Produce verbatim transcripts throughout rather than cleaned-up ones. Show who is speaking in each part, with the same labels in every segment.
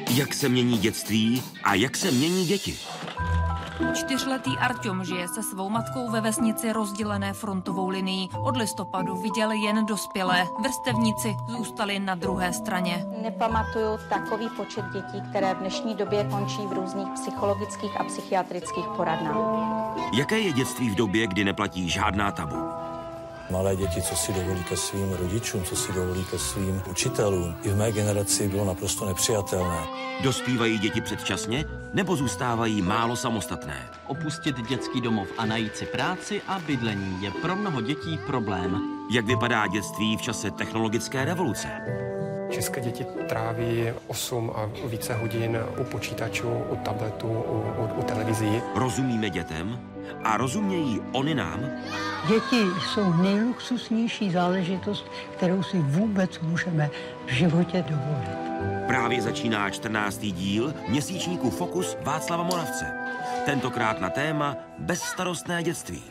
Speaker 1: Jak se mění dětství a jak se mění děti?
Speaker 2: Čtyřletý Arťom žije se svou matkou ve vesnici rozdělené frontovou linií. Od listopadu viděl jen dospělé. Vrstevníci zůstali na druhé straně.
Speaker 3: Nepamatuju takový počet dětí, které v dnešní době končí v různých psychologických a psychiatrických poradnách.
Speaker 1: Jaké je dětství v době, kdy neplatí žádná tabu?
Speaker 4: Malé děti, co si dovolí ke svým rodičům, co si dovolí ke svým učitelům, i v mé generaci bylo naprosto nepřijatelné.
Speaker 1: Dospívají děti předčasně nebo zůstávají málo samostatné?
Speaker 5: Opustit dětský domov a najít si práci a bydlení je pro mnoho dětí problém.
Speaker 1: Jak vypadá dětství v čase technologické revoluce?
Speaker 6: České děti tráví osm a více hodin u počítačů, u tabletu, u, u, u televizí.
Speaker 1: Rozumíme dětem a rozumějí oni nám?
Speaker 7: Děti jsou nejluxusnější záležitost, kterou si vůbec můžeme v životě dovolit.
Speaker 1: Právě začíná čtrnáctý díl měsíčníku Fokus Václava Moravce. Tentokrát na téma bezstarostné dětství.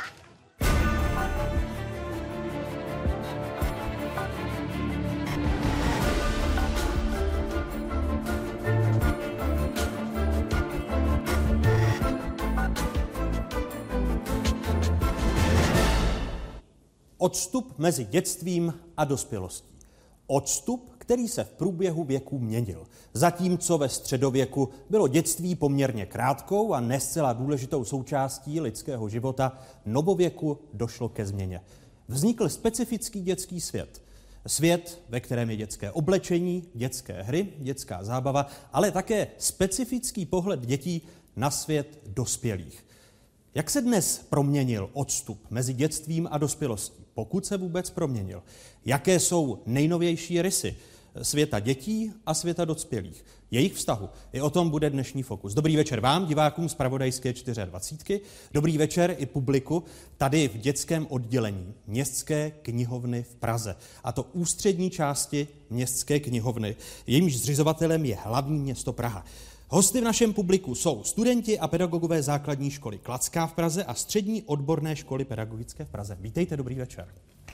Speaker 8: Odstup mezi dětstvím a dospělostí. Odstup, který se v průběhu věku měnil. Zatímco ve středověku bylo dětství poměrně krátkou a ne zcela důležitou součástí lidského života, novověku došlo ke změně. Vznikl specifický dětský svět. Svět, ve kterém je dětské oblečení, dětské hry, dětská zábava, ale také specifický pohled dětí na svět dospělých. Jak se dnes proměnil odstup mezi dětstvím a dospělostí, pokud se vůbec proměnil? Jaké jsou nejnovější rysy světa dětí a světa dospělých? Jejich vztahu. I o tom bude dnešní Fokus. Dobrý večer vám, divákům z Zpravodajské dvacet čtyři. Dobrý večer i publiku tady v dětském oddělení Městské knihovny v Praze. A to ústřední části Městské knihovny. Jejímž zřizovatelem je hlavní město Praha. Hosty v našem publiku jsou studenti a pedagogové základní školy Kladská v Praze a střední odborné školy pedagogické v Praze. Vítejte, dobrý večer.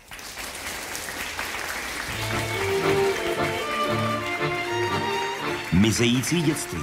Speaker 1: Mizející dětství.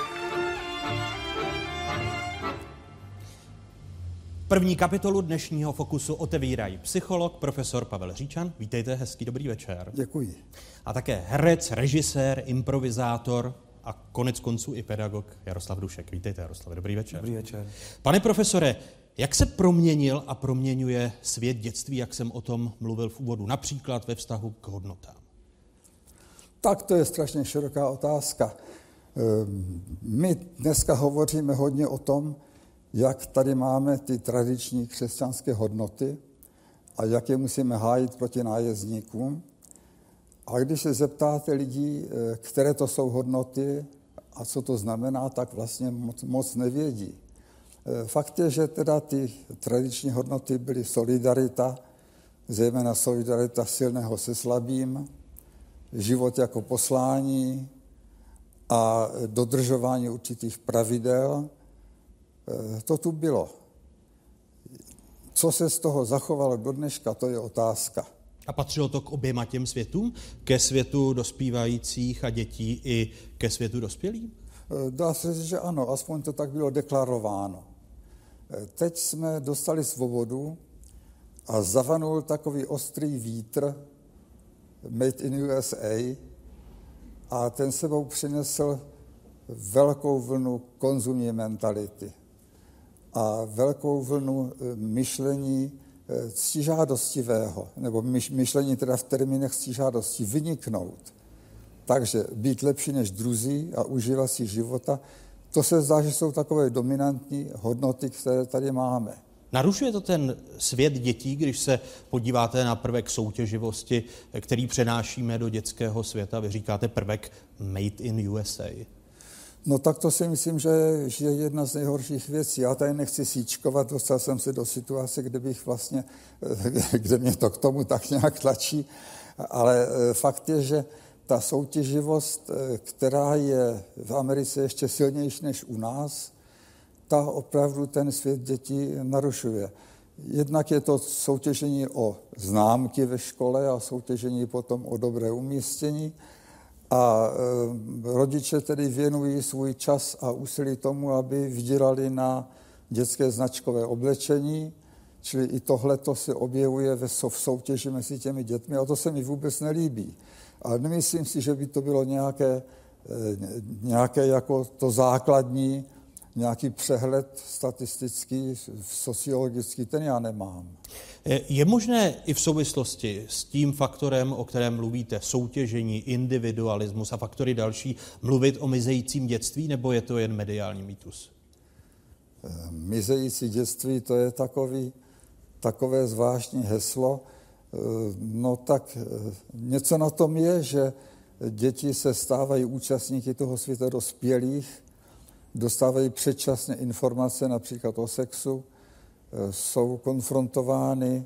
Speaker 8: První kapitolu dnešního Fokusu otevírají psycholog, profesor Pavel Říčan. Vítejte, hezký dobrý večer.
Speaker 9: Děkuji.
Speaker 8: A také herec, režisér, improvizátor a konec konců i pedagog Jaroslav Dušek. Vítejte, Jaroslav, dobrý večer.
Speaker 9: Dobrý večer.
Speaker 8: Pane profesore, jak se proměnil a proměňuje svět dětství, jak jsem o tom mluvil v úvodu, například ve vztahu k hodnotám?
Speaker 9: Tak to je strašně široká otázka. My dneska hovoříme hodně o tom, jak tady máme ty tradiční křesťanské hodnoty a jak je musíme hájit proti nájezdníkům. A když se zeptáte lidí, které to jsou hodnoty a co to znamená, tak vlastně moc, moc nevědí. Fakt je, že teda ty tradiční hodnoty byly solidarita, zejména solidarita silného se slabým, život jako poslání a dodržování určitých pravidel. To tu bylo. Co se z toho zachovalo do dneška, to je otázka.
Speaker 8: A patřilo to k oběma těm světům? Ke světu dospívajících a dětí i ke světu dospělým?
Speaker 9: Dá se říct, že ano, aspoň to tak bylo deklarováno. Teď jsme dostali svobodu a zavanul takový ostrý vítr Made in U S A a ten sebou přinesl velkou vlnu konzumní mentality a velkou vlnu myšlení ctižádostivého, nebo myšlení teda v termínech ctižádosti, vyniknout. Takže být lepší než druzí a užívat si života, to se zdá, že jsou takové dominantní hodnoty, které tady máme.
Speaker 8: Narušuje to ten svět dětí, když se podíváte na prvek soutěživosti, který přenášíme do dětského světa? Vy říkáte prvek Made in U S A.
Speaker 9: No tak to si myslím, že je jedna z nejhorších věcí. Já tady nechci síčkovat, dostal jsem se do situace, kde bych vlastně, kde mě to k tomu tak nějak tlačí, ale fakt je, že ta soutěživost, která je v Americe ještě silnější než u nás, ta opravdu ten svět dětí narušuje. Jednak je to soutěžení o známky ve škole a soutěžení potom o dobré umístění. A e, rodiče tedy věnují svůj čas a úsilí tomu, aby vydělali na dětské značkové oblečení, čili i tohleto se objevuje ve v soutěži mezi těmi dětmi a to se mi vůbec nelíbí. Ale nemyslím si, že by to bylo nějaké, e, nějaké jako to základní, nějaký přehled statistický, sociologický, ten já nemám.
Speaker 8: Je možné i v souvislosti s tím faktorem, o kterém mluvíte, soutěžení, individualismus a faktory další, mluvit o mizejícím dětství, nebo je to jen mediální mýtus?
Speaker 9: Mizející dětství, to je takový, takové zvláštní heslo. No tak něco na tom je, že děti se stávají účastníky toho světa dospělých, dostávají předčasně informace například o sexu, jsou konfrontovány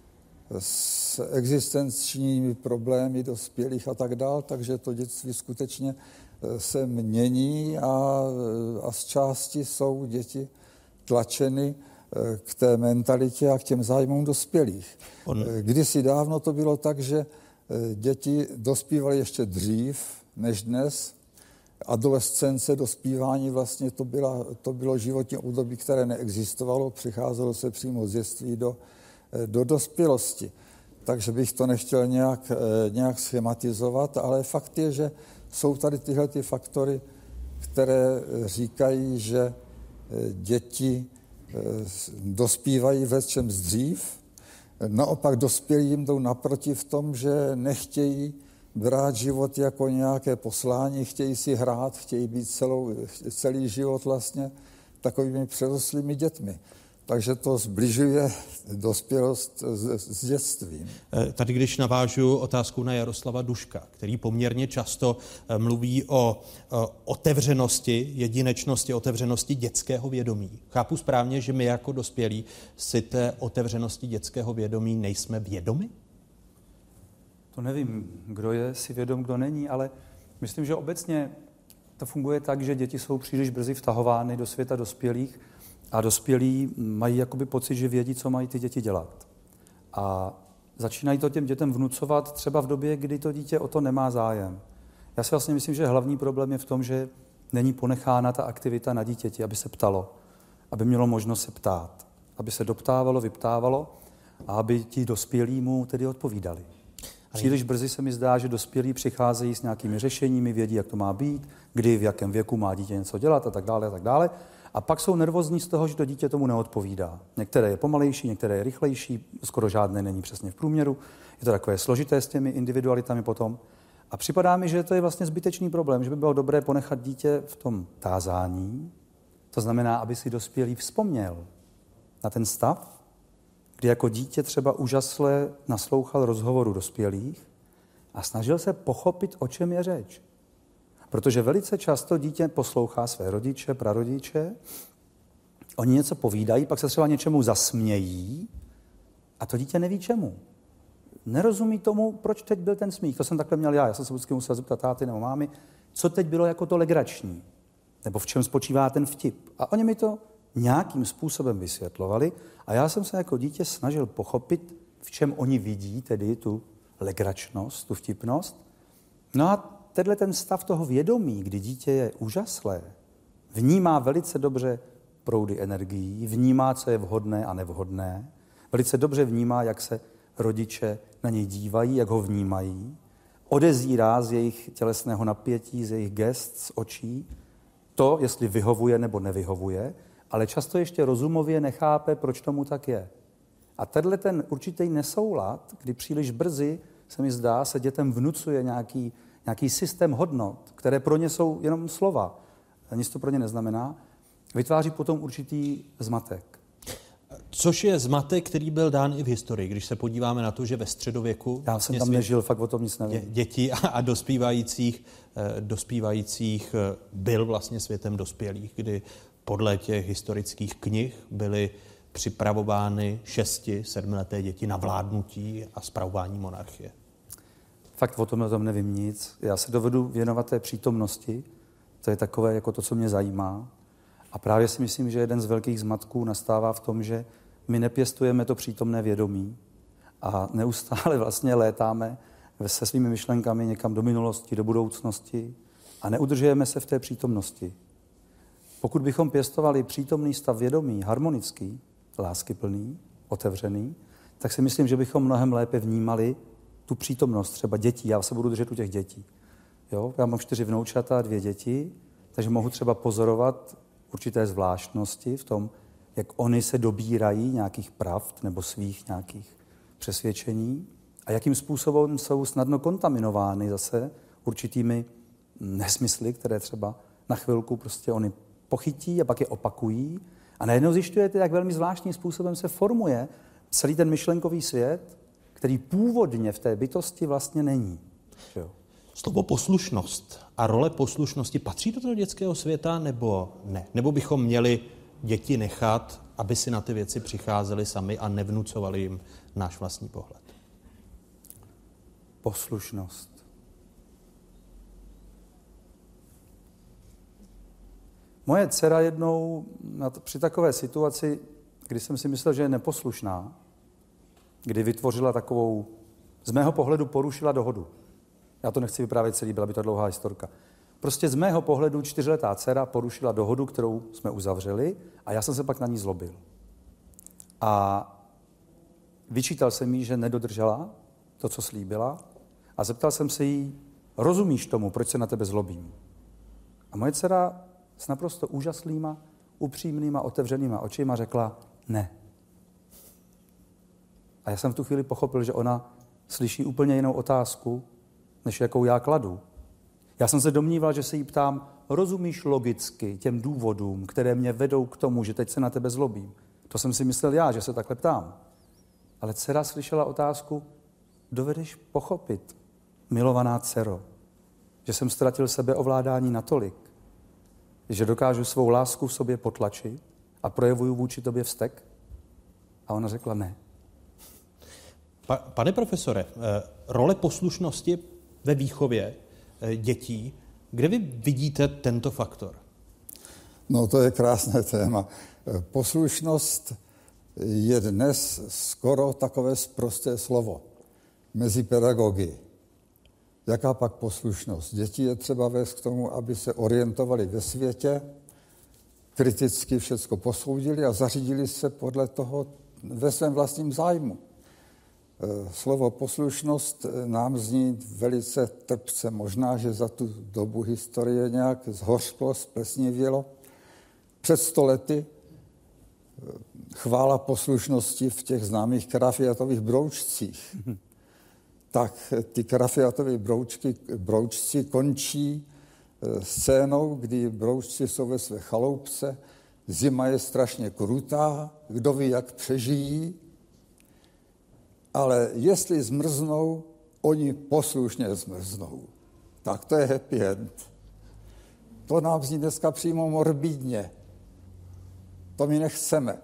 Speaker 9: s existenčními problémy dospělých a tak dál, takže to dětství skutečně se mění a, a z části jsou děti tlačeny k té mentalitě a k těm zájmům dospělých. On... Kdysi dávno to bylo tak, že děti dospívaly ještě dřív než dnes. Adolescence, dospívání vlastně to, byla, to bylo životní období, které neexistovalo, přicházelo se přímo z dětství do, do dospělosti. Takže bych to nechtěl nějak, nějak schematizovat, ale fakt je, že jsou tady tyhle ty faktory, které říkají, že děti dospívají ve čem dřív, naopak dospělí jim jdou naproti v tom, že nechtějí brát život jako nějaké poslání, chtějí si hrát, chtějí být celou, celý život vlastně takovými přerostlými dětmi. Takže to zbližuje dospělost s, s dětstvím.
Speaker 8: Tady, když navážu otázku na Jaroslava Duška, který poměrně často mluví o, o otevřenosti, jedinečnosti, otevřenosti dětského vědomí. Chápu správně, že my jako dospělí si té otevřenosti dětského vědomí nejsme vědomi?
Speaker 10: To nevím, kdo je si vědom, kdo není, ale myslím, že obecně to funguje tak, že děti jsou příliš brzy vtahovány do světa dospělých a dospělí mají jakoby pocit, že vědí, co mají ty děti dělat. A začínají to těm dětem vnucovat třeba v době, kdy to dítě o to nemá zájem. Já si vlastně myslím, že hlavní problém je v tom, že není ponechána ta aktivita na dítěti, aby se ptalo, aby mělo možnost se ptát, aby se doptávalo, vyptávalo a aby ti dospělí mu tedy odpovídali. Příliš brzy se mi zdá, že dospělí přicházejí s nějakými řešeními, vědí, jak to má být, kdy, v jakém věku má dítě něco dělat a tak dále a tak dále. A pak jsou nervózní z toho, že to dítě tomu neodpovídá. Některé je pomalejší, některé je rychlejší, skoro žádné není přesně v průměru. Je to takové složité s těmi individualitami potom. A připadá mi, že to je vlastně zbytečný problém, že by bylo dobré ponechat dítě v tom tázání. To znamená, aby si dospělý vzpomněl na ten stav, kdy jako dítě třeba úžasle naslouchal rozhovoru dospělých a snažil se pochopit, o čem je řeč. Protože velice často dítě poslouchá své rodiče, prarodiče, oni něco povídají, pak se třeba něčemu zasmějí a to dítě neví čemu. Nerozumí tomu, proč teď byl ten smích. To jsem takhle měl já. Já jsem se vždycky musel zeptat táty nebo mámy, co teď bylo jako to legrační, nebo v čem spočívá ten vtip. A oni mi to nějakým způsobem vysvětlovali a já jsem se jako dítě snažil pochopit, v čem oni vidí tedy tu legračnost, tu vtipnost. No a tenhle ten stav toho vědomí, kdy dítě je úžaslé, vnímá velice dobře proudy energií, vnímá, co je vhodné a nevhodné, velice dobře vnímá, jak se rodiče na něj dívají, jak ho vnímají, odezírá z jejich tělesného napětí, z jejich gest, z očí, to, jestli vyhovuje nebo nevyhovuje, ale často ještě rozumově nechápe, proč tomu tak je. A tenhle ten určitý nesoulad, kdy příliš brzy, se mi zdá, se dětem vnucuje nějaký, nějaký systém hodnot, které pro ně jsou jenom slova, nic to pro ně neznamená, vytváří potom určitý zmatek.
Speaker 8: Což je zmatek, který byl dán i v historii, když se podíváme na to, že ve středověku...
Speaker 10: Já jsem tam nežil, fakt o tom nic nevím.
Speaker 8: Dětí a dospívajících, dospívajících byl vlastně světem dospělých, kdy podle těch historických knih byly připravovány šesti, sedmileté děti na vládnutí a spravování monarchie.
Speaker 10: Fakt o tom, o tom nevím nic. Já se dovedu věnovat té přítomnosti. To je takové jako to, co mě zajímá. A právě si myslím, že jeden z velkých zmatků nastává v tom, že my nepěstujeme to přítomné vědomí a neustále vlastně létáme se svými myšlenkami někam do minulosti, do budoucnosti a neudržujeme se v té přítomnosti. Pokud bychom pěstovali přítomný stav vědomí, harmonický, láskyplný, otevřený, tak si myslím, že bychom mnohem lépe vnímali tu přítomnost třeba dětí. Já se budu držet u těch dětí. Jo? Já mám čtyři vnoučata, dvě děti, takže mohu třeba pozorovat určité zvláštnosti v tom, jak oni se dobírají nějakých pravd nebo svých nějakých přesvědčení a jakým způsobem jsou snadno kontaminovány zase určitými nesmysly, které třeba na chvilku prostě oni pochytí a pak je opakují. A najednou zjišťujete, jak velmi zvláštním způsobem se formuje celý ten myšlenkový svět, který původně v té bytosti vlastně není. Jo.
Speaker 8: Slovo poslušnost a role poslušnosti patří do toho dětského světa nebo ne? Nebo bychom měli děti nechat, aby si na ty věci přicházeli sami a nevnucovali jim náš vlastní pohled?
Speaker 10: Poslušnost. Moje dcera jednou při takové situaci, kdy jsem si myslel, že je neposlušná, kdy vytvořila takovou, z mého pohledu porušila dohodu. Já to nechci vyprávět celý, byla by to dlouhá historka. Prostě z mého pohledu čtyřletá dcera porušila dohodu, kterou jsme uzavřeli a já jsem se pak na ní zlobil. A vyčítal jsem jí, že nedodržela to, co slíbila a zeptal jsem se jí, rozumíš tomu, proč se na tebe zlobím? A moje dcera s naprosto úžasnýma, upřímnýma, otevřenýma očima řekla ne. A já jsem v tu chvíli pochopil, že ona slyší úplně jinou otázku, než jakou já kladu. Já jsem se domníval, že se jí ptám, rozumíš logicky těm důvodům, které mě vedou k tomu, že teď se na tebe zlobím. To jsem si myslel já, že se takhle ptám. Ale dcera slyšela otázku, dovedeš pochopit, milovaná dcero, že jsem ztratil sebeovládání natolik, že dokážu svou lásku v sobě potlačit a projevuju vůči tobě vztek? A ona řekla ne.
Speaker 8: Pa, pane profesore, role poslušnosti ve výchově dětí, kde vy vidíte tento faktor?
Speaker 9: No to je krásné téma. Poslušnost je dnes skoro takové sprosté slovo mezi pedagogy. Jaká pak poslušnost? Děti je třeba vést k tomu, aby se orientovali ve světě, kriticky všecko posoudili a zařídili se podle toho ve svém vlastním zájmu. Slovo poslušnost nám zní velice trpce. Možná, že za tu dobu historie nějak zhořklo, splesnivělo. Před sto lety chvála poslušnosti v těch známých karafiatových broučcích. Tak ty karafiatové broučky, broučci končí scénou, kdy broučci jsou ve své chaloupce, zima je strašně krutá, kdo ví, jak přežijí, ale jestli zmrznou, oni poslušně zmrznou. Tak to je happy end. To nám zní dneska přímo morbidně. To my nechceme.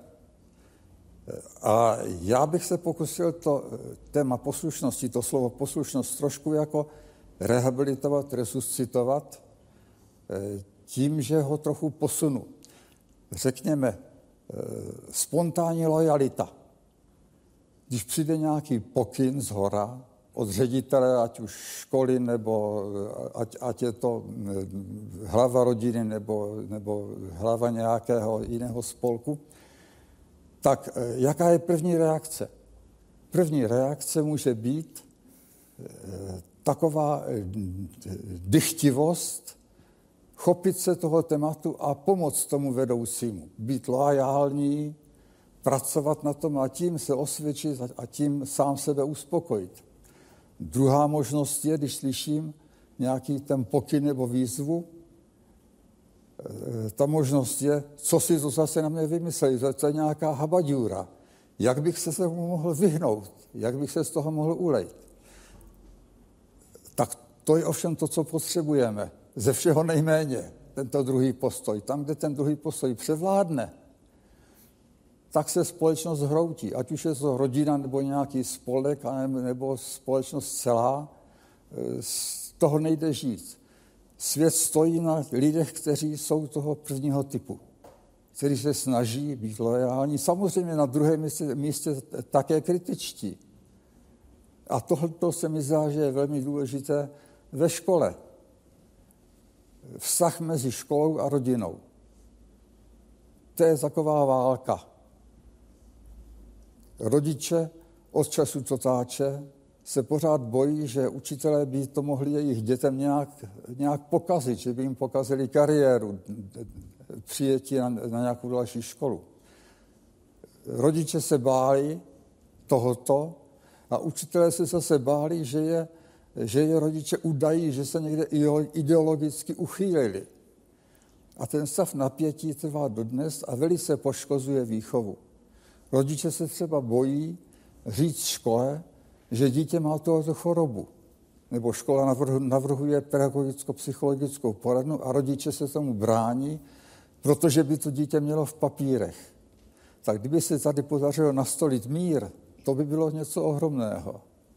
Speaker 9: A já bych se pokusil to téma poslušnosti, to slovo poslušnost trošku jako rehabilitovat, resuscitovat tím, že ho trochu posunu. Řekněme, spontánní lojalita. Když přijde nějaký pokyn zhora od ředitele, ať už školy, nebo ať, ať je to hlava rodiny, nebo, nebo hlava nějakého jiného spolku, tak jaká je první reakce? První reakce může být taková dychtivost, chopit se toho tématu a pomoct tomu vedoucímu. Být loajální, pracovat na tom a tím se osvědčit a tím sám sebe uspokojit. Druhá možnost je, když slyším nějaký ten pokyn nebo výzvu, ta možnost je, co si to zase na mě vymysleli, to je nějaká habaďůra. Jak bych se z toho mohl vyhnout? Jak bych se z toho mohl ulejt? Tak to je ovšem to, co potřebujeme. Ze všeho nejméně, tento druhý postoj. Tam, kde ten druhý postoj převládne, tak se společnost hroutí. Ať už je to rodina, nebo nějaký spolek, nebo společnost celá, z toho nejde žít. Svět stojí na lidech, kteří jsou toho prvního typu, kteří se snaží být loajální. Samozřejmě na druhém místě, místě také kritičtí. A tohle se mi zdá, že je velmi důležité ve škole. Vztah mezi školou a rodinou. To je taková válka. Rodiče od času co táče se pořád bojí, že učitelé by to mohli jejich dětem nějak, nějak pokazit, že by jim pokazili kariéru, přijetí na, na nějakou další školu. Rodiče se báli tohoto a učitelé se zase báli, že je, že je rodiče udají, že se někde ideologicky uchýlili. A ten stav napětí trvá dodnes a velice poškozuje výchovu. Rodiče se třeba bojí říct škole, že dítě má tohoto chorobu. Nebo škola navrhuje pedagogicko-psychologickou poradnu a rodiče se tomu brání, protože by to dítě mělo v papírech. Tak kdyby se tady podařilo nastolit mír, to by bylo něco ohromného.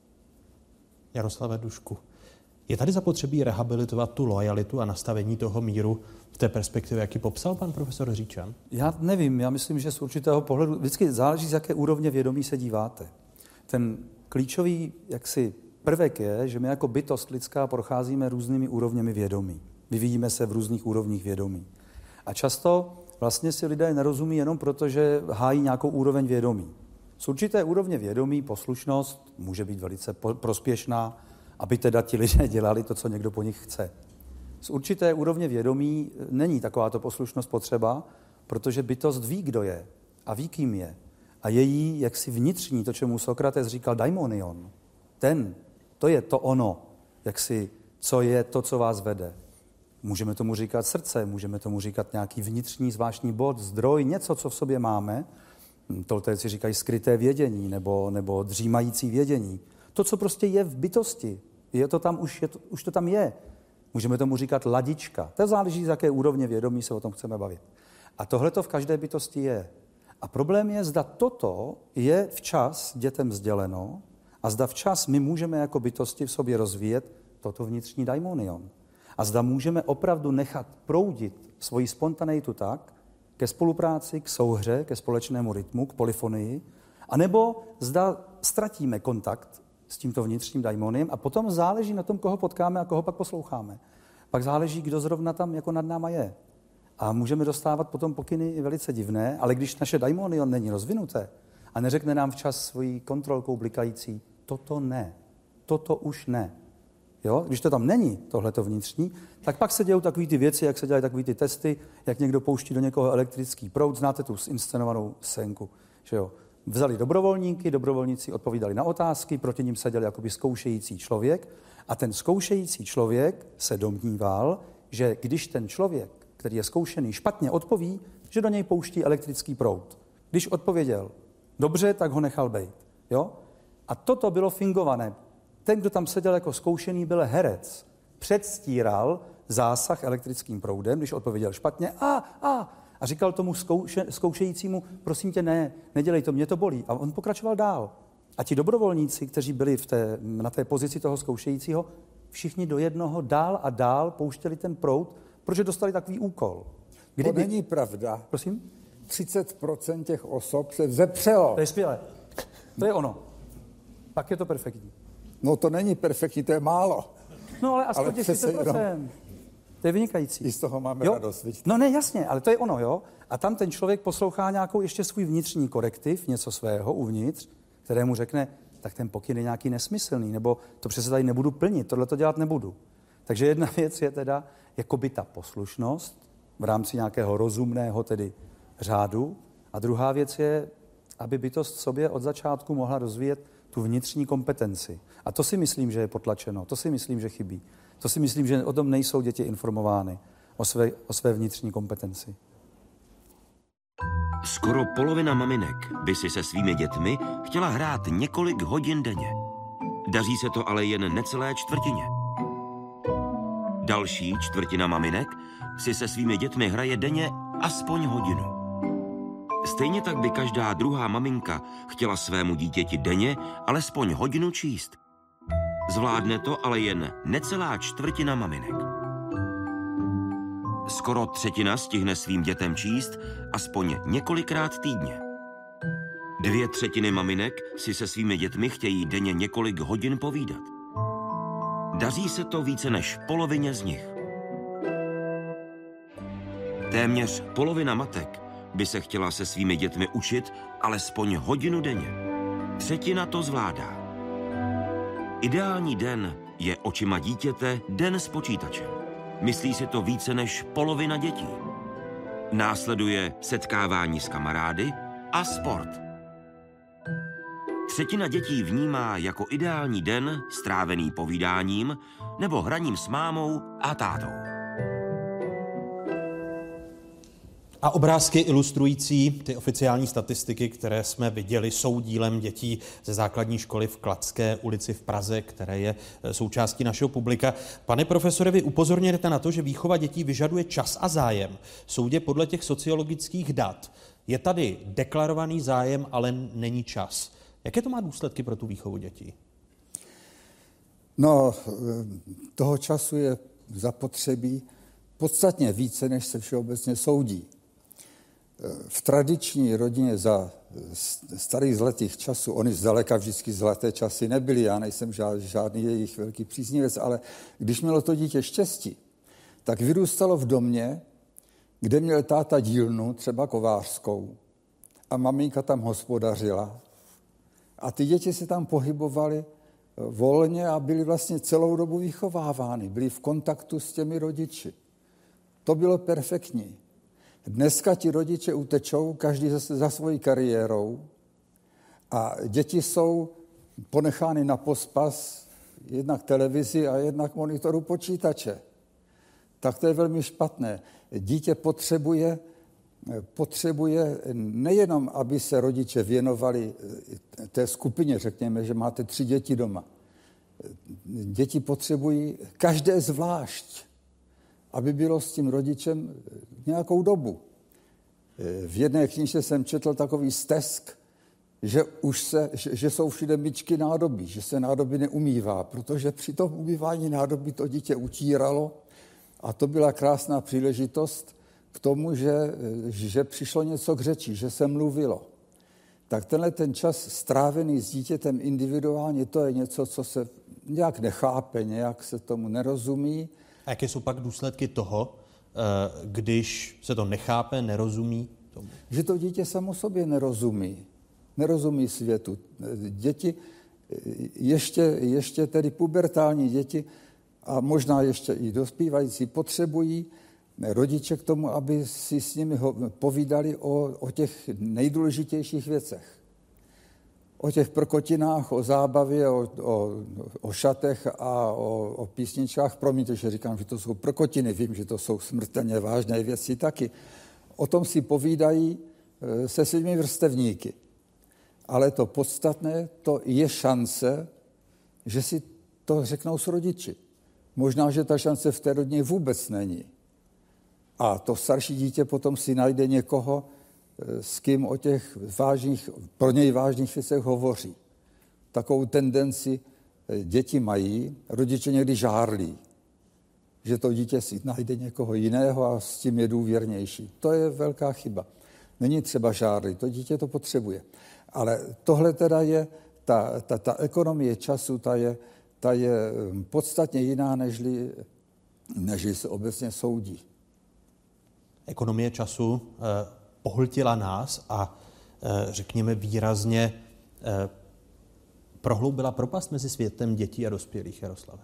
Speaker 8: Jaroslave Dušku, je tady zapotřebí rehabilitovat tu lojalitu a nastavení toho míru v té perspektivě, jaký popsal pan profesor Říčan?
Speaker 10: Já nevím, já myslím, že z určitého pohledu vždycky záleží, z jaké úrovně vědomí se díváte. Ten klíčový jaksi prvek je, že my jako bytost lidská procházíme různými úrovněmi vědomí. Vyvíjíme se v různých úrovních vědomí. A často vlastně si lidé nerozumí jenom proto, že hájí nějakou úroveň vědomí. Z určité úrovně vědomí poslušnost může být velice prospěšná, aby teda ti lidé dělali to, co někdo po nich chce. Z určité úrovně vědomí není takováto poslušnost potřeba, protože bytost ví, kdo je a ví, kým je. A její jaksi vnitřní, to, čemu Sokrates říkal daimonion, ten, to je to ono, jaksi, co je to, co vás vede. Můžeme tomu říkat srdce, můžeme tomu říkat nějaký vnitřní zvláštní bod, zdroj, něco, co v sobě máme. Toltéci říkají skryté vědění nebo, nebo dřímající vědění. To, co prostě je v bytosti, je to tam, už, je to, už to tam je. Můžeme tomu říkat ladička. To záleží, z jaké úrovně vědomí se o tom chceme bavit. A tohle to v každé bytosti je. A problém je, zda toto je včas dětem sděleno a zda včas my můžeme jako bytosti v sobě rozvíjet toto vnitřní daimonion. A zda můžeme opravdu nechat proudit svoji spontaneitu tak ke spolupráci, k souhře, ke společnému rytmu, k polyfonii, anebo zda ztratíme kontakt s tímto vnitřním daimoniem a potom záleží na tom, koho potkáme a koho pak posloucháme. Pak záleží, kdo zrovna tam jako nad náma je. A můžeme dostávat potom pokyny velice divné, ale když naše daimonion není rozvinuté a neřekne nám včas svojí kontrolkou blikající, toto ne, toto už ne. Jo? Když to tam není, tohleto vnitřní, tak pak se dějou takové ty věci, jak se dělají takové ty testy, jak někdo pouští do někoho elektrický proud, znáte tu inscenovanou scénku, že jo? Vzali dobrovolníky, dobrovolníci odpovídali na otázky, proti nim seděl jakoby zkoušející člověk a ten zkoušející člověk se domníval, že když ten člověk, který je zkoušený, špatně odpoví, že do něj pouští elektrický proud. Když odpověděl dobře, tak ho nechal bejt. Jo? A toto bylo fingované. Ten, kdo tam seděl jako zkoušený, byl herec. Předstíral zásah elektrickým proudem, když odpověděl špatně a, a, a říkal tomu zkouše, zkoušejícímu, prosím tě, ne, nedělej to, mě to bolí. A on pokračoval dál. A ti dobrovolníci, kteří byli v té, na té pozici toho zkoušejícího, všichni do jednoho dál a dál pouštěli ten proud, protože dostali takový úkol.
Speaker 9: Kdyby... To není pravda.
Speaker 10: Prosím?
Speaker 9: třicet procent těch osob se vzepřelo.
Speaker 10: To je skvělé. To je ono. Pak je to perfektní.
Speaker 9: No to není perfektní, to je málo.
Speaker 10: No ale aspoň těch třicet procent. To je vynikající.
Speaker 9: I z toho máme
Speaker 10: jo?
Speaker 9: radost. Vidíte?
Speaker 10: No ne, jasně, ale to je ono, jo. A tam ten člověk poslouchá nějakou ještě svůj vnitřní korektiv, něco svého uvnitř, kterému řekne, tak ten pokyn je nějaký nesmyslný, nebo to přece tady nebudu plnit, tohle to dělat nebudu. Takže jedna věc je teda jakoby ta poslušnost v rámci nějakého rozumného tedy řádu a druhá věc je, aby bytost sobě od začátku mohla rozvíjet tu vnitřní kompetenci. A to si myslím, že je potlačeno, to si myslím, že chybí. To si myslím, že o tom nejsou děti informovány, o své, o své vnitřní kompetenci.
Speaker 1: Skoro polovina maminek by si se svými dětmi chtěla hrát několik hodin denně. Daří se to ale jen necelé čtvrtině. Další čtvrtina maminek si se svými dětmi hraje denně aspoň hodinu. Stejně tak by každá druhá maminka chtěla svému dítěti denně alespoň hodinu číst. Zvládne to ale jen necelá čtvrtina maminek. Skoro třetina stihne svým dětem číst aspoň několikrát týdně. Dvě třetiny maminek si se svými dětmi chtějí denně několik hodin povídat. Daří se to více než polovině z nich. Téměř polovina matek by se chtěla se svými dětmi učit alespoň hodinu denně. Třetina to zvládá. Ideální den je očima dítěte den s počítačem. Myslí si to více než polovina dětí. Následuje setkávání s kamarády a sport. Třetina dětí vnímá jako ideální den strávený povídáním nebo hraním s mámou a tátou.
Speaker 8: A obrázky ilustrující ty oficiální statistiky, které jsme viděli, jsou dílem dětí ze základní školy v Kladské ulici v Praze, které je součástí našeho publika. Pane profesore, vy upozorňujete na to, že výchova dětí vyžaduje čas a zájem. Soudě podle těch sociologických dat je tady deklarovaný zájem, ale není čas. Jaké to má důsledky pro tu výchovu dětí?
Speaker 9: No, toho času je zapotřebí podstatně více, než se všeobecně soudí. V tradiční rodině za starých zlatých časů, oni zdaleka vždycky zlaté časy nebyly, já nejsem žádný jejich velký příznivec, ale když mělo to dítě štěstí, tak vyrůstalo v domě, kde měl táta dílnu, třeba kovářskou, a maminka tam hospodařila. A ty děti se tam pohybovaly volně a byly vlastně celou dobu vychovávány, byly v kontaktu s těmi rodiči. To bylo perfektní. Dneska ti rodiče utečou, každý za, za svojí kariérou a děti jsou ponechány na pospas jednak televizi a jednak monitoru počítače. Tak to je velmi špatné. Dítě potřebuje, potřebuje nejenom, aby se rodiče věnovali té skupině, řekněme, že máte tři děti doma. Děti potřebují každé zvlášť, aby bylo s tím rodičem nějakou dobu. V jedné knižce jsem četl takový stesk, že, už se, že, že jsou všude myčky nádobí, že se nádoby neumývá, protože při tom umývání nádobí to dítě utíralo a to byla krásná příležitost k tomu, že, že přišlo něco k řeči, že se mluvilo. Tak tenhle ten čas strávený s dítětem individuálně, to je něco, co se nějak nechápe, nějak se tomu nerozumí.
Speaker 8: A jaké jsou pak důsledky toho, když se to nechápe, nerozumí tomu?
Speaker 9: Že to dítě samo sobě nerozumí. Nerozumí světu. Děti, ještě, ještě tedy pubertální děti a možná ještě i dospívající potřebují rodiče k tomu, aby si s nimi povídali o, o těch nejdůležitějších věcech. O těch prkotinách, o zábavě, o, o, o šatech a o, o písničkách. Promiňte, že říkám, že to jsou prkotiny, vím, že to jsou smrtelně vážné věci taky. O tom si povídají se svými vrstevníky. Ale to podstatné, to je šance, že si to řeknou s rodiči. Možná, že ta šance v té rodině vůbec není. A to starší dítě potom si najde někoho, s kým o těch vážných, pro něj vážných věcech hovoří. Takovou tendenci děti mají, rodiče někdy žárlí, že to dítě si najde někoho jiného a s tím je důvěrnější. To je velká chyba. Není třeba žárlit, to dítě to potřebuje. Ale tohle teda je, ta, ta, ta ekonomie času, ta je, ta je podstatně jiná, nežli, nežli se obecně soudí.
Speaker 8: Ekonomie času eh, pohltila nás a eh, řekněme výrazně eh, prohloubila propast mezi světem dětí a dospělých, Jaroslave.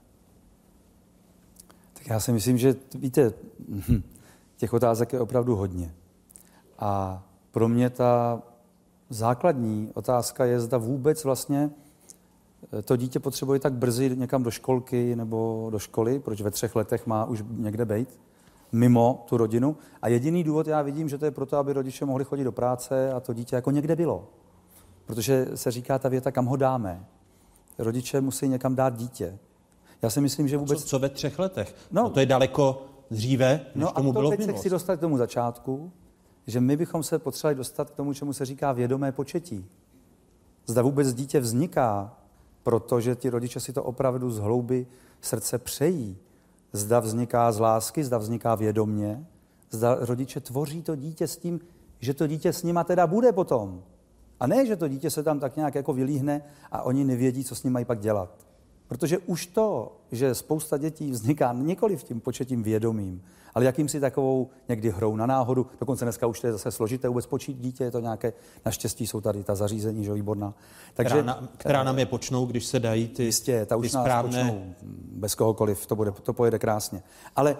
Speaker 10: Tak já si myslím, že víte, těch otázek je opravdu hodně. A pro mě ta základní otázka je, zda vůbec vlastně to dítě potřebuje tak brzy někam do školky nebo do školy, proč ve třech letech má už někde bejt, mimo tu rodinu. A jediný důvod já vidím, že to je proto, aby rodiče mohli chodit do práce a to dítě jako někde bylo. Protože se říká ta věta, kam ho dáme. Rodiče musí někam dát dítě. Já si myslím, že vůbec...
Speaker 8: Co, co ve třech letech? No, no to je daleko dříve, než
Speaker 10: no
Speaker 8: tomu
Speaker 10: a to
Speaker 8: bylo v
Speaker 10: teď
Speaker 8: minulosti.
Speaker 10: se chci dostat k tomu začátku, že my bychom se potřebovali dostat k tomu, čemu se říká vědomé početí. Zda vůbec dítě vzniká, protože ti rodiče si to opravdu z hloubi srdce přejí. Zda vzniká z lásky, zda vzniká vědomně, zda rodiče tvoří to dítě s tím, že to dítě s nima teda bude potom. A ne, že to dítě se tam tak nějak jako vylíhne a oni nevědí, co s ním mají pak dělat. Protože už to, že spousta dětí vzniká nikoliv tím početím vědomím, ale jakýmsi takovou někdy hrou na náhodu, dokonce dneska už to je zase složité vůbec počít dítě, je to nějaké, naštěstí jsou tady ta zařízení, že výborná.
Speaker 8: Takže, která, na, která nám je počnou, když se dají ty,
Speaker 10: jistě, ta už
Speaker 8: ty správné...
Speaker 10: nás počnou bez kohokoliv, to, bude, to pojede krásně. Ale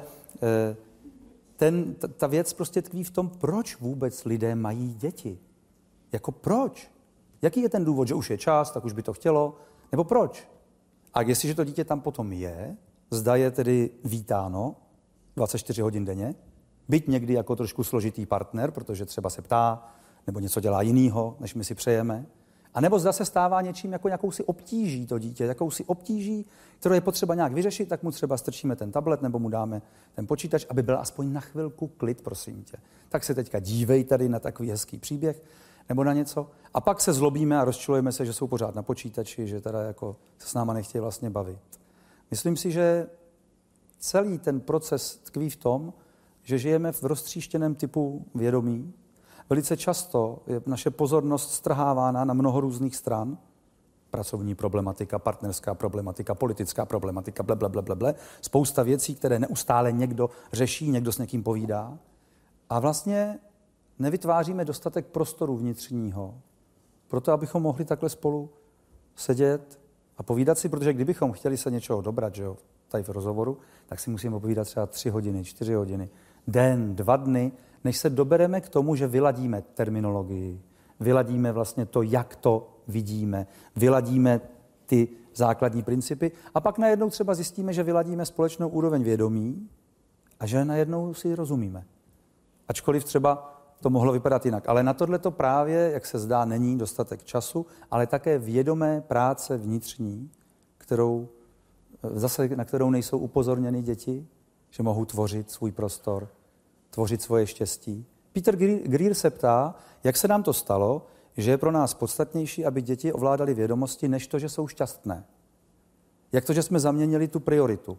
Speaker 10: ten, ta, ta věc prostě tkví v tom, proč vůbec lidé mají děti. Jako proč? Jaký je ten důvod, že už je čas, tak už by to chtělo? Nebo proč? A jestliže to dítě tam potom je, zda je tedy vítáno dvacet čtyři hodin denně, byť někdy jako trošku složitý partner, protože třeba se ptá, nebo něco dělá jinýho, než my si přejeme, a nebo zda se stává něčím jako jakousi obtíží to dítě, jakousi obtíží, kterou je potřeba nějak vyřešit, tak mu třeba strčíme ten tablet nebo mu dáme ten počítač, aby byl aspoň na chvilku klid, prosím tě. Tak se teďka dívej tady na takový hezký příběh nebo na něco. A pak se zlobíme a rozčilujeme se, že jsou pořád na počítači, že teda jako se s náma nechtějí vlastně bavit. Myslím si, že celý ten proces tkví v tom, že žijeme v roztříštěném typu vědomí. Velice často je naše pozornost strhávána na mnoho různých stran. Pracovní problematika, partnerská problematika, politická problematika, ble, ble, ble, ble, ble. Spousta věcí, které neustále někdo řeší, někdo s někým povídá. A vlastně nevytváříme dostatek prostoru vnitřního, proto abychom mohli takhle spolu sedět a povídat si, protože kdybychom chtěli se něčeho dobrat, že jo, tady v rozhovoru, tak si musíme povídat třeba tři hodiny, čtyři hodiny, den, dva dny, než se dobereme k tomu, že vyladíme terminologii, vyladíme vlastně to, jak to vidíme, vyladíme ty základní principy a pak najednou třeba zjistíme, že vyladíme společnou úroveň vědomí a že najednou si rozumíme. Ačkoliv třeba to mohlo vypadat jinak. Ale na tohle to právě, jak se zdá, není dostatek času, ale také vědomé práce vnitřní, kterou, zase na kterou nejsou upozorněny děti, že mohou tvořit svůj prostor, tvořit svoje štěstí. Peter Greer se ptá, jak se nám to stalo, že je pro nás podstatnější, aby děti ovládaly vědomosti, než to, že jsou šťastné. Jak to, že jsme zaměnili tu prioritu.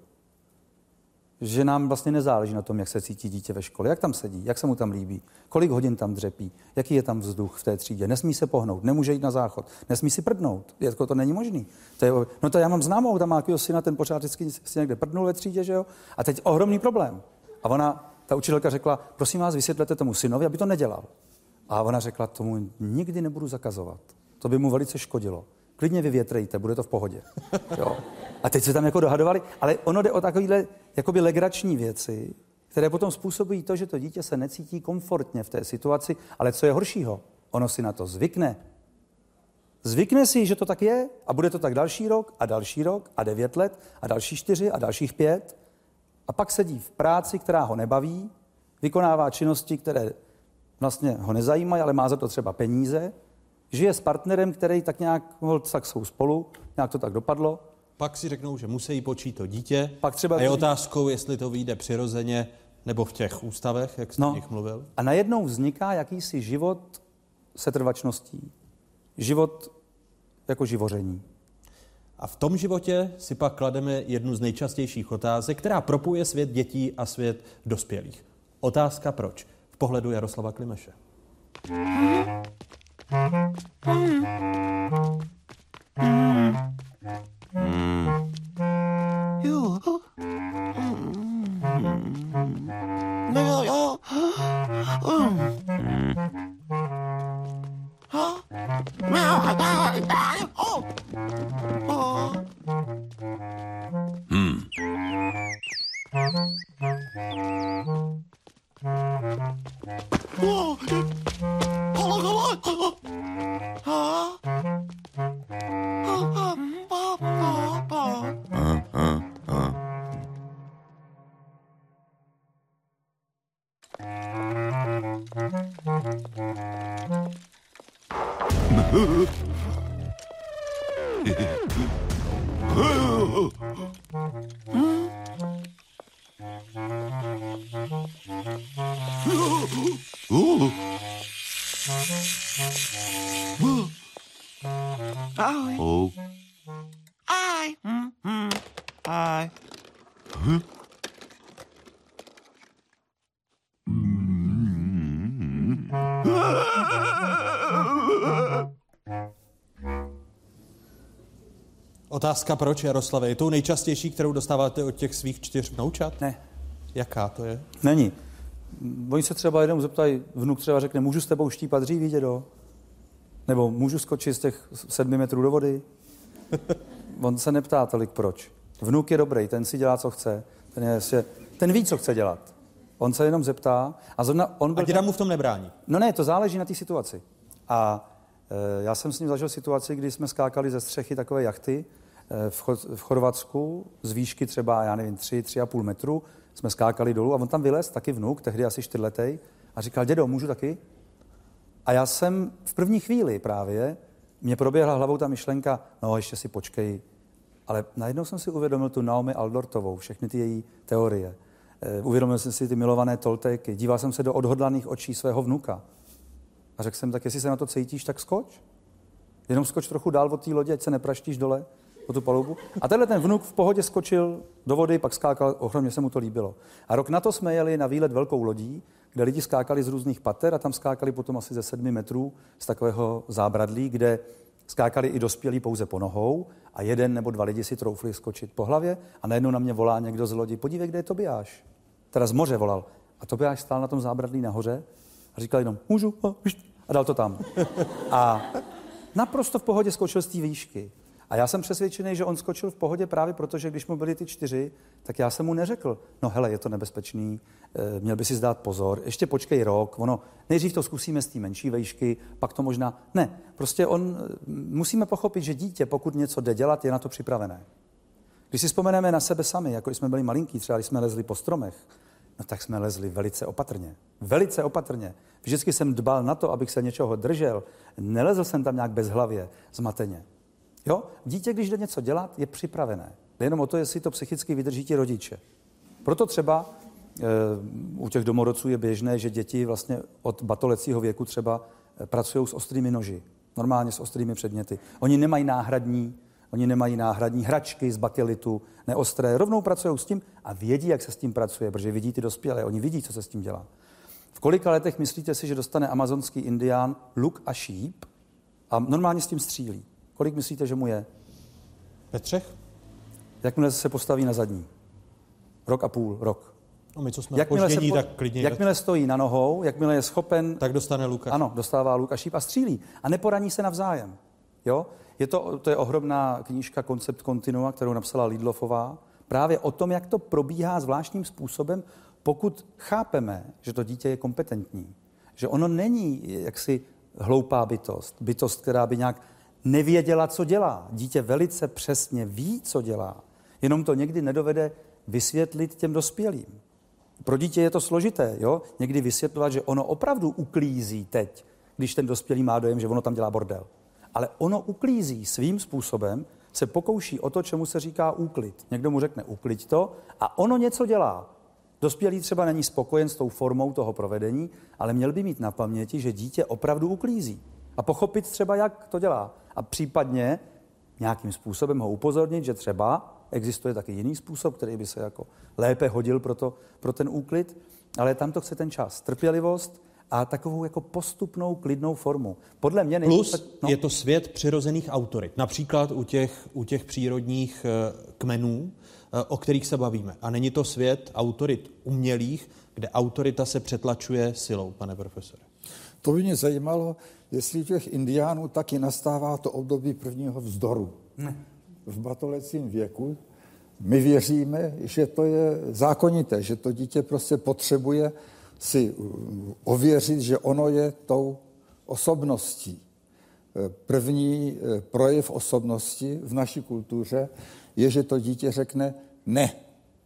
Speaker 10: Že nám vlastně nezáleží na tom, jak se cítí dítě ve škole, jak tam sedí, jak se mu tam líbí, kolik hodin tam dřepí, jaký je tam vzduch v té třídě, nesmí se pohnout, nemůže jít na záchod, nesmí si prdnout, jako to není možný. To je, no to já mám známou, tam má takového syna, ten pořád vždycky si někde prdnul ve třídě, že jo? A teď ohromný problém. A ona, ta učitelka řekla, prosím vás, vysvětlete tomu synovi, aby to nedělal. A ona řekla, tomu nikdy nebudu zakazovat. To by mu velice škodilo. Klidně vyvětrejte, bude to v pohodě. Jo. A teď se tam jako dohadovali, ale ono jde o takovýhle jakoby legrační věci, které potom způsobují to, že to dítě se necítí komfortně v té situaci, ale co je horšího, ono si na to zvykne. Zvykne si, že to tak je a bude to tak další rok a další rok a devět let a další čtyři a dalších pět a pak sedí v práci, která ho nebaví, vykonává činnosti, které vlastně ho nezajímají, ale má za to třeba peníze, žije s partnerem, který tak nějak, tak jsou spolu, nějak to tak dopadlo.
Speaker 8: Pak si řeknou, že musí počít to dítě.
Speaker 10: Pak třeba
Speaker 8: a je otázkou, jestli to vyjde přirozeně nebo v těch ústavech, jak jsi no. o nich mluvil.
Speaker 10: A najednou vzniká jakýsi život setrvačností. Život jako živoření.
Speaker 8: A v tom životě si pak klademe jednu z nejčastějších otázek, která propuje svět dětí a svět dospělých. Otázka proč? V pohledu Jaroslava Klimeše.
Speaker 1: Hmm. Jo. No jo, jo. Hmm. Oh. I. Mm-hmm. I. Huh? Mm-hmm.
Speaker 8: Otázka proč, Jaroslave? Je to nejčastější, kterou dostáváte od těch svých čtyř vnoučat?
Speaker 10: Ne.
Speaker 8: Jaká to je?
Speaker 10: Není. Oni se třeba jenom zeptají, vnuk třeba řekne, můžu s tebou štípat dříví, dědo? Nebo můžu skočit z těch sedmi metrů do vody? On se neptá tolik proč. Vnuk je dobrý, ten si dělá, co chce. Ten, je, ten ví, co chce dělat. On se jenom zeptá. A, zrovna on byl
Speaker 8: a děda mu v tom nebrání?
Speaker 10: No ne, to záleží na té situaci. A e, já jsem s ním zažil situaci, kdy jsme skákali ze střechy takové jachty e, v, v Chorvatsku, z výšky třeba, já nevím, tři, tři a půl metru. Jsme skákali dolů a on tam vylez, taky vnuk, tehdy asi čtyřletej, a říkal, dědo, můžu taky? A já jsem v první chvíli právě, mě proběhla hlavou ta myšlenka, no ještě si počkej. Ale najednou jsem si uvědomil tu Naomi Aldortovou, všechny ty její teorie. E, uvědomil jsem si ty milované Toltéky, díval jsem se do odhodlaných očí svého vnuka. A řekl jsem, tak jestli se na to cítíš, tak skoč. Jenom skoč trochu dál od té lodi, ať se nepraštíš dole po tu palubu. A tenhle ten vnuk v pohodě skočil do vody, pak skákal, ohromně se mu to líbilo. A rok na to jsme jeli na výlet velkou lodí, kde lidi skákali z různých pater a tam skákali potom asi ze sedmi metrů z takového zábradlí, kde skákali i dospělí pouze po nohou a jeden nebo dva lidi si troufli skočit po hlavě a najednou na mě volá někdo z lodi, podívej, kde je Tobiáš. Teda z moře volal. A Tobiáš stál na tom zábradlí nahoře a říkal jenom, můžu? A dal to tam. A naprosto v pohodě skočil z té výšky. A já jsem přesvědčený, že on skočil v pohodě právě proto, že když mu byli ty čtyři, tak já jsem mu neřekl, no hele, je to nebezpečný, měl by si zdát pozor, ještě počkej rok, ono, nejdřív to zkusíme z té menší výšky, pak to možná, ne, prostě on, musíme pochopit, že dítě, pokud něco jde dělat, je na to připravené. Když si vzpomeneme na sebe sami, jako jsme byli malinký, třeba když jsme lezli po stromech, no tak jsme lezli velice opatrně, velice opatrně. Vždycky jsem dbal na to, abych se něčeho držel, nelezl jsem tam nějak bezhlavě, zmateně. Jo? Dítě, když jde něco dělat, je připravené. Jde jenom o to, jestli to psychicky vydrží ti rodiče. Proto třeba e, u těch domorodců je běžné, že děti vlastně od batolecího věku třeba pracují s ostrými noži. Normálně s ostrými předměty. Oni nemají náhradní, oni nemají náhradní hračky z bakelitu, neostré. Rovnou pracují s tím a vědí, jak se s tím pracuje, protože vidí ty dospělé. Oni vidí, co se s tím dělá. V kolika letech myslíte si, že dostane amazonský indián luk a šíp a normálně s tím střílí? Kolik myslíte, že mu je?
Speaker 8: Ve třech?
Speaker 10: Jakmile se postaví na zadní? Rok a půl, rok.
Speaker 8: No my, co jsme poždění, po... tak klidně...
Speaker 10: Jakmile stojí na nohou, jakmile je schopen...
Speaker 8: Tak dostane luk.
Speaker 10: Ano, dostává luk a šíp a střílí. A neporaní se navzájem. Jo? Je to, to je ohromná knížka Koncept kontinua, kterou napsala Lidlofová. Právě o tom, jak to probíhá zvláštním způsobem, pokud chápeme, že to dítě je kompetentní. Že ono není jaksi hloupá bytost. Bytost, která by nějak nevěděla, co dělá. Dítě velice přesně ví, co dělá. Jenom to někdy nedovede vysvětlit těm dospělým. Pro dítě je to složité, jo? Někdy vysvětlovat, že ono opravdu uklízí teď, když ten dospělý má dojem, že ono tam dělá bordel. Ale ono uklízí svým způsobem, se pokouší o to, čemu se říká úklid. Někdo mu řekne ukliď to a ono něco dělá. Dospělý třeba není spokojen s tou formou toho provedení, ale měl by mít na paměti, že dítě opravdu uklízí. A pochopit třeba, jak to dělá. A případně nějakým způsobem ho upozornit, že třeba existuje taky jiný způsob, který by se jako lépe hodil pro, to, pro ten úklid, ale tam to chce ten čas, trpělivost a takovou jako postupnou, klidnou formu. Podle mě
Speaker 8: Plus tak, no. je to svět přirozených autorit. Například u těch, u těch přírodních uh, kmenů, uh, o kterých se bavíme. A není to svět autorit umělých, kde autorita se přetlačuje silou, pane profesore.
Speaker 9: To by mě zajímalo, jestli u těch indiánů taky nastává to období prvního vzdoru. Ne. V batolecím věku my věříme, že to je zákonité, že to dítě prostě potřebuje si ověřit, že ono je tou osobností. První projev osobnosti v naší kultuře je, že to dítě řekne ne.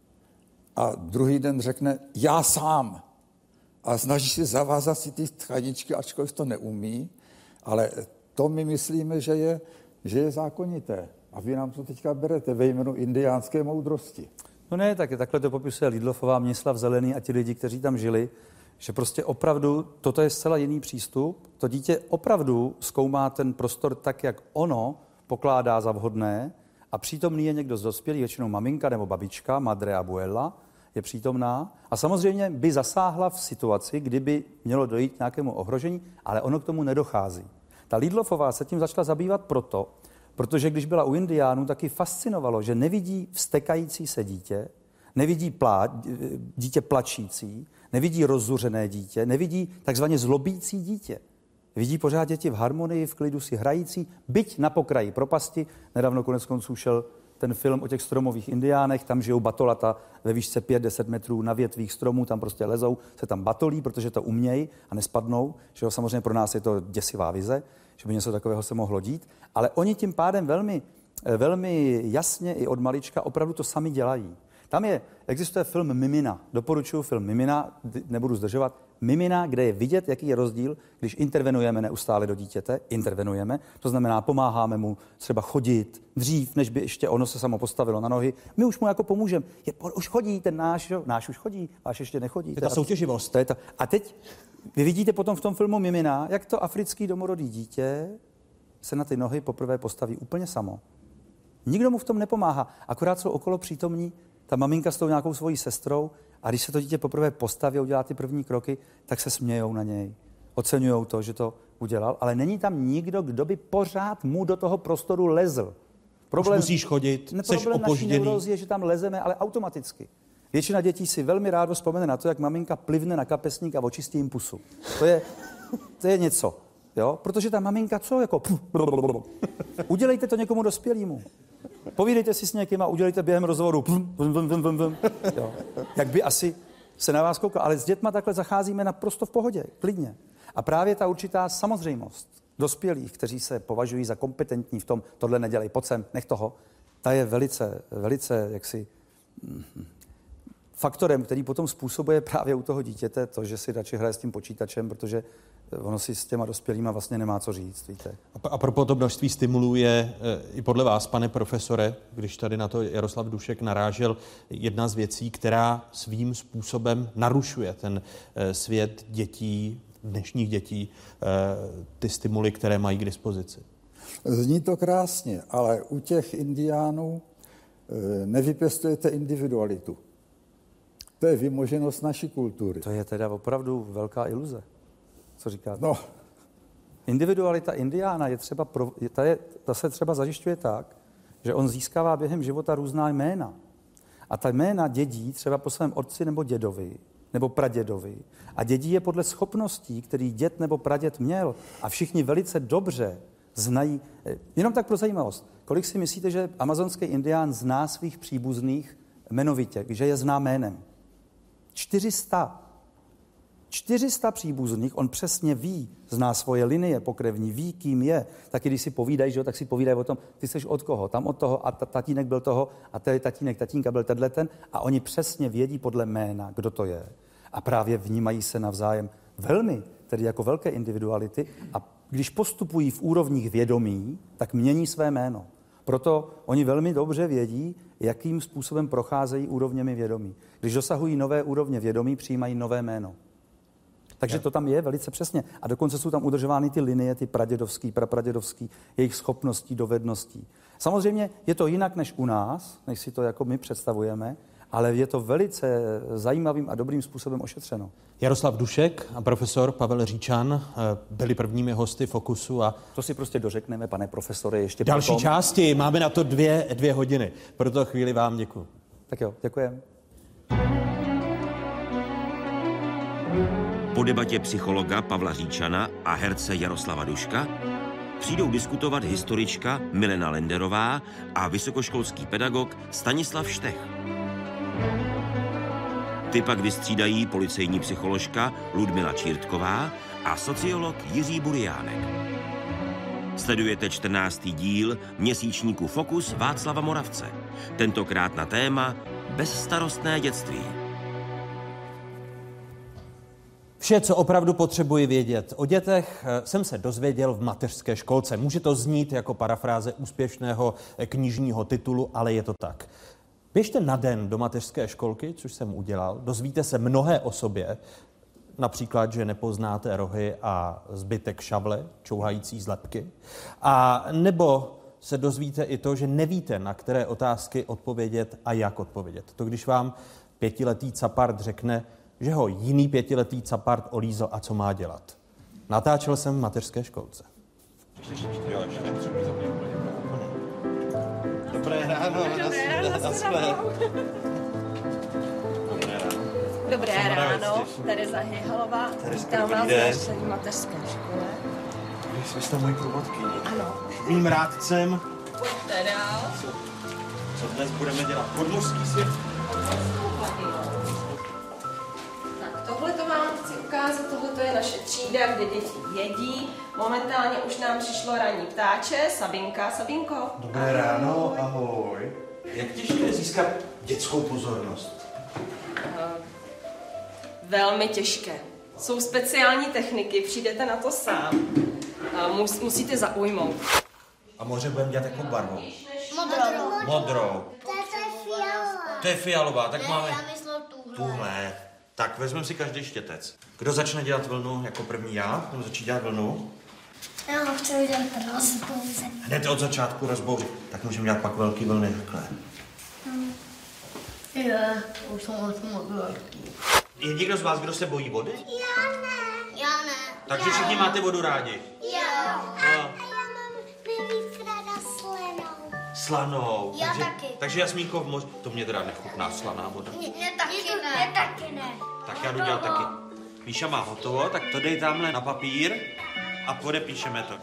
Speaker 9: A druhý den řekne já sám. A snaží se zavázat si ty tchaničky, ačkoliv to neumí, ale to my myslíme, že je, že je zákonité. A vy nám to teďka berete ve jménu indiánské moudrosti.
Speaker 10: No ne, tak takhle to popisuje Lidlofová, Měslav Zelený a ti lidi, kteří tam žili, že prostě opravdu toto je zcela jiný přístup. To dítě opravdu zkoumá ten prostor tak, jak ono pokládá za vhodné a přítomný je někdo z dospělých, většinou maminka nebo babička, madre abuela, je přítomná a samozřejmě by zasáhla v situaci, kdyby mělo dojít k nějakému ohrožení, ale ono k tomu nedochází. Ta Lidlofová se tím začala zabývat proto, Protože když byla u Indiánů, taky fascinovalo, že nevidí vztekající se dítě, nevidí plá, dítě plačící, nevidí rozzuřené dítě, nevidí takzvaně zlobící dítě. Vidí pořád děti v harmonii, v klidu si hrající, byť na pokraji propasti. Nedávno konec konců šel ten film o těch stromových indiánech, tam žijou batolata ve výšce pět deset metrů na větvích stromů, tam prostě lezou, se tam batolí, protože to umějí a nespadnou. Že jo, samozřejmě pro nás je to děsivá vize, že by něco takového se mohlo dít, ale oni tím pádem velmi, velmi jasně i od malička opravdu to sami dělají. Tam je, existuje film Mimina, doporučuji film Mimina, nebudu zdržovat, Mimina, kde je vidět, jaký je rozdíl, když intervenujeme neustále do dítěte, intervenujeme, to znamená pomáháme mu třeba chodit dřív, než by ještě ono se samo postavilo na nohy, my už mu jako pomůžeme, je, už chodí ten náš, jo, náš už chodí, váš ještě nechodí.
Speaker 8: Je ta soutěživost.
Speaker 10: To je to. A teď vy vidíte potom v tom filmu Mimina, jak to africký domorodý dítě se na ty nohy poprvé postaví úplně samo. Nikdo mu v tom nepomáhá, akorát jsou okolo přítomní ta maminka s tou nějakou svojí sestrou a když se to dítě poprvé postaví a udělá ty první kroky, tak se smějou na něj. Oceňujou to, že to udělal, ale není tam nikdo, kdo by pořád mu do toho prostoru lezl.
Speaker 8: Problém, Už musíš chodit,
Speaker 10: ne,
Speaker 8: seš
Speaker 10: problém
Speaker 8: opožděný.
Speaker 10: Naší neurózy je, že tam lezeme, ale automaticky. Většina dětí si velmi rádo vzpomene na to, jak maminka plivne na kapesník a očistí jim pusu. To je, to je něco. Jo? Protože ta maminka, co jako... Udělejte to někomu dospělému. Povídejte si s někým a udělejte během rozhovoru. Jo. Jak by asi se na vás koukal. Ale s dětma takhle zacházíme naprosto v pohodě, klidně. A právě ta určitá samozřejmost dospělých, kteří se považují za kompetentní v tom, tohle nedělej, pojď sem, nech toho, ta je velice, velice jaksi faktorem, který potom způsobuje právě u toho dítěte to, že si radši hraje s tím počítačem, protože ono si s těma dospělýma vlastně nemá co říct, víte.
Speaker 8: A pro to množství stimulů je i podle vás, pane profesore, když tady na to Jaroslav Dušek narážel, jedna z věcí, která svým způsobem narušuje ten svět dětí, dnešních dětí, ty stimuly, které mají k dispozici.
Speaker 9: Zní to krásně, ale u těch indiánů nevypěstujete individualitu. To je vymoženost naší kultury.
Speaker 10: To je teda opravdu velká iluze. Co říkáte?
Speaker 9: No.
Speaker 10: Individualita indiána je třeba, pro, je, ta, je, ta se třeba zajišťuje tak, že on získává během života různá jména. A ta jména dědí třeba po svém otci nebo dědovi, nebo pradědovi. A dědí je podle schopností, který děd nebo praděd měl. A všichni velice dobře znají. Jenom tak pro zajímavost. Kolik si myslíte, že amazonský indián zná svých příbuzných jmenovitě, že je zná jménem? čtyři sta. čtyři sta příbuzných, on přesně ví, zná svoje linie pokrevní, ví, kým je. Taky když si povídají, že jo, tak si povídají o tom, ty jsi od koho, tam od toho a tatínek byl toho a tady tatínek, tatínka byl tenhle ten a oni přesně vědí podle jména, kdo to je. A právě vnímají se navzájem velmi, tedy jako velké individuality a když postupují v úrovních vědomí, tak mění své jméno. Proto oni velmi dobře vědí, jakým způsobem procházejí úrovněmi vědomí. Když dosahují nové úrovně vědomí, přijímají nové jméno. Takže to tam je velice přesně. A dokonce jsou tam udržovány ty linie, ty pradědovský, prapradědovský, jejich schopností, dovedností. Samozřejmě je to jinak než u nás, než si to jako my představujeme, ale je to velice zajímavým a dobrým způsobem ošetřeno.
Speaker 8: Jaroslav Dušek a profesor Pavel Říčan byli prvními hosty Fokusu a...
Speaker 10: To si prostě dořekneme, pane profesore, ještě
Speaker 8: další
Speaker 10: potom.
Speaker 8: části, máme na to dvě, dvě hodiny. Pro to chvíli vám děkuji.
Speaker 10: Tak jo, děkujem.
Speaker 1: Po debatě psychologa Pavla Říčana a herce Jaroslava Duška přijdou diskutovat historička Milena Lenderová a vysokoškolský pedagog Stanislav Štech. Ty pak vystřídají policejní psycholožka Ludmila Čírtková a sociolog Jiří Buriánek. Sledujete čtrnáctý díl měsíčníku Fokus Václava Moravce. Tentokrát na téma bezstarostné dětství.
Speaker 8: Vše, co opravdu potřebuji vědět o dětech, jsem se dozvěděl v mateřské školce. Může to znít jako parafráze úspěšného knižního titulu, ale je to tak. Běžte na den do mateřské školky, což jsem udělal, dozvíte se mnohé o sobě, například, že nepoznáte rohy a zbytek šavle, čouhající z lebky, a nebo se dozvíte i to, že nevíte, na které otázky odpovědět a jak odpovědět. To, když vám pětiletý capart řekne, že ho jiný pětiletý capart olízl a co má dělat. Natáčel jsem v mateřské školce.
Speaker 11: Dobré ráno.
Speaker 12: Dobré ráno,
Speaker 11: Naschle.
Speaker 12: Dobré ráno. Dobré ráno, Tereza Hyhalová. Vítám vás na naší mateřské škole.
Speaker 11: Vy jste mojí průvodkyní.
Speaker 12: Ano.
Speaker 11: Mým rádcem.
Speaker 12: Pojďte dál.
Speaker 11: Co, co dnes budeme dělat? Podmořský svět?
Speaker 12: Tak tohle to vám chci ukázat, tohle je naše třída, kde děti jedí. Momentálně už nám přišlo ranní ptáče, Sabinka. Sabinko.
Speaker 11: Dobré ráno, ahoj. Jak těžké je získat dětskou pozornost?
Speaker 12: Uh, velmi těžké. Jsou speciální techniky, přijdete na to sám. Uh, mus, musíte zaujmout.
Speaker 11: A moře budeme dělat jako barvou?
Speaker 13: Modrou.
Speaker 11: Modrou.
Speaker 13: To je fialová.
Speaker 11: To je fialová, tak
Speaker 13: ne,
Speaker 11: máme...
Speaker 13: já myslel tuhle.
Speaker 11: Tuhle. Tak vezmeme si každý štětec. Kdo začne dělat vlnu jako první já? Kdo začít dělat vlnu?
Speaker 13: Já chci udělat rozbouře.
Speaker 11: Hned od začátku rozbouřit. Tak můžeme dělat pak velký vlny takhle.
Speaker 13: Hmm. Je, už jsem moc velký.
Speaker 11: Je někdo z vás, kdo se bojí vody?
Speaker 13: Já ne. Já ne.
Speaker 11: Takže všichni máte vodu rádi?
Speaker 13: Jo. A, a já mám nejvíc ráda slanou.
Speaker 11: Slanou.
Speaker 13: Já
Speaker 11: takže,
Speaker 13: taky.
Speaker 11: Takže Jasmínko, mož... to mě teda nechutná slaná voda.
Speaker 13: Mě, mě taky ne. Mě taky ne.
Speaker 11: Tak já jdu dělat taky. Míša má hotovo, tak to dej tamhle na papír a podepíšeme to.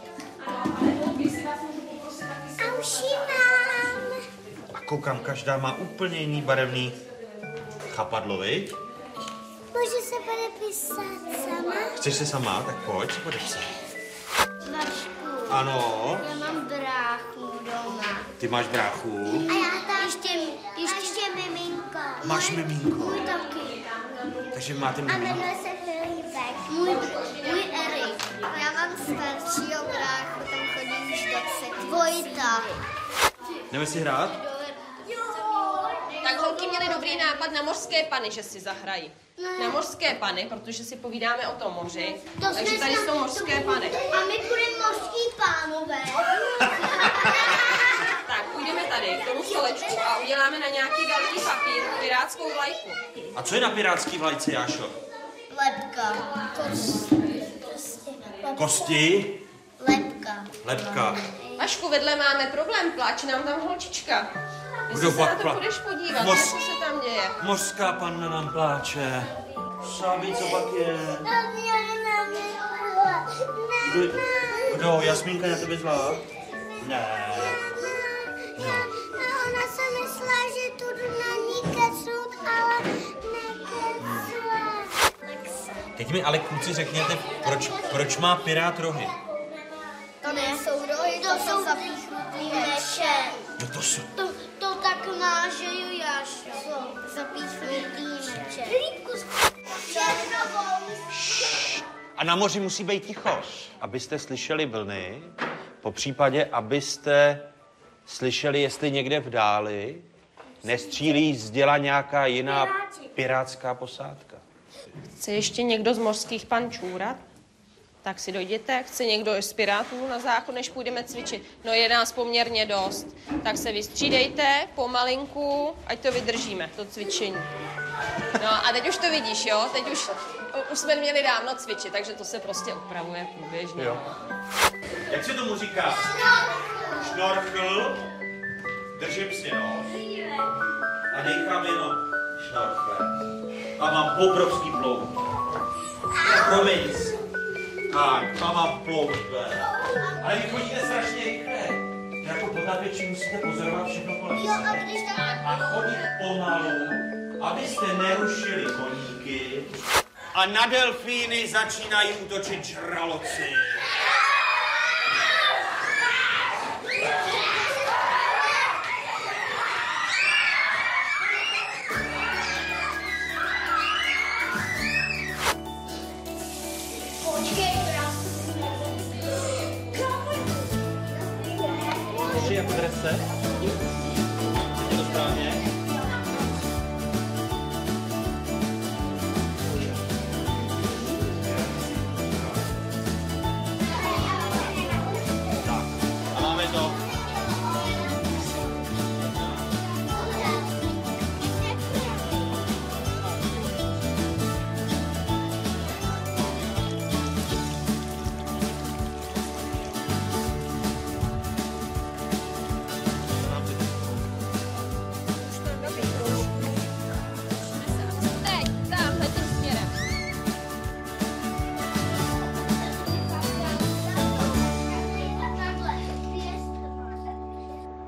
Speaker 13: A už ji mám.
Speaker 11: A koukám, každá má úplně jiný barevný chapadlo, viď?
Speaker 13: Můžu se podepisat sama?
Speaker 11: Chceš se sama? Tak pojď se podepsat.
Speaker 13: Vašku.
Speaker 11: Ano.
Speaker 13: Já mám bráchu doma.
Speaker 11: Ty máš bráchu.
Speaker 13: A já tam ještě, ještě, ještě miminko.
Speaker 11: Máš miminko.
Speaker 13: Můj taky.
Speaker 11: Takže máte
Speaker 13: A
Speaker 11: miminko.
Speaker 13: jmenuje se Filipek. Můj, můj Erik. Já mám staršího bráchu, tam chodím vždycky. Vojta.
Speaker 11: Jdeme si hrát?
Speaker 12: Tak holky měly dobrý nápad na mořské pany, že si zahrají.
Speaker 13: Ne.
Speaker 12: Na mořské pany, protože si povídáme o tom moři.
Speaker 13: To
Speaker 12: takže tady jsou mořské pany.
Speaker 13: A my budeme mořský pánové.
Speaker 12: Tak, půjdeme tady k tomu stolečku a uděláme na nějaký velký papír pirátskou vlajku.
Speaker 11: A co je na pirátský vlajce, Jášo?
Speaker 13: Lepka. Kosti.
Speaker 11: Kosti?
Speaker 13: Lepka.
Speaker 11: Lepka.
Speaker 12: Vašku, vedle máme problém, pláče nám tam holčička. Jestli se na to
Speaker 11: plá...
Speaker 12: budeš podívat,
Speaker 11: Moř...
Speaker 12: co se tam děje.
Speaker 11: Mořská panna nám pláče. Sábí, co pak je? Kdo, kdo? Jasmínka na tebe zlá? Ne.
Speaker 13: No, ona se myslela, že tu jdu na ní kecnout, ale nekecla.
Speaker 11: Teď mi ale kluci řekněte, proč, proč má pirát rohy?
Speaker 13: To nejsou rohy, to, to jsou zapíchnutý meše.
Speaker 11: No to jsou...
Speaker 13: To, to tak má, že jo, Jášo. Jsou zapíchnutý meče. Filipku,
Speaker 11: A na moři musí být ticho, abyste slyšeli vlny, po případě, abyste slyšeli, jestli někde v dáli nestřílí z děla nějaká jiná pirátská posádka.
Speaker 12: Chce ještě někdo z mořských pan čůrat? Tak si dojděte. Chce někdo z pirátů na záchod, než půjdeme cvičit? No je nás poměrně dost. Tak se vystřídejte pomalinku, ať to vydržíme, to cvičení. No a teď už to vidíš, jo? Teď už, už jsme měli dávno cvičit, takže to se prostě upravuje průběžně.
Speaker 11: Jo. Jak se tomu říká? Šnorchl. Držím si nos. A nechám jenom šnorchle. A mám obrovský plout. Promiň. Tak, a mám plout. Ale vy chodíte strašně rychle. Jako potápěči musíte pozorovat všechno kolem sebe. A chodit pomalu, abyste nerušili koníky. A na delfíny začínají útočit žraloci. Ještě jako drese? Je to správně? Tak, a máme to.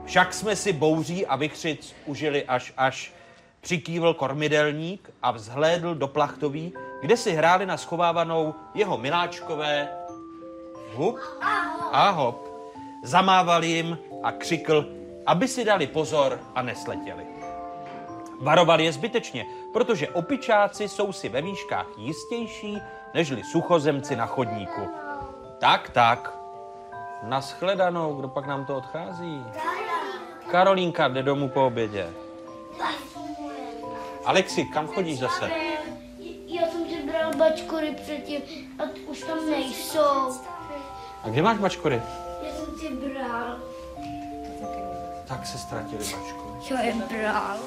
Speaker 11: Však jsme si bouří a vychřic užili až až. Přikývl kormidelník a vzhlédl do plachtoví, kde si hráli na schovávanou jeho miláčkové hup a hop. Zamával jim a křikl, aby si dali pozor a nesletěli. Varoval je zbytečně, protože opičáci jsou si ve výškách jistější, nežli suchozemci na chodníku. Tak, tak. Naschledanou, kdo pak nám to odchází? Karolínka jde domů po obědě. Alexi, kam chodíš zase?
Speaker 13: Já jsem si bral bačkory předtím a už tam nejsou.
Speaker 11: A kde máš bačkory?
Speaker 13: Já jsem si bral.
Speaker 11: Tak se ztratili bačkory.
Speaker 13: Já je bral.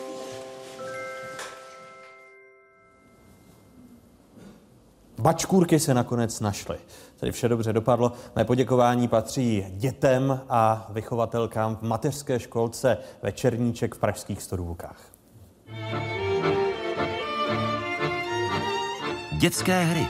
Speaker 8: Bačkůrky se nakonec našly. Tady vše dobře dopadlo. Mé poděkování patří dětem a vychovatelkám v mateřské školce Večerníček v pražských Stodůlkách.
Speaker 1: Dětské hry.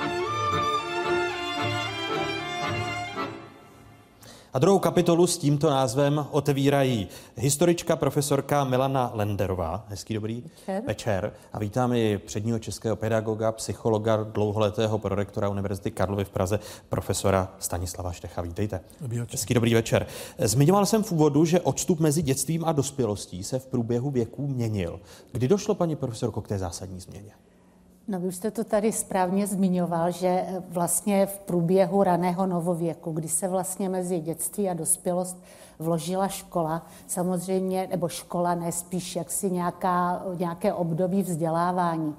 Speaker 8: A druhou kapitolu s tímto názvem otevírají historička profesorka Milana Lenderová. Hezký dobrý
Speaker 7: večer.
Speaker 8: večer. A vítám i předního českého pedagoga, psychologa, dlouholetého prorektora Univerzity Karlovy v Praze, profesora Stanislava Štecha. Vítejte.
Speaker 14: Dobrý večer.
Speaker 8: Hezký dobrý večer. Zmiňoval jsem v úvodu, že odstup mezi dětstvím a dospělostí se v průběhu věků měnil. Kdy došlo, paní profesorko, k té zásadní změně?
Speaker 7: No, vy už jste to tady správně zmiňoval, že vlastně v průběhu raného novověku, kdy se vlastně mezi dětství a dospělost vložila škola, samozřejmě, nebo škola ne, spíš jaksi nějaká, nějaké období vzdělávání.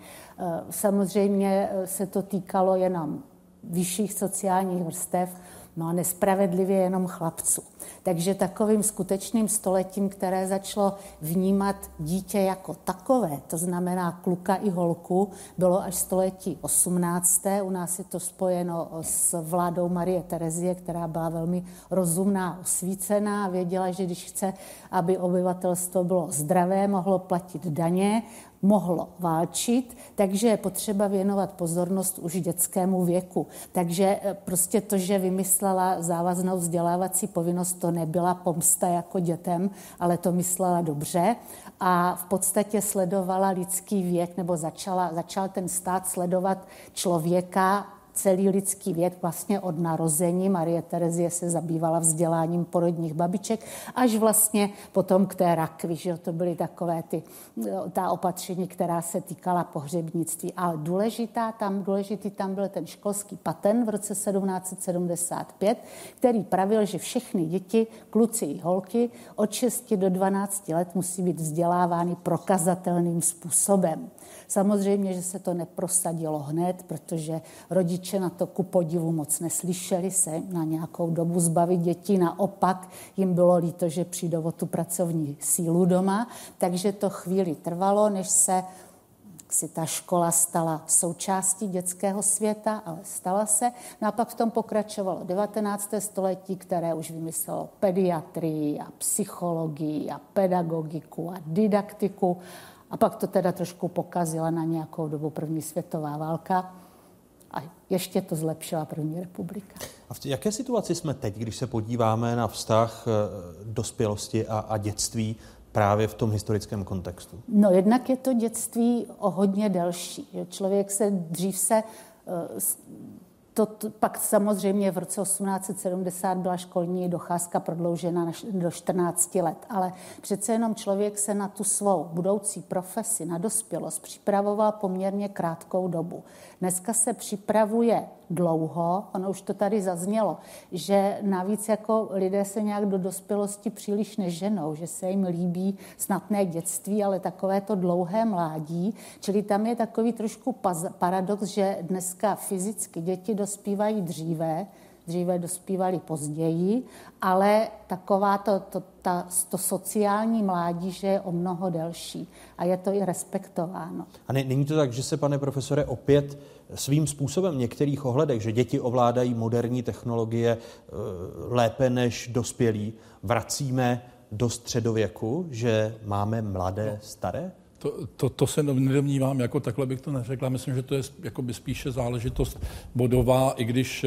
Speaker 7: Samozřejmě se to týkalo jenom vyšších sociálních vrstev, no a nespravedlivě jenom chlapců. Takže takovým skutečným stoletím, které začalo vnímat dítě jako takové, to znamená kluka i holku, bylo až století osmnácté. U nás je to spojeno s vládou Marie Terezie, která byla velmi rozumná, osvícená a věděla, že když chce, aby obyvatelstvo bylo zdravé, mohlo platit daně, mohlo válčit, takže je potřeba věnovat pozornost už dětskému věku. Takže prostě to, že vymyslela závaznou vzdělávací povinnost, to nebyla pomsta jako dětem, ale to myslela dobře a v podstatě sledovala lidský věk, nebo začala, začal ten stát sledovat člověka, celý lidský věk vlastně od narození. Marie Terezie se zabývala vzděláním porodních babiček, až vlastně potom k té rakvi, že to byly takové ty, ta opatření, která se týkala pohřebnictví. Ale důležitá tam, důležitý tam byl ten školský patent v roce sedmnáct set sedmdesát pět, který pravil, že všechny děti, kluci i holky, od šesti do dvanácti let musí být vzdělávány prokazatelným způsobem. Samozřejmě, že se to neprosadilo hned, protože rodiče na to ku podivu moc neslyšeli se na nějakou dobu zbavit dětí. Naopak jim bylo líto, že přijdou o tu pracovní sílu doma, takže to chvíli trvalo, než se si ta škola stala součástí dětského světa, ale stala se. No a pak v tom pokračovalo devatenácté století, které už vymyslelo pediatrii a psychologii a pedagogiku a didaktiku. A pak to teda trošku pokazila na nějakou dobu první světová válka a ještě to zlepšila první republika.
Speaker 8: A v jaké situaci jsme teď, když se podíváme na vztah dospělosti a, a dětství právě v tom historickém kontextu?
Speaker 7: No jednak je to dětství o hodně delší. Člověk se dřív se... To, to, pak samozřejmě v roce osmnáct set sedmdesát byla školní docházka prodloužena na, do čtrnácti let, ale přece jenom člověk se na tu svou budoucí profesi, na dospělost připravoval poměrně krátkou dobu. Dneska se připravuje dlouho, ono už to tady zaznělo, že navíc jako lidé se nějak do dospělosti příliš neženou, že se jim líbí snad ne dětství, ale takové to dlouhé mládí, čili tam je takový trošku paradox, že dneska fyzicky děti dospívají dříve, dříve dospívali později, ale taková to, to, ta, to sociální mládí, že je o mnoho delší a je to i respektováno.
Speaker 8: A ne, není to tak, že se, pane profesore, opět svým způsobem v některých ohledech, že děti ovládají moderní technologie e, lépe než dospělí, vracíme do středověku, že máme mladé, staré?
Speaker 14: To, to, to se nedomnívám, jako takhle bych to neřekla. Myslím, že to je jakoby spíše záležitost bodová, i když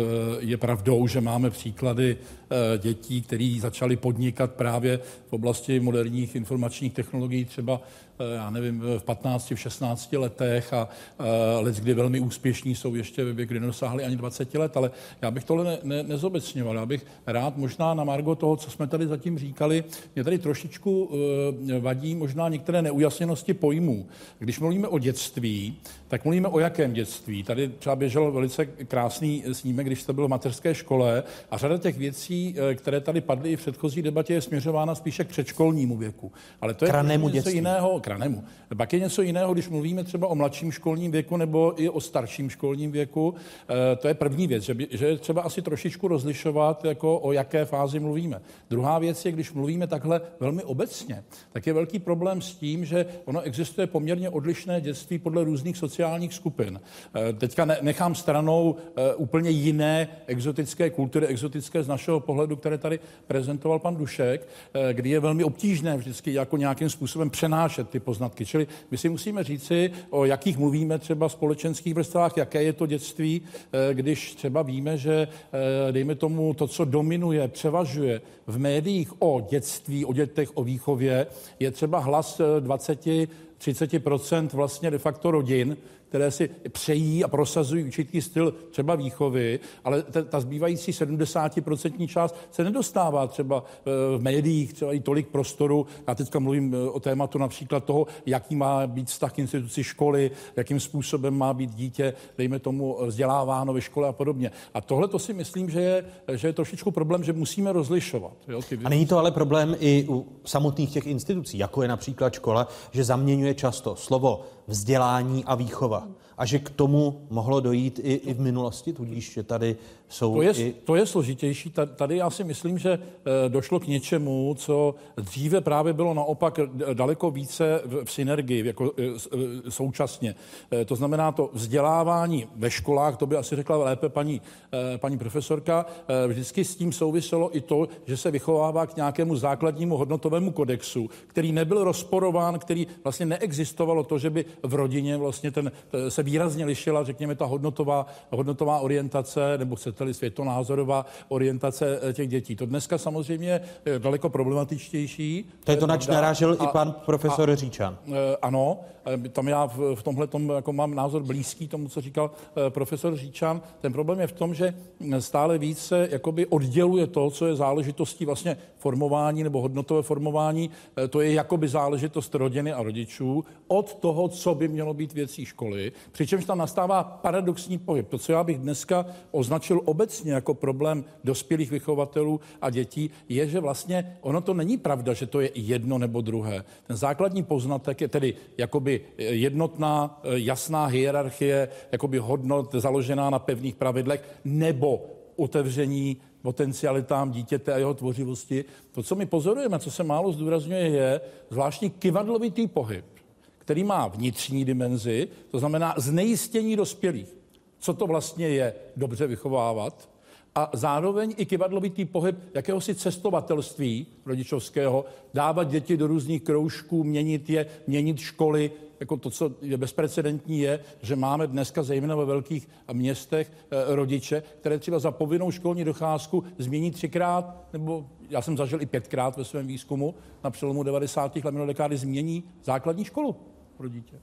Speaker 14: je pravdou, že máme příklady dětí, které začaly podnikat právě v oblasti moderních informačních technologií, třeba já nevím, v patnácti, v šestnácti letech a leckdy velmi úspěšní jsou ještě ve věku, kdy nedosáhli ani dvaceti let, ale já bych tohle ne, ne, nezobecňoval. Já bych rád možná na margo toho, co jsme tady zatím říkali, mě tady trošičku vadí možná některé neujasněnosti pojmů. Když mluvíme o dětství, tak mluvíme o jakém dětství? Tady třeba běžel velice krásný snímek, když jste byl v mateřské škole a řada těch věcí, které tady padly i v předchozí debatě, je směřována spíše k předškolnímu věku. Ale to je něco dětství. jiného, k ranému. Pak je něco jiného, když mluvíme třeba o mladším školním věku nebo i o starším školním věku. To je první věc, že, by, že je třeba asi trošičku rozlišovat, jako o jaké fázi mluvíme. Druhá věc je, když mluvíme takhle velmi obecně, tak je velký problém s tím, že ono existuje poměrně odlišné dětství podle různých sociálních skupin. Teďka nechám stranou úplně jiné exotické kultury, exotické z našeho pohledu, které tady prezentoval pan Dušek, kdy je velmi obtížné vždycky jako nějakým způsobem přenášet ty poznatky. Čili my si musíme říci, o jakých mluvíme třeba společenských vrstvách, jaké je to dětství, když třeba víme, že dejme tomu to, co dominuje, převažuje v médiích o dětství, o dětech, o výchově, je třeba hlas dvacet až třicet procent vlastně de facto rodin, které si přejí a prosazují určitý styl třeba výchovy, ale ta, ta zbývající sedmdesátprocentní část se nedostává třeba v médiích, třeba i tolik prostoru. Já teďka mluvím o tématu například toho, jaký má být vztah k instituci školy, jakým způsobem má být dítě, dejme tomu, vzděláváno ve škole a podobně. A tohle to si myslím, že je, že je trošičku problém, že musíme rozlišovat. Jo, ty...
Speaker 8: A není to ale problém i u samotných těch institucí, jako je například škola, že zaměňuje často slovo vzdělání a výchova. A že k tomu mohlo dojít i, i v minulosti, tudíž, že tady jsou
Speaker 14: to je,
Speaker 8: i...
Speaker 14: To je složitější. Tady já si myslím, že došlo k něčemu, co dříve právě bylo naopak daleko více v synergii, jako současně. To znamená to vzdělávání ve školách, to by asi řekla lépe paní, paní profesorka, vždycky s tím souviselo i to, že se vychovává k nějakému základnímu hodnotovému kodexu, který nebyl rozporován, který vlastně neexistovalo to, že by v rodině vlastně ten se výrazně lišila, řekněme, ta hodnotová, hodnotová orientace, nebo chcete-li světonázorová orientace těch dětí. To dneska samozřejmě je daleko problematičtější.
Speaker 8: To je to, nač narážel i pan profesor a, Říčan.
Speaker 14: Ano, tam já v, v tomhle tom jako mám názor blízký tomu, co říkal profesor Říčan. Ten problém je v tom, že stále více jakoby odděluje to, co je záležitostí vlastně formování nebo hodnotové formování, to je jakoby záležitost rodiny a rodičů, od toho, co by mělo být věcí školy, přičemž tam nastává paradoxní pohyb. To, co já bych dneska označil obecně jako problém dospělých vychovatelů a dětí, je, že vlastně ono to není pravda, že to je jedno nebo druhé. Ten základní poznatek je tedy jakoby jednotná, jasná hierarchie, jakoby hodnot založená na pevných pravidlech, nebo otevření potencialitám dítěte a jeho tvořivosti. To, co my pozorujeme, co se málo zdůrazňuje, je zvláštní kyvadlovitý pohyb, který má vnitřní dimenzi, to znamená znejistění dospělých. Co to vlastně je dobře vychovávat? A zároveň i kyvadlovitý pohyb jakéhosi cestovatelství rodičovského, dávat děti do různých kroužků, měnit je, měnit školy. Jako to, co je bezprecedentní, je, že máme dneska zejména ve velkých městech e, rodiče, které třeba za povinnou školní docházku změní třikrát, nebo já jsem zažil i pětkrát ve svém výzkumu, na přelomu devadesátých let minulé dekády změní základní školu pro dítě.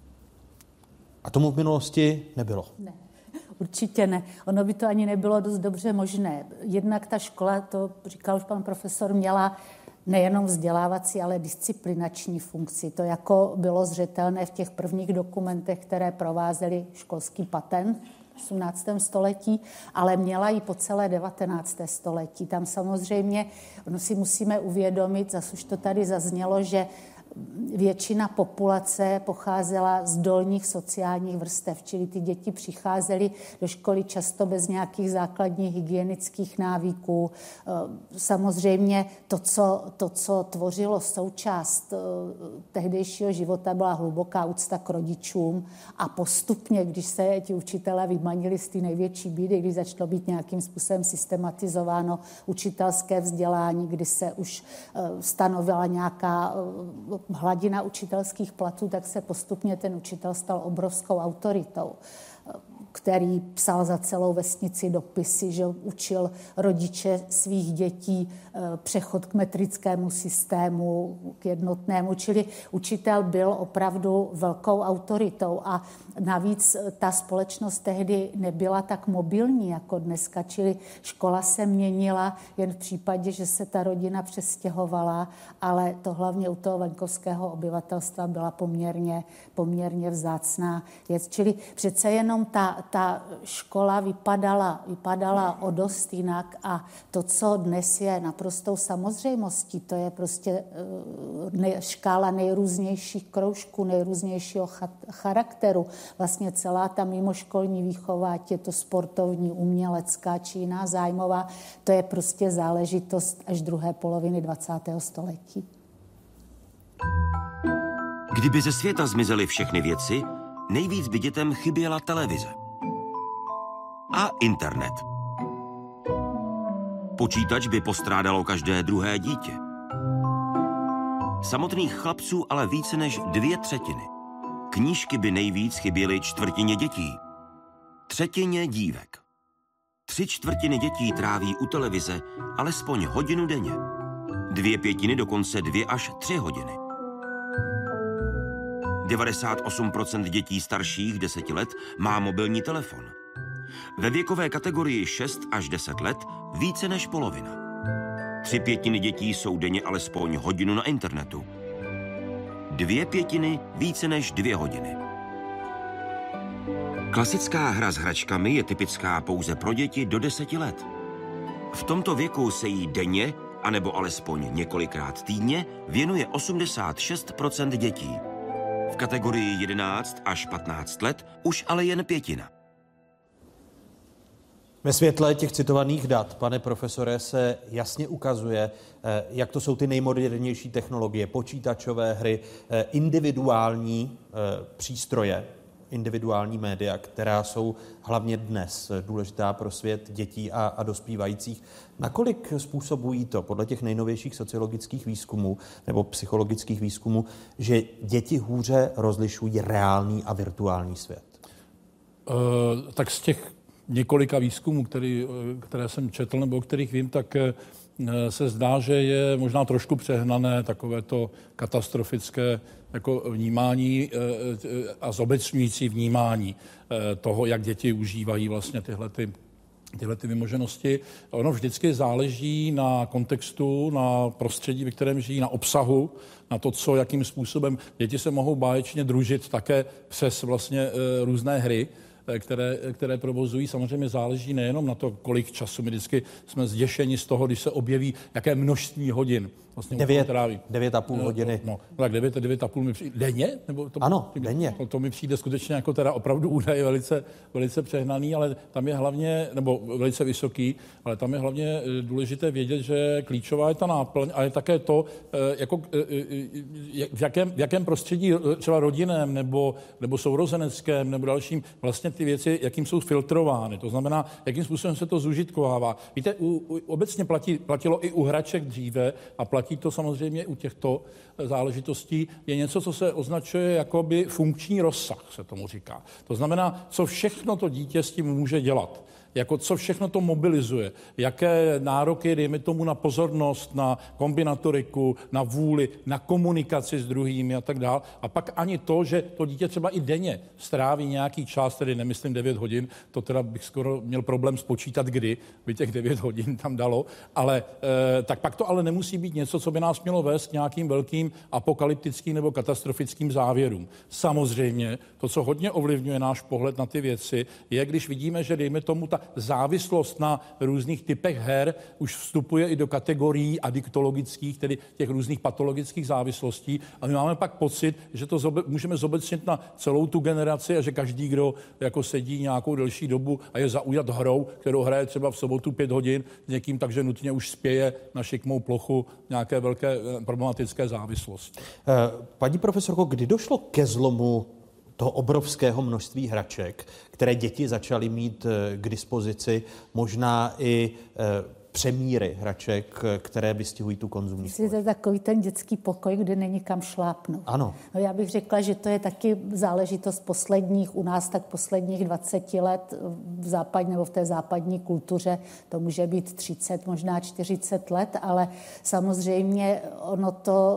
Speaker 8: A tomu v minulosti nebylo?
Speaker 7: Ne. Určitě ne. Ono by to ani nebylo dost dobře možné. Jednak ta škola, to říkal už pan profesor, měla nejenom vzdělávací, ale disciplinační funkci. To jako bylo zřetelné v těch prvních dokumentech, které provázely školský patent v osmnáctém století, ale měla ji po celé devatenáctém století. Tam samozřejmě, ono si musíme uvědomit, zase už to tady zaznělo, že většina populace pocházela z dolních sociálních vrstev, čili ty děti přicházely do školy často bez nějakých základních hygienických návyků. Samozřejmě to, co, to, co tvořilo součást tehdejšího života, byla hluboká úcta k rodičům a postupně, když se ti učitelé vymanili z té největší bídy, když začalo být nějakým způsobem systematizováno učitelské vzdělání, kdy se už stanovila nějaká hladina učitelských platů, tak se postupně ten učitel stal obrovskou autoritou, který psal za celou vesnici dopisy, že učil rodiče svých dětí přechod k metrickému systému, k jednotnému. Čili učitel byl opravdu velkou autoritou a navíc ta společnost tehdy nebyla tak mobilní jako dneska, čili škola se měnila jen v případě, že se ta rodina přestěhovala, ale to hlavně u toho venkovského obyvatelstva byla poměrně, poměrně vzácná věc. Čili přece jenom ta, ta škola vypadala, vypadala o dost jinak a to, co dnes je naprostou samozřejmostí, to je prostě ne, škála nejrůznějších kroužků, nejrůznějšího charakteru. Vlastně celá ta mimoškolní výchova, ať je to sportovní, umělecká či jiná zájmová, to je prostě záležitost až druhé poloviny dvacátého století.
Speaker 1: Kdyby ze světa zmizely všechny věci, nejvíc by dětem chyběla televize. A internet. Počítač by postrádalo každé druhé dítě. Samotných chlapců ale více než dvě třetiny. Knížky by nejvíc chyběly čtvrtině dětí. Třetině dívek. Tři čtvrtiny dětí tráví u televize alespoň hodinu denně. Dvě pětiny dokonce dvě až tři hodiny. devadesát osm procent dětí starších deseti let má mobilní telefon. Ve věkové kategorii šest až deset let více než polovina. Tři pětiny dětí jsou denně alespoň hodinu na internetu. Dvě pětiny více než dvě hodiny. Klasická hra s hračkami je typická pouze pro děti do deseti let. V tomto věku se jí denně, anebo alespoň několikrát týdně, věnuje osmdesát šest procent dětí. V kategorii jedenáct až patnáct let už ale jen pětina.
Speaker 8: Ve světle těch citovaných dat, pane profesore, se jasně ukazuje, jak to jsou ty nejmodernější technologie, počítačové hry, individuální přístroje, individuální média, která jsou hlavně dnes důležitá pro svět dětí a, a dospívajících. Nakolik způsobují to, podle těch nejnovějších sociologických výzkumů nebo psychologických výzkumů, že děti hůře rozlišují reálný a virtuální svět?
Speaker 14: Uh, tak z těch několika výzkumů, který, které jsem četl nebo o kterých vím, tak se zdá, že je možná trošku přehnané takovéto katastrofické jako vnímání a zobecňující vnímání toho, jak děti užívají vlastně tyhle ty tyhle ty vymoženosti. Ono vždycky záleží na kontextu, na prostředí, ve kterém žijí, na obsahu, na to, co, jakým způsobem děti se mohou báječně družit také přes vlastně různé hry, Které, které provozují. Samozřejmě záleží nejenom na to, kolik času. My vždycky jsme zděšeni z toho, když se objeví, jaké množství hodin vlastně
Speaker 8: devět, devět a půl
Speaker 14: no,
Speaker 8: hodiny.
Speaker 14: No, no tak devět, devět a půl mi přijde. Denně? Nebo to,
Speaker 8: ano,
Speaker 14: to,
Speaker 8: denně.
Speaker 14: To, to mi přijde skutečně jako teda opravdu údaj velice, velice přehnaný, ale tam je hlavně, nebo velice vysoký, ale tam je hlavně důležité vědět, že klíčová je ta náplň a je také to, jako, v, jakém, v jakém prostředí, třeba rodinném nebo, nebo sourozeneckém nebo dalším, vlastně ty věci, jakým jsou filtrovány. To znamená, jakým způsobem se to zužitkovává. Víte, u, u, obecně platí, platilo i u hraček dříve a platí to samozřejmě u těchto záležitostí, je něco, co se označuje jakoby funkční rozsah, se tomu říká. To znamená, co všechno to dítě s tím může dělat. Jako co všechno to mobilizuje, jaké nároky, dejme tomu, na pozornost, na kombinatoriku, na vůli, na komunikaci s druhými a tak dále. A pak ani to, že to dítě třeba i denně stráví nějaký čas, tedy nemyslím devět hodin, to teda bych skoro měl problém spočítat, kdy by těch devět hodin tam dalo, ale e, tak pak to ale nemusí být něco, co by nás mělo vést k nějakým velkým apokalyptickým nebo katastrofickým závěrům. Samozřejmě to, co hodně ovlivňuje náš pohled na ty věci, je, když vidíme, že dejme tomu ta závislost na různých typech her už vstupuje i do kategorií adiktologických, tedy těch různých patologických závislostí. A my máme pak pocit, že to zobe, můžeme zobecnit na celou tu generaci a že každý, kdo jako sedí nějakou delší dobu a je zaujat hrou, kterou hraje třeba v sobotu pět hodin s někým, takže nutně už spěje na šikmou plochu nějaké velké problematické závislosti.
Speaker 8: Paní profesorko, kdy došlo ke zlomu toho obrovského množství hraček, které děti začaly mít k dispozici, možná i přemíry hraček, které vystihují tu konzumní
Speaker 7: společnost. To je takový ten dětský pokoj, kde není kam šlápnout.
Speaker 8: Ano.
Speaker 7: No já bych řekla, že to je taky záležitost posledních, u nás tak posledních dvacet let v západní nebo v té západní kultuře, to může být třicet, možná čtyřicet let, ale samozřejmě ono to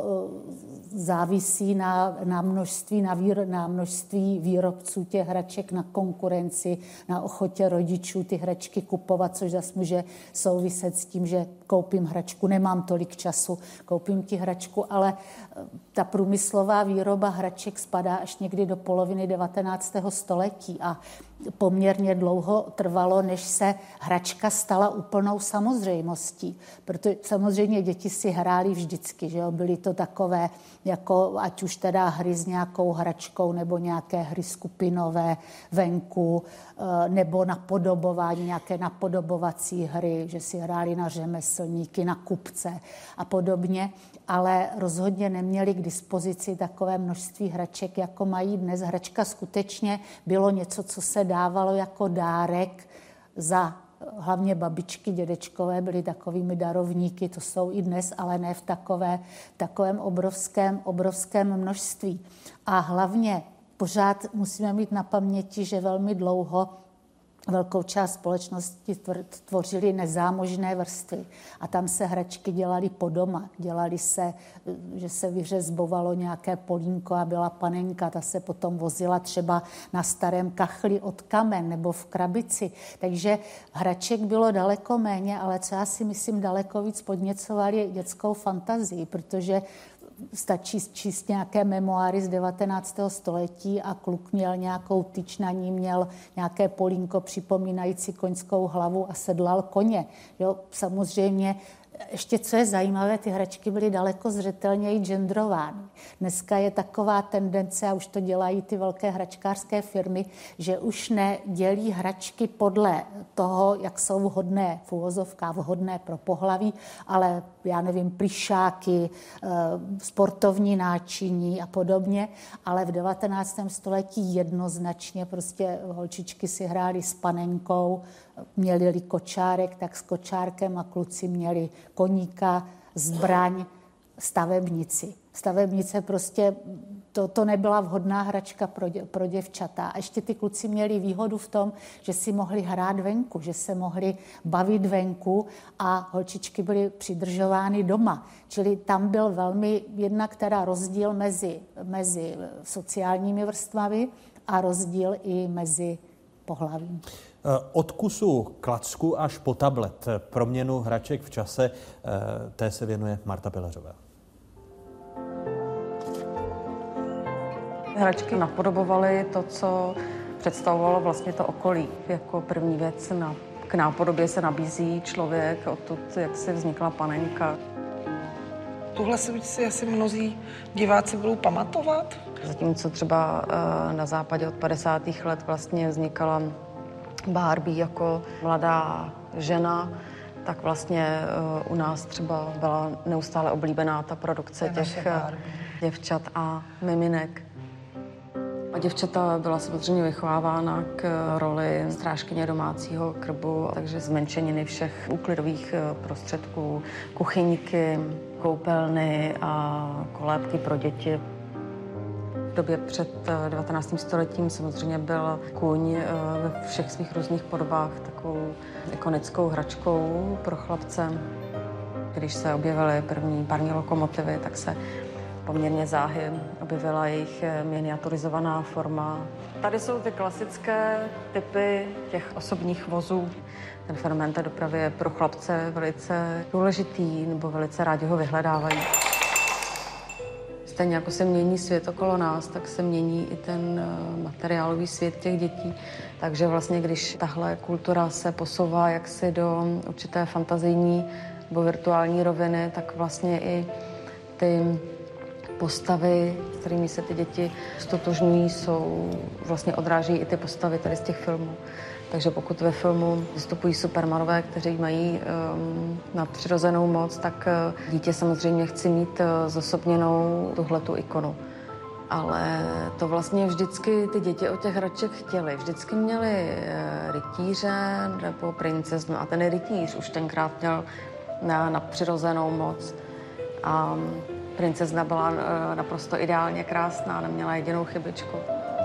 Speaker 7: závisí na, na, množství, na, výro, na množství výrobců těch hraček, na konkurenci, na ochotě rodičů ty hračky kupovat, což zase může souviset s tím, že koupím hračku, nemám tolik času, koupím ti hračku, ale ta průmyslová výroba hraček spadá až někdy do poloviny devatenáctého století a poměrně dlouho trvalo, než se hračka stala úplnou samozřejmostí. Protože samozřejmě děti si hrály vždycky, že jo? Byly to takové, jako ať už teda hry s nějakou hračkou nebo nějaké hry skupinové venku, nebo napodobování, nějaké napodobovací hry, že si hráli na řemeslníky, na kupce a podobně, ale rozhodně neměli k dispozici takové množství hraček, jako mají dnes. Hračka skutečně bylo něco, co se dávalo jako dárek za hlavně babičky, dědečkové byli takovými darovníky, to jsou i dnes, ale ne v takové, takovém obrovském, obrovském množství. A hlavně pořád musíme mít na paměti, že velmi dlouho velkou část společnosti tvořily nezámožné vrstvy. A tam se hračky dělaly po doma. Dělaly se, že se vyřezbovalo nějaké polínko a byla panenka, ta se potom vozila třeba na starém kachli od kamen nebo v krabici. Takže hraček bylo daleko méně, ale co já si myslím daleko víc podněcovali dětskou fantazii, protože stačí číst nějaké memoáry z devatenáctého století a kluk měl nějakou tyč, na ní měl nějaké polínko připomínající koňskou hlavu a sedlal koně. Jo, samozřejmě ještě co je zajímavé, ty hračky byly daleko zřetelněji genderovány. Dneska je taková tendence, a už to dělají ty velké hračkářské firmy, že už nedělí hračky podle toho, jak jsou vhodné, v uvozovkách vhodné pro pohlaví, ale já nevím, plišáky, sportovní náčiní a podobně, ale v devatenáctém století jednoznačně prostě holčičky si hrály s panenkou, měli kočárek, tak s kočárkem a kluci měli koníka, zbraň, stavebnici. Stavebnice prostě, to, to nebyla vhodná hračka pro, dě, pro děvčata. A ještě ty kluci měli výhodu v tom, že si mohli hrát venku, že se mohli bavit venku a holčičky byly přidržovány doma. Čili tam byl velmi jednak teda rozdíl mezi, mezi sociálními vrstvami a rozdíl i mezi pohlavím.
Speaker 8: Od kusu klacku až po tablet. Proměnu hraček v čase, té se věnuje Marta Pilařová.
Speaker 15: Hračky napodobovaly to, co představovalo vlastně to okolí. Jako první věc na, k nápodobě se nabízí člověk, odtud jak se vznikla panenka.
Speaker 16: Tuhle si asi mnozí diváci budou pamatovat.
Speaker 15: Zatímco třeba na západě od padesátých let vlastně vznikala Barbie jako mladá žena, tak vlastně u nás třeba byla neustále oblíbená ta produkce těch děvčat a miminek. A děvčata byla samozřejmě vychovávána k roli strážkyně domácího krbu, takže zmenšeniny všech úklidových prostředků, kuchyňky, koupelny a kolébky pro děti. V době před devatenáctým stoletím samozřejmě byl kůň ve všech svých různých podobách takovou ikonickou hračkou pro chlapce. Když se objevily první parní lokomotivy, tak se poměrně záhy objevila jejich miniaturizovaná forma. Tady jsou ty klasické typy těch osobních vozů. Ten fenomén té dopravy je pro chlapce velice důležitý, nebo velice rádi ho vyhledávají. Stejně jako se mění svět okolo nás, tak se mění i ten materiálový svět těch dětí. Takže vlastně, když tahle kultura se posouvá jaksi do určité fantazijní nebo virtuální roviny, tak vlastně i ty postavy, s kterými se ty děti stotožňují, jsou, vlastně odráží i ty postavy tady z těch filmů. Takže pokud ve filmu vystupují supermanové, kteří mají um, nadpřirozenou moc, tak uh, dítě samozřejmě chce mít uh, zosobněnou tuhletu ikonu. Ale to vlastně vždycky ty děti od těch hraček chtěly. Vždycky měli rytíře nebo princeznu a ten rytíř už tenkrát měl nadpřirozenou moc. A princezna byla naprosto ideálně krásná, neměla jedinou chybičku.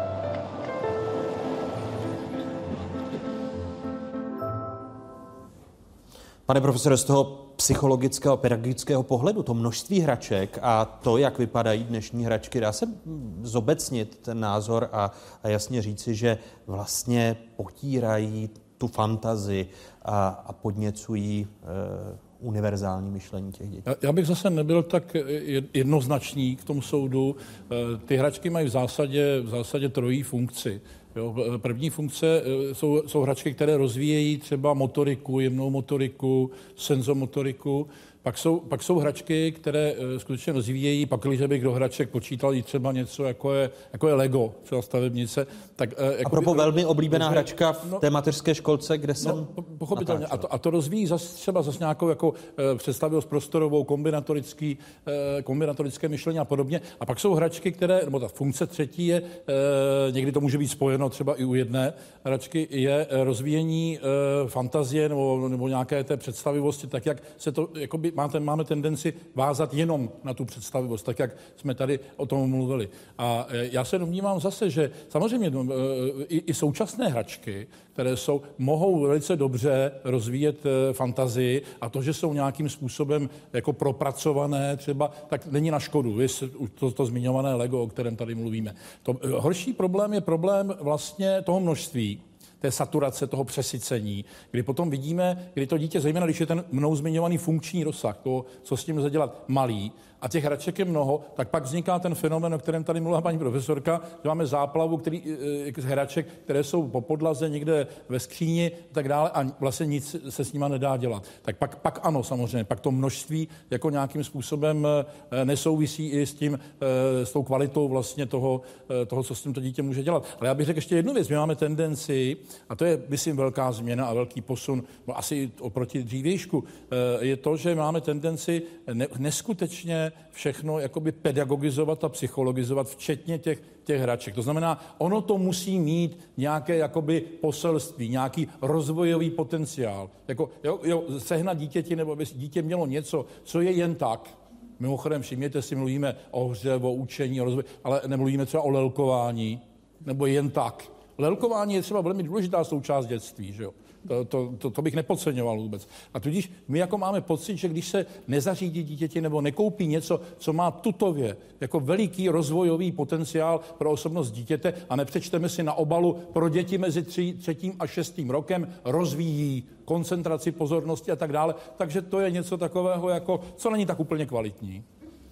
Speaker 8: Pane profesore, z toho psychologického, pedagogického pohledu, to množství hraček a to, jak vypadají dnešní hračky, dá se zobecnit ten názor a, a jasně říci, že vlastně potírají tu fantazii a, a podněcují e, univerzální myšlení těch dětí.
Speaker 14: Já bych zase nebyl tak jednoznačný v tom soudu. Ty hračky mají v zásadě, v zásadě trojí funkci. Jo, první funkce jsou, jsou hračky, které rozvíjejí třeba motoriku, jemnou motoriku, senzomotoriku. Pak jsou, pak jsou hračky, které skutečně rozvíjejí, pak když bych do hraček počítal i třeba něco, jako je, jako je Lego, třeba stavebnice. Tak,
Speaker 8: a propo velmi oblíbená rozvíjí, hračka v
Speaker 14: no,
Speaker 8: té mateřské školce, kde jsem
Speaker 14: no, pochopitelně. A to, a to rozvíjí zase třeba zase nějakou jako e, představivost prostorovou, kombinatorický, e, kombinatorické myšlení a podobně. A pak jsou hračky, které, nebo ta funkce třetí je, e, někdy to může být spojeno třeba i u jedné hračky, je rozvíjení e, fantazie nebo, nebo nějaké té představivosti, tak jak se to jakoby Máte, máme tendenci vázat jenom na tu představivost, tak jak jsme tady o tom mluvili. A já se domnívám zase, že samozřejmě i, i současné hračky, které jsou, mohou velice dobře rozvíjet fantazii a to, že jsou nějakým způsobem jako propracované třeba, tak není na škodu. Vy to, to zmiňované Lego, o kterém tady mluvíme. To horší problém je problém vlastně toho množství, té saturace, toho přesycení, kdy potom vidíme, kdy to dítě, zejména když je ten mnou zmiňovaný funkční rozsah, to, co s tím lze dělat, malý, a těch hraček je mnoho, tak pak vzniká ten fenomén, o kterém tady mluvila paní profesorka, že máme záplavu který, z hraček, které jsou po podlaze někde ve skříni a tak dále a vlastně nic se s nima nedá dělat. Tak pak, pak ano, samozřejmě, pak to množství jako nějakým způsobem nesouvisí i s tím, s tou kvalitou vlastně toho, toho, co s tím to dítě může dělat. Ale já bych řekl ještě jednu věc, my máme tendenci, a to je, myslím, velká změna a velký posun, no asi oproti dřívějšku, je to, že máme tendenci ne, neskutečně všechno jakoby pedagogizovat a psychologizovat, včetně těch, těch hraček. To znamená, ono to musí mít nějaké jakoby poselství, nějaký rozvojový potenciál. Jako, jo, jo, sehnat dítěti, nebo aby dítě mělo něco, co je jen tak. Mimochodem, všimněte si, mluvíme o hře, o učení, o rozvoji, ale nemluvíme třeba o lelkování, nebo jen tak. Lelkování je třeba velmi důležitá součást dětství, že jo? To, to, to, to bych nepodceňoval vůbec. A tudíž my jako máme pocit, že když se nezařídí dítěti nebo nekoupí něco, co má tutově jako veliký rozvojový potenciál pro osobnost dítěte a nepřečteme si na obalu pro děti mezi tři, třetím a šestým rokem rozvíjí koncentraci pozornosti a tak dále, takže to je něco takového, jako, co není tak úplně kvalitní.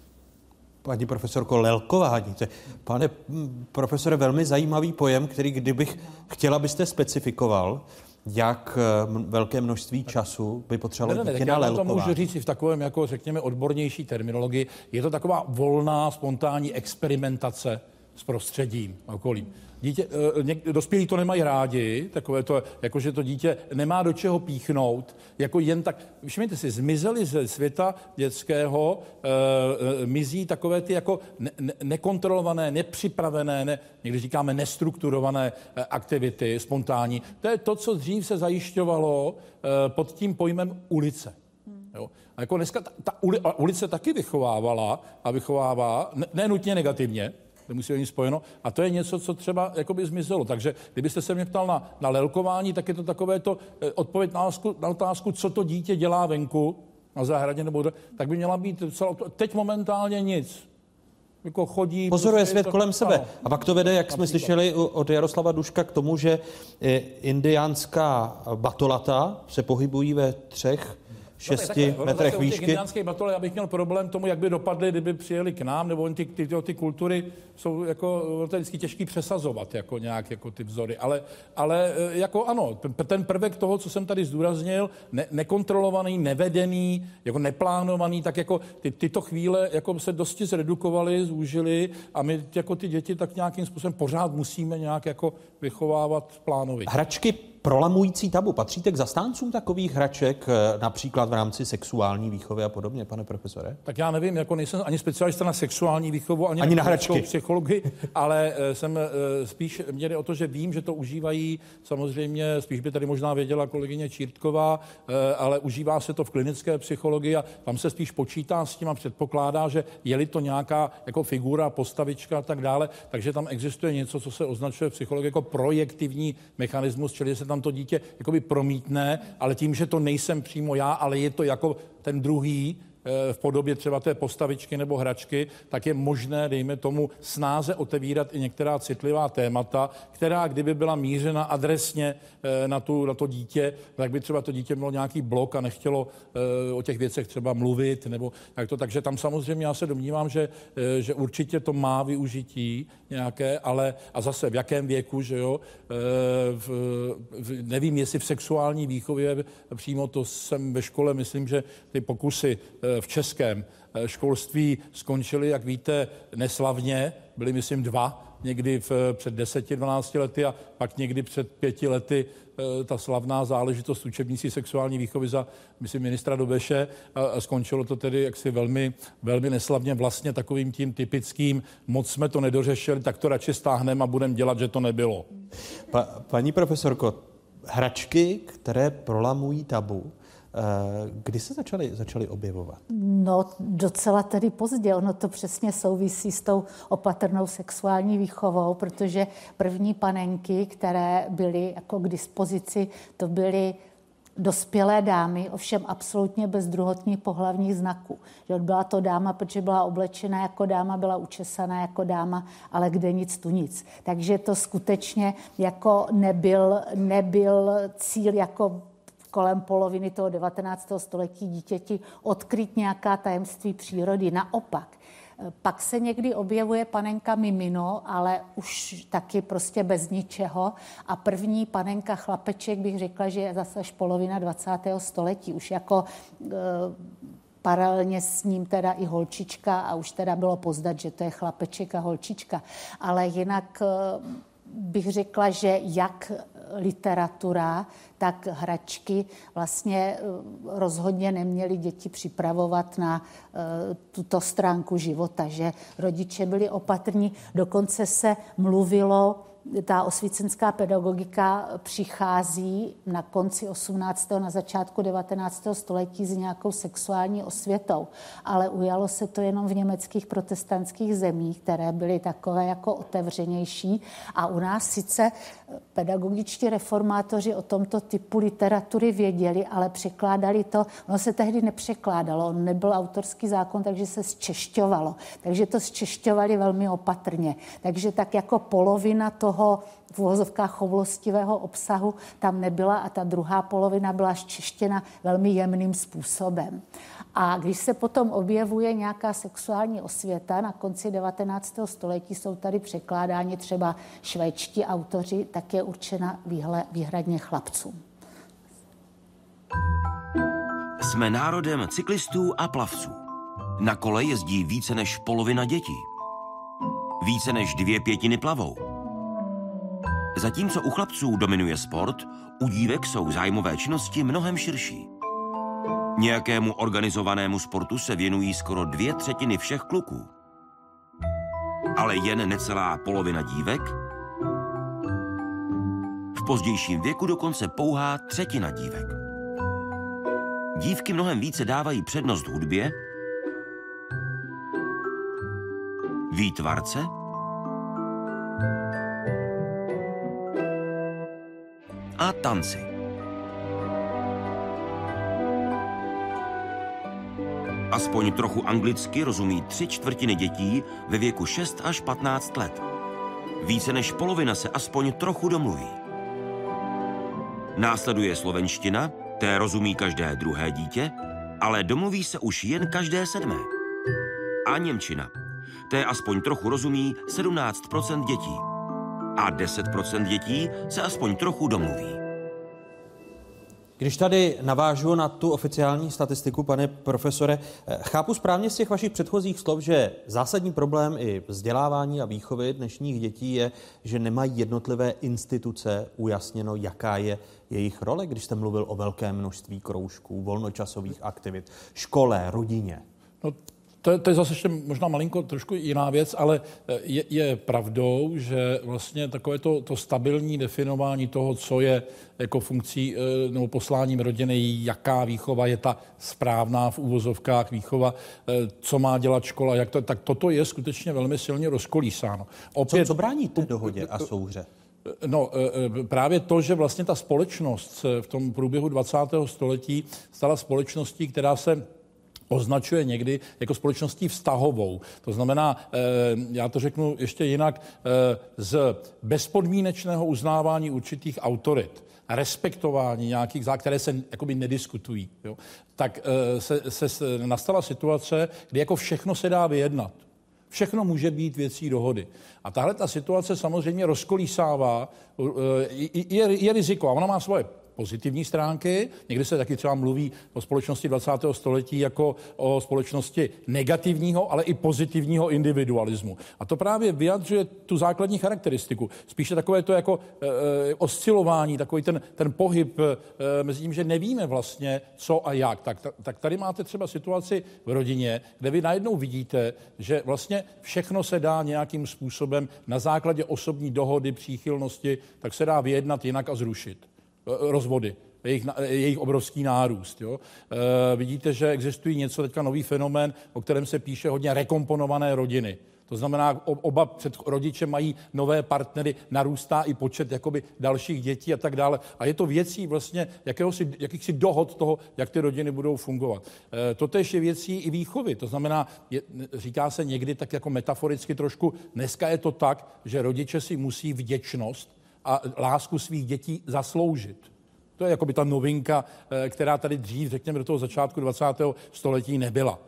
Speaker 8: Paní profesorko, lelkování. Pane profesore, velmi zajímavý pojem, který kdybych chtěla, abyste specifikoval, jak velké množství času by potřebovalo
Speaker 14: ne, ne,
Speaker 8: dítě na lelkování.
Speaker 14: Já to můžu říct i v takovém, jako řekněme, odbornější terminologii. Je to taková volná, spontánní experimentace s prostředím a okolím. Dítě, něk, dospělí to nemají rádi, takové to, jako že to dítě nemá do čeho píchnout, jako jen tak, všimněte si, zmizely ze světa dětského, e, e, mizí takové ty jako ne, ne, nekontrolované, nepřipravené, ne, někdy říkáme nestrukturované e, aktivity, spontánní. To je to, co dřív se zajišťovalo e, pod tím pojmem ulice. Jo. A jako dneska ta, ta uli, ulice taky vychovávala a vychovává, ne, ne nutně negativně, nemusí být spojeno. A to je něco, co třeba jakoby zmizelo. Takže kdybyste se mě ptal na, na lelkování, tak je to takové to eh, odpověď na, na otázku, co to dítě dělá venku, na zahradě nebo tak by měla být celá, teď momentálně nic. Jako chodí...
Speaker 8: Pozoruje svět
Speaker 14: to,
Speaker 8: kolem sebe.
Speaker 14: Ano.
Speaker 8: A pak to vede, jak jsme slyšeli od Jaroslava Duška, k tomu, že indiánská batolata se pohybují ve třech šesti no, metrech výšky.
Speaker 14: Indiánské batole, já bych měl problém tomu, jak by dopadly, kdyby přijeli k nám, nebo ty, ty, ty, ty kultury jsou jako, to je vždycky těžký přesazovat, jako nějak, jako ty vzory. Ale, ale jako ano, ten prvek toho, co jsem tady zdůraznil, ne, nekontrolovaný, nevedený, jako neplánovaný, tak jako ty, tyto chvíle jako se dosti zredukovaly, zúžily a my jako ty děti tak nějakým způsobem pořád musíme nějak jako vychovávat plánově.
Speaker 8: Hračky prolamující tabu. Patříte k zastáncům takových hraček, například v rámci sexuální výchovy a podobně, pane profesore?
Speaker 14: Tak já nevím, jako nejsem ani specialista na sexuální výchovu, ani,
Speaker 8: ani na
Speaker 14: hračky, psychologii, ale jsem spíš, mě jde o to, že vím, že to užívají, samozřejmě, spíš by tady možná věděla kolegyně Čírtková, ale užívá se to v klinické psychologii a tam se spíš počítá s tím a předpokládá, že je-li to nějaká jako figura, postavička a tak dále, takže tam existuje něco, co se označuje v psychologii jako projektivní mechanismus, čili se tam to dítě jakoby promítne, ale tím, že to nejsem přímo já, ale je to jako ten druhý, v podobě třeba té postavičky nebo hračky, tak je možné, dejme tomu, snáze otevírat i některá citlivá témata, která kdyby byla mířena adresně na, tu, na to dítě, tak by třeba to dítě mělo nějaký blok a nechtělo o těch věcech třeba mluvit, nebo jak to, takže tam samozřejmě já se domnívám, že, že určitě to má využití nějaké, ale a zase v jakém věku, že jo, v, v, nevím, jestli v sexuální výchově přímo to jsem ve škole, myslím, že ty pokusy v českém školství skončily, jak víte, neslavně. Byly, myslím, dva, někdy v, před deseti, dvanácti lety a pak někdy před pěti lety ta slavná záležitost učebnicí sexuální výchovy za, myslím, ministra Dobeše a skončilo to tedy jaksi velmi, velmi neslavně vlastně takovým tím typickým, moc jsme to nedořešili, tak to radši stáhneme a budeme dělat, že to nebylo.
Speaker 8: Pa, paní profesorko, hračky, které prolamují tabu, kdy se začaly, začaly objevovat?
Speaker 7: No docela tedy pozdě. Ono to přesně souvisí s tou opatrnou sexuální výchovou, protože první panenky, které byly jako k dispozici, to byly dospělé dámy, ovšem absolutně bez druhotních pohlavních znaků. Že byla to dáma, protože byla oblečená jako dáma, byla učesaná jako dáma, ale kde nic, tu nic. Takže to skutečně jako nebyl, nebyl cíl jako kolem poloviny toho devatenáctého století dítěti odkryt nějaká tajemství přírody. Naopak, pak se někdy objevuje panenka mimino, ale už taky prostě bez ničeho. A první panenka chlapeček bych řekla, že je zase až polovina dvacátého století. Už jako e, paralelně s ním teda i holčička a už teda bylo poznat, že to je chlapeček a holčička. Ale jinak e, bych řekla, že jak literatura, tak hračky vlastně rozhodně neměly děti připravovat na uh, tuto stránku života, že rodiče byli opatrní, dokonce se mluvilo, ta osvícenská pedagogika přichází na konci osmnáctého na začátku devatenáctého století s nějakou sexuální osvětou, ale ujalo se to jenom v německých protestantských zemích, které byly takové jako otevřenější a u nás sice pedagogičtí reformátoři o tomto typu literatury věděli, ale překládali to, ono se tehdy nepřekládalo, on nebyl autorský zákon, takže se zčešťovalo, takže to zčešťovali velmi opatrně, takže tak jako polovina toho v uvozovkách choulostivého obsahu tam nebyla a ta druhá polovina byla zčeštěna velmi jemným způsobem. A když se potom objevuje nějaká sexuální osvěta na konci devatenáctého století, jsou tady překládáni třeba švédští autoři, tak je určena výhle, výhradně chlapcům.
Speaker 1: Jsme národem cyklistů a plavců. Na kole jezdí více než polovina dětí. Více než dvě pětiny plavou. Zatímco u chlapců dominuje sport, u dívek jsou zájmové činnosti mnohem širší. Nějakému organizovanému sportu se věnují skoro dvě třetiny všech kluků. Ale jen necelá polovina dívek. V pozdějším věku dokonce pouhá třetina dívek. Dívky mnohem více dávají přednost hudbě, výtvarce a tanci. Aspoň trochu anglicky rozumí tři čtvrtiny dětí ve věku šest až patnáct let. Více než polovina se aspoň trochu domluví. Následuje slovenština, té rozumí každé druhé dítě, ale domluví se už jen každé sedmé. A němčina, té aspoň trochu rozumí sedmnáct procent dětí. A deset procent dětí se aspoň trochu domluví.
Speaker 8: Když tady navážu na tu oficiální statistiku, pane profesore, chápu správně z těch vašich předchozích slov, že zásadní problém i vzdělávání a výchovy dnešních dětí je, že nemají jednotlivé instituce ujasněno, jaká je jejich role, když jste mluvil o velkém množství kroužků, volnočasových aktivit, škole, rodině.
Speaker 14: No, to, to je zase ještě možná malinko trošku jiná věc, ale je, je pravdou, že vlastně takové to, to stabilní definování toho, co je jako funkcí nebo posláním rodiny, jaká výchova je ta správná v úvozovkách výchova, co má dělat škola, jak to, tak toto je skutečně velmi silně rozkolísáno. Opět,
Speaker 8: co, co brání té dohodě a souhře?
Speaker 14: No, právě to, že vlastně ta společnost v tom průběhu dvacátého století stala společností, která se označuje někdy jako společností vztahovou. To znamená, já to řeknu ještě jinak, z bezpodmínečného uznávání určitých autorit a respektování nějakých základů, které se jakoby nediskutují, jo, tak se, se nastala situace, kdy jako všechno se dá vyjednat. Všechno může být věcí dohody. A tahle ta situace samozřejmě rozkolísává, je, je riziko a ona má svoje pozitivní stránky. Někdy se taky třeba mluví o společnosti dvacátého století jako o společnosti negativního, ale i pozitivního individualismu. A to právě vyjadřuje tu základní charakteristiku. Spíše takové to jako e, oscilování, takový ten, ten pohyb e, mezi tím, že nevíme vlastně co a jak. Tak, tak tady máte třeba situaci v rodině, kde vy najednou vidíte, že vlastně všechno se dá nějakým způsobem na základě osobní dohody, příchylnosti, tak se dá vyjednat jinak a zrušit. Rozvody, jejich, jejich obrovský nárůst. Jo. E, vidíte, že existují něco, teďka nový fenomén, o kterém se píše hodně, rekomponované rodiny. To znamená, oba před rodiče mají nové partnery, narůstá i počet jakoby dalších dětí a tak dále. A je to věcí vlastně jakéhosi, jakýchsi dohod toho, jak ty rodiny budou fungovat. E, totéž je věcí i výchovy. To znamená, je, říká se někdy tak jako metaforicky trošku, dneska je to tak, že rodiče si musí vděčnost a lásku svých dětí zasloužit. To je jakoby ta novinka, která tady dřív, řekněme, do toho začátku dvacátého století nebyla.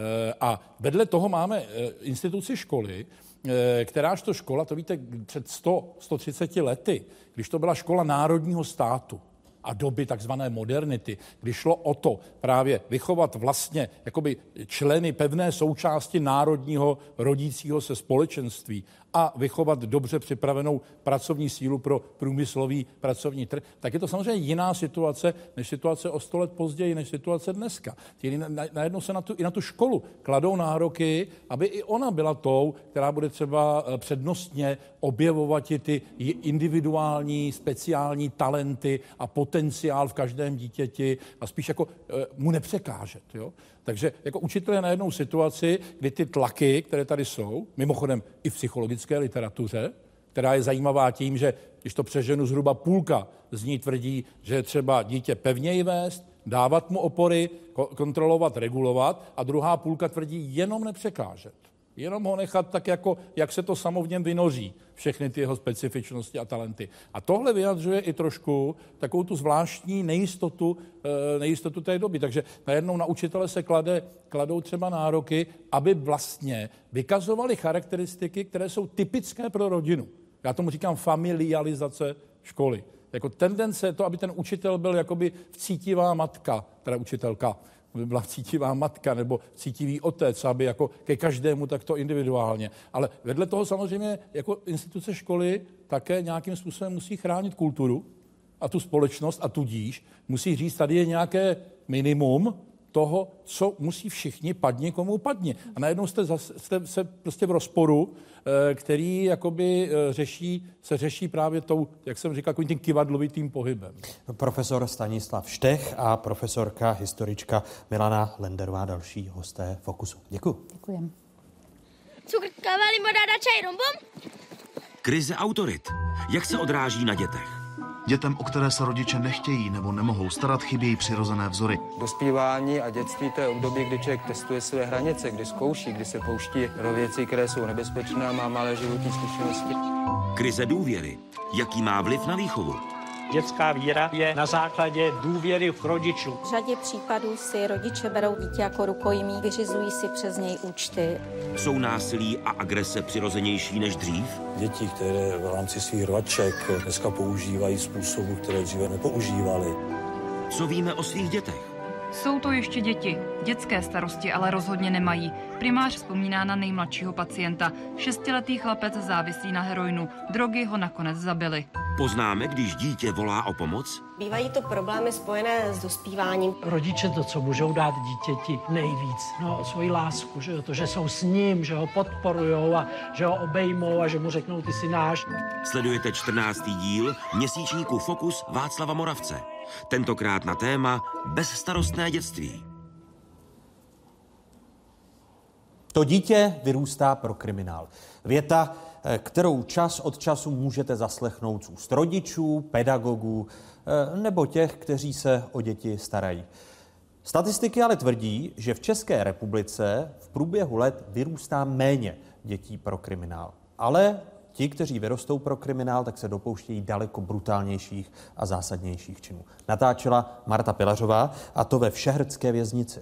Speaker 14: A vedle toho máme instituci školy, kteráž to škola, to víte, před sto, sto třiceti lety, když to byla škola národního státu a doby takzvané modernity, kdy šlo o to právě vychovat vlastně jakoby členy pevné součásti národního rodícího se společenství a vychovat dobře připravenou pracovní sílu pro průmyslový pracovní trh, tak je to samozřejmě jiná situace, než situace o sto let později, než situace dneska. Najednou se na tu, i na tu školu kladou nároky, aby i ona byla tou, která bude třeba přednostně objevovat ty individuální, speciální talenty a potenciál v každém dítěti a spíš jako mu nepřekážet. Jo? Takže jako učitel je na jednou situaci, kdy ty tlaky, které tady jsou, mimochodem i v psychologické literatuře, která je zajímavá tím, že když to přeženu zhruba půlka z ní tvrdí, že je třeba dítě pevněji vést, dávat mu opory, kontrolovat, regulovat, a druhá půlka tvrdí jenom nepřekážet. Jenom ho nechat tak, jako, jak se to samo v něm vynoří, všechny ty jeho specifičnosti a talenty. A tohle vyjadřuje i trošku takovou tu zvláštní nejistotu, nejistotu té doby. Takže najednou na učitele se klade, kladou třeba nároky, aby vlastně vykazovali charakteristiky, které jsou typické pro rodinu. Já tomu říkám familializace školy. Jako tendence to, aby ten učitel byl jakoby cítivá matka, teda učitelka, aby byla cítivá matka nebo cítivý otec, aby jako ke každému takto individuálně. Ale vedle toho samozřejmě jako instituce školy také nějakým způsobem musí chránit kulturu a tu společnost a tudíž musí říct, tady je nějaké minimum toho, co musí všichni padni, komu padni. A najednou jste, zase, jste se prostě v rozporu, který jakoby řeší, se řeší právě tou, jak jsem říkal, tím kyvadlovitým pohybem.
Speaker 8: Profesor Stanislav Štech a profesorka historička Milana Lenderová, další hosté Fokusu. Děkuji.
Speaker 7: Děkujeme.
Speaker 13: Cukr, káva, limonáda, čaj, rombom?
Speaker 1: Krize autorit. Jak se odráží na dětech?
Speaker 17: Dětem, o které se rodiče nechtějí nebo nemohou starat, chybějí přirozené vzory.
Speaker 18: Dospívání a dětství to je období, kdy člověk testuje své hranice, kdy zkouší, kdy se pouští do věcí, které jsou nebezpečné a má malé životní zkušenosti.
Speaker 1: Krize důvěry. Jaký má vliv na výchovu?
Speaker 19: Dětská víra je na základě důvěry v rodičů.
Speaker 3: V řadě případů si rodiče berou dítě jako rukojmí, vyřizují si přes něj účty.
Speaker 1: Jsou násilí a agrese přirozenější než dřív?
Speaker 4: Děti, které v rámci svých rvaček dneska používají způsobu, které dříve nepoužívali.
Speaker 1: co víme o svých dětech.
Speaker 2: Jsou to ještě děti. Dětské starosti ale rozhodně nemají. Primář vzpomíná na nejmladšího pacienta. Šestiletý chlapec závislý na heroinu. Drogy ho nakonec zabily.
Speaker 1: Poznáme, když dítě volá o pomoc?
Speaker 20: Bývají to problémy spojené s dospíváním.
Speaker 19: Rodiče to, co můžou dát dítěti nejvíc, no, svoji lásku, že jo, to, že jsou s ním, že ho podporujou a že ho obejmou a že mu řeknou, ty jsi náš.
Speaker 1: Sledujete čtrnáctý díl měsíčníku Fokus Václava Moravce. Tentokrát na téma bezstarostné dětství.
Speaker 8: To dítě vyrůstá pro kriminál. Věta, kterou čas od času můžete zaslechnout z úst rodičů, pedagogů nebo těch, kteří se o děti starají. Statistiky ale tvrdí, že v České republice v průběhu let vyrůstá méně dětí pro kriminál. Ale ti, kteří vyrostou pro kriminál, tak se dopouštějí daleko brutálnějších a zásadnějších činů. Natáčela Marta Pilařová, a to ve Všehradské věznici.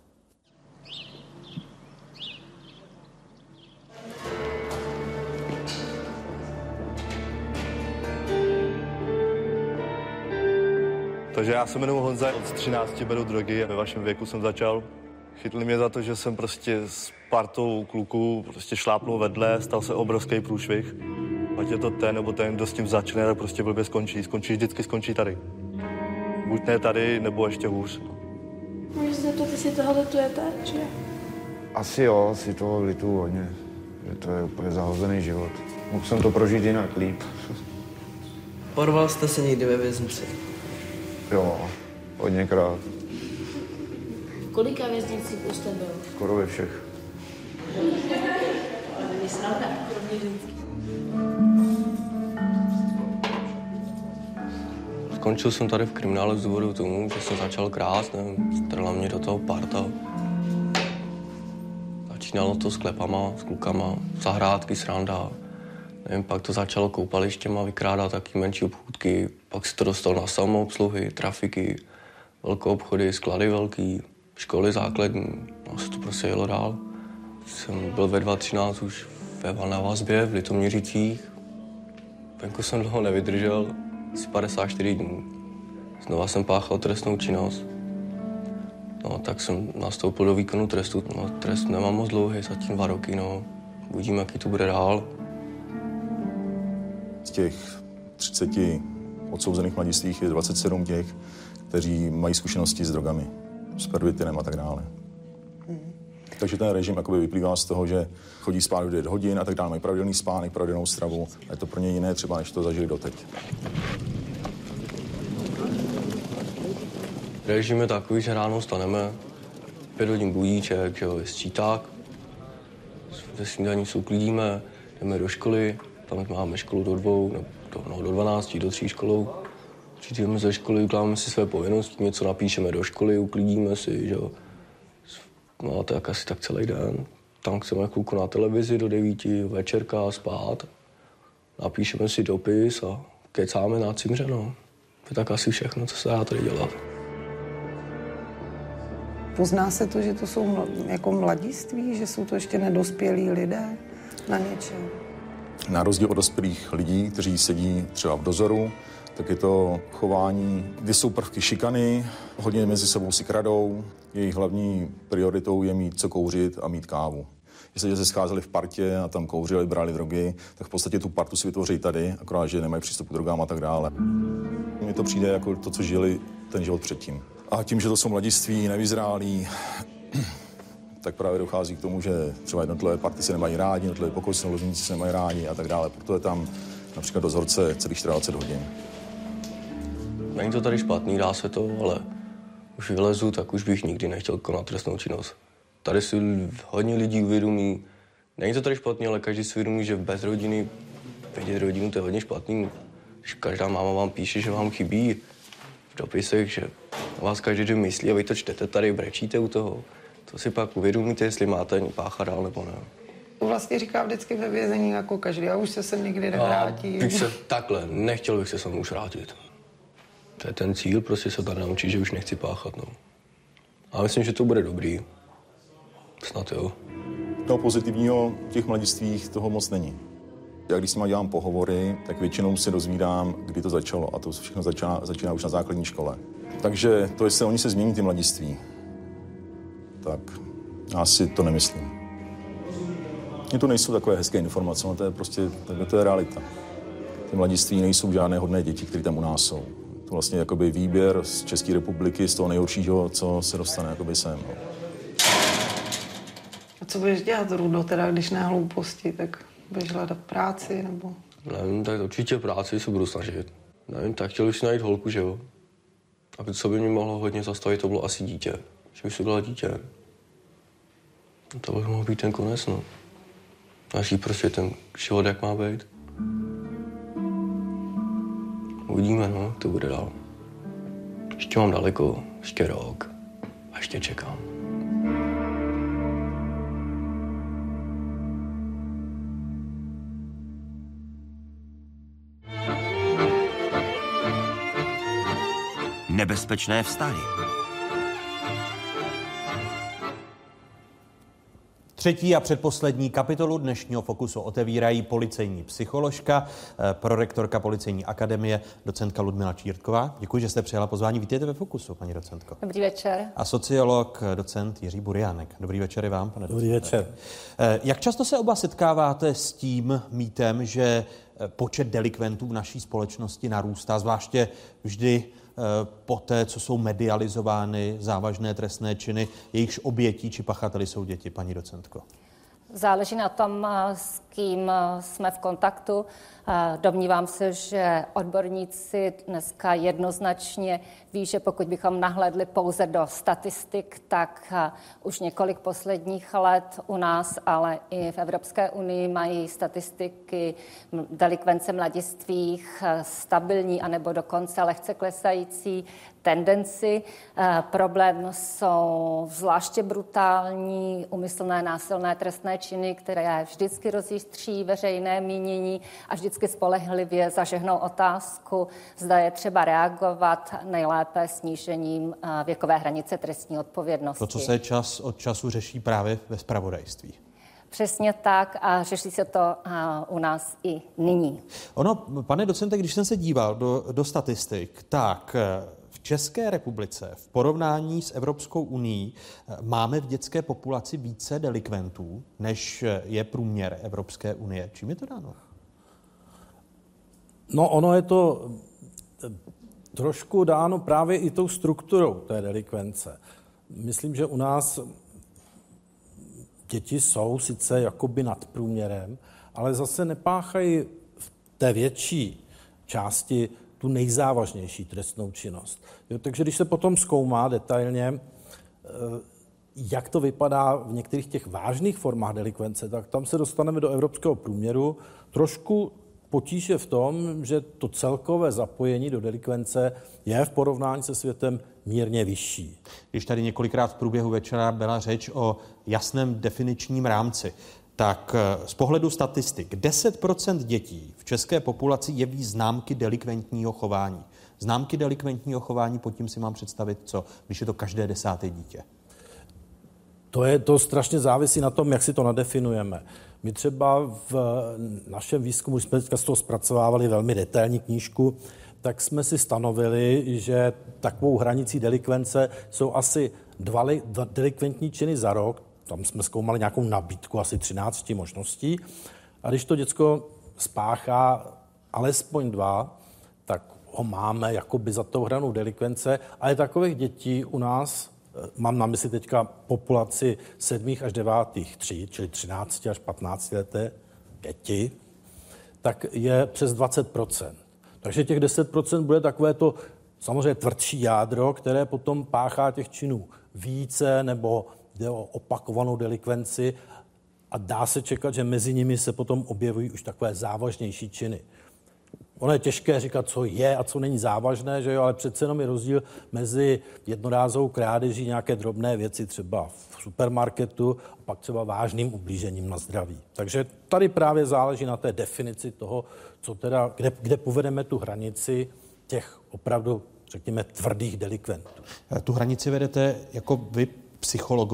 Speaker 21: Takže já se jmenuji Honza, od třinácti beru drogy a ve vašem věku jsem začal. Chytli mě za to, že jsem prostě s partou kluků prostě šlápnul vedle, stal se obrovský průšvih. Ať je to ten nebo ten, kdo s tím začne, tak prostě blbě skončí. Skončí vždycky, skončí tady. Buď ne tady, nebo ještě hůř.
Speaker 22: Můžeš se zeptat, jestli tohle litujete, či?
Speaker 23: Asi jo, asi toho lituju hodně. Že to je úplně zahozený život. Mohl jsem to prožít jinak líp.
Speaker 24: Porval jste se někdy ve věznici?
Speaker 23: Jo, hodněkrát.
Speaker 22: Kolika věznicích jste byl?
Speaker 23: Skoro ve všech.
Speaker 25: Skončil jsem tady v kriminále z důvodu tomu, že jsem začal krást, nevím, strhla mě do toho parta. Začínalo to s klepama, s klukama, zahrádky, sranda. Nevím, pak to začalo koupalištěma vykrádat taky menší obchůdky, pak se to dostalo na samoobsluhy, trafiky, velké obchody, sklady velký, školy základní, no se to prostě jelo dál. Jsem byl ve dva třináct už ve valné vazbě v Litoměřicích. Venku jsem dlouho nevydržel, asi padesát čtyři dní. Znova jsem páchal trestnou činnost. No, tak jsem nastoupil do výkonu trestu. No, trest nemám moc dlouhý, zatím dva roky, no. Uvidím, jaký to bude dál.
Speaker 26: Z těch třiceti odsouzených mladistvých je dvacet sedm těch, kteří mají zkušenosti s drogami, s pervitinem a tak dále. Mm. Takže ten režim jakoby vyplývá z toho, že chodí spát do devět hodin a tak dále, mají pravidelný spánek, pravidelnou stravu. A je to pro ně jiné třeba, než to zažili doteď.
Speaker 25: Režim je takový, že ráno staneme, pět hodin budíček, že jo, je sčíták, ve snídaní se uklidíme, jdeme do školy, tam máme školu do dvou, do, no, do dvanácti, do tří školou. Přijdeme ze školy, ukládáme si své povinnosti, něco napíšeme do školy, uklidíme si, že jo. No a to je asi tak celý den. Tam chceme chvilku na televizi do devíti, večerka, spát. Napíšeme si dopis a kecáme na cimře, no. To je tak asi všechno, co se dá tady dělat.
Speaker 16: Pozná se to, že to jsou mla, jako mladiství, že jsou to ještě nedospělí lidé na něčem?
Speaker 26: Na rozdíl od dospělých lidí, kteří sedí třeba v dozoru, tak je to chování, kdy jsou prvky šikany, hodně mezi sebou si kradou, jejich hlavní prioritou je mít co kouřit a mít kávu. Jestliže se scházeli v partě a tam kouřili, brali drogy, tak v podstatě tu partu si vytvoří tady, akorát, že nemají přístup k drogám a tak dále. Mně to přijde jako to, co žili ten život předtím. A tím, že to jsou mladiství, nevyzrálí, tak právě dochází k tomu, že třeba jednotlivé party se nemají rádi, jednotlivé pokojci ložníci se nemají rádi a tak dále. Proto je tam například dozorce celých dvacet čtyři hodin.
Speaker 25: Není to tady špatný, dá se to, ale už vylezu, tak už bych nikdy nechtěl konat trestnou činnost. Tady si hodně lidí uvědomí, není to tady špatný, ale každý si uvědomí, že bez rodiny vidět rodinu, to je hodně špatný. Když každá máma vám píše, že vám chybí v dopisech, že vás každý den myslí a vy to čtete tady, brečíte u toho. To si pak uvědomíte, jestli máte páchat dál nebo ne.
Speaker 16: Vlastně říká vždycky ve vězení jako každý, a už se sem nikdy nevrátí.
Speaker 25: Bych se takhle, nechtěl bych se sem už vrátit. To je ten cíl, prostě se tady naučit, že už nechci páchat, no. A myslím, že to bude dobrý. Snad jo.
Speaker 26: Toho pozitivního v těch mladistvích toho moc není. Já když s nimi dělám pohovory, tak většinou si dozvídám, kdy to začalo a to všechno začíná, začíná už na základní škole. Takže to, jestli oni se změní ty mladiství, tak já si to nemyslím. Mně to nejsou takové hezké informace, no to je prostě, to je realita. Ty mladiství nejsou žádné hodné děti, které tam u nás jsou. To vlastně jakoby výběr z České republiky, z toho nejhoršího, co se dostane jakoby sem. No.
Speaker 16: A co budeš dělat, Rudo, teda, když ne hlouposti, tak budeš hledat práci, nebo?
Speaker 25: Nevím, tak určitě práci se budu snažit. Nevím, tak chtěl bych si najít holku, že jo? A co by mě mohlo hodně zastavit, to bylo asi dítě. Že bych si byla dítě. No to by mohl být ten konec, no. A žít prostě ten život, jak má být. Uvidíme, no, jak to bude dál. Ještě mám daleko, ještě rok a ještě čekám.
Speaker 1: Nebezpečné vztahy.
Speaker 8: Třetí a předposlední kapitolu dnešního Fokusu otevírají policejní psycholožka, prorektorka Policejní akademie, docentka Ludmila Čírtková. Děkuji, že jste přijala pozvání. Vítejte ve Fokusu, paní docentko.
Speaker 5: Dobrý večer.
Speaker 8: A sociolog, docent Jiří Buriánek. Dobrý večer i vám, pane
Speaker 6: Dobrý
Speaker 8: docente.
Speaker 6: večer.
Speaker 8: Jak často se oba setkáváte s tím mýtem, že počet delikventů v naší společnosti narůstá, zvláště vždy po té, co jsou medializovány závažné trestné činy, jejichž obětí či pachateli jsou děti, paní docentko?
Speaker 5: Záleží na tom, s kým jsme v kontaktu. Domnívám se, že odborníci dneska jednoznačně ví, že pokud bychom nahlédli pouze do statistik, tak už několik posledních let u nás, ale i v Evropské unii mají statistiky delikvence mladistvých stabilní anebo dokonce lehce klesající tendenci. Problém jsou zvláště brutální, úmyslné násilné trestné činy, které vždycky rozjistří veřejné mínění a vždycky spolehlivě zažehnou otázku, zda je třeba reagovat nejlépe snížením věkové hranice trestní odpovědnosti.
Speaker 8: To, co se čas od času řeší právě ve zpravodajství.
Speaker 5: Přesně tak a řeší se to u nás i nyní.
Speaker 8: Ono, pane docente, když jsem se díval do, do statistik, tak v České republice v porovnání s Evropskou unií máme v dětské populaci více delikventů, než je průměr Evropské unie. Čím je to dáno?
Speaker 6: No, ono je to trošku dáno právě i tou strukturou té delikvence. Myslím, že u nás děti jsou sice jakoby nad průměrem, ale zase nepáchají v té větší části tu nejzávažnější trestnou činnost. Jo, takže když se potom zkoumá detailně, jak to vypadá v některých těch vážných formách delikvence, tak tam se dostaneme do evropského průměru. Trošku potíž je v tom, že to celkové zapojení do delikvence je v porovnání se světem mírně vyšší.
Speaker 8: Když tady několikrát v průběhu večera byla řeč o jasném definičním rámci, tak z pohledu statistik deset procent dětí v české populaci jeví známky delikventního chování. Známky delikventního chování, pod tím si mám představit co, když je to každé desáté dítě.
Speaker 6: To je to strašně závisí na tom, jak si to nadefinujeme. My třeba v našem výzkumu, jsme teďka z toho zpracovávali velmi detailní knížku, tak jsme si stanovili, že takovou hranicí delikvence jsou asi dva, li, dva delikventní činy za rok. Tam jsme zkoumali nějakou nabídku asi třináct možností. A když to děcko spáchá alespoň dva, tak ho máme jakoby za tou hranou delikvence. Ale takových dětí u nás, mám na mysli teďka populaci sedmých až devátých tříd, čili třináct až patnáct leté děti, tak je přes dvacet procent. Takže těch deset procent bude takové to samozřejmě tvrdší jádro, které potom páchá těch činů více nebo jde o opakovanou delikvenci a dá se čekat, že mezi nimi se potom objevují už takové závažnější činy. Ono je těžké říkat, co je a co není závažné, že jo, ale přece jenom je rozdíl mezi jednorázovou krádeží nějaké drobné věci třeba v supermarketu a pak třeba vážným ublížením na zdraví. Takže tady právě záleží na té definici toho, co teda, kde, kde povedeme tu hranici těch opravdu, řekněme, tvrdých delikventů.
Speaker 8: Tu hranici vedete jako vy psychologové,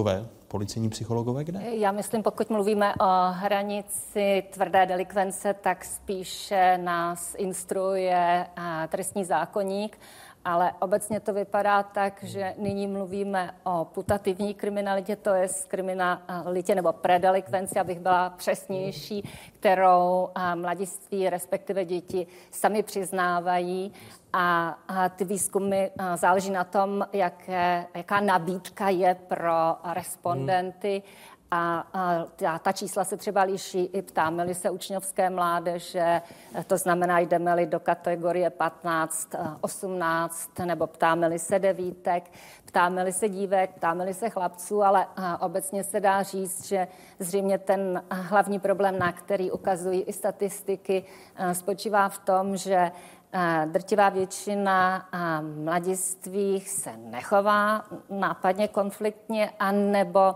Speaker 8: policejní psychologové kde?
Speaker 5: Já myslím, pokud mluvíme o hranici tvrdé delikvence, tak spíše nás instruuje trestní zákoník, ale obecně to vypadá tak, že nyní mluvíme o putativní kriminalitě, to je kriminalitě nebo predelikvenci, abych byla přesnější, kterou mladiství, respektive děti, sami přiznávají. A, a ty výzkumy a záleží na tom, jaké, jaká nabídka je pro respondenty. A, a ta, ta čísla se třeba liší i ptáme-li se učňovské mládeže, to znamená, jdeme-li do kategorie patnáct osmnáct, nebo ptáme-li se devítek, ptáme-li se dívek, ptáme-li se chlapců, ale a, obecně se dá říct, že zřejmě ten hlavní problém, na který ukazují i statistiky, a, spočívá v tom, že drtivá většina mladistvých se nechová nápadně konfliktně, anebo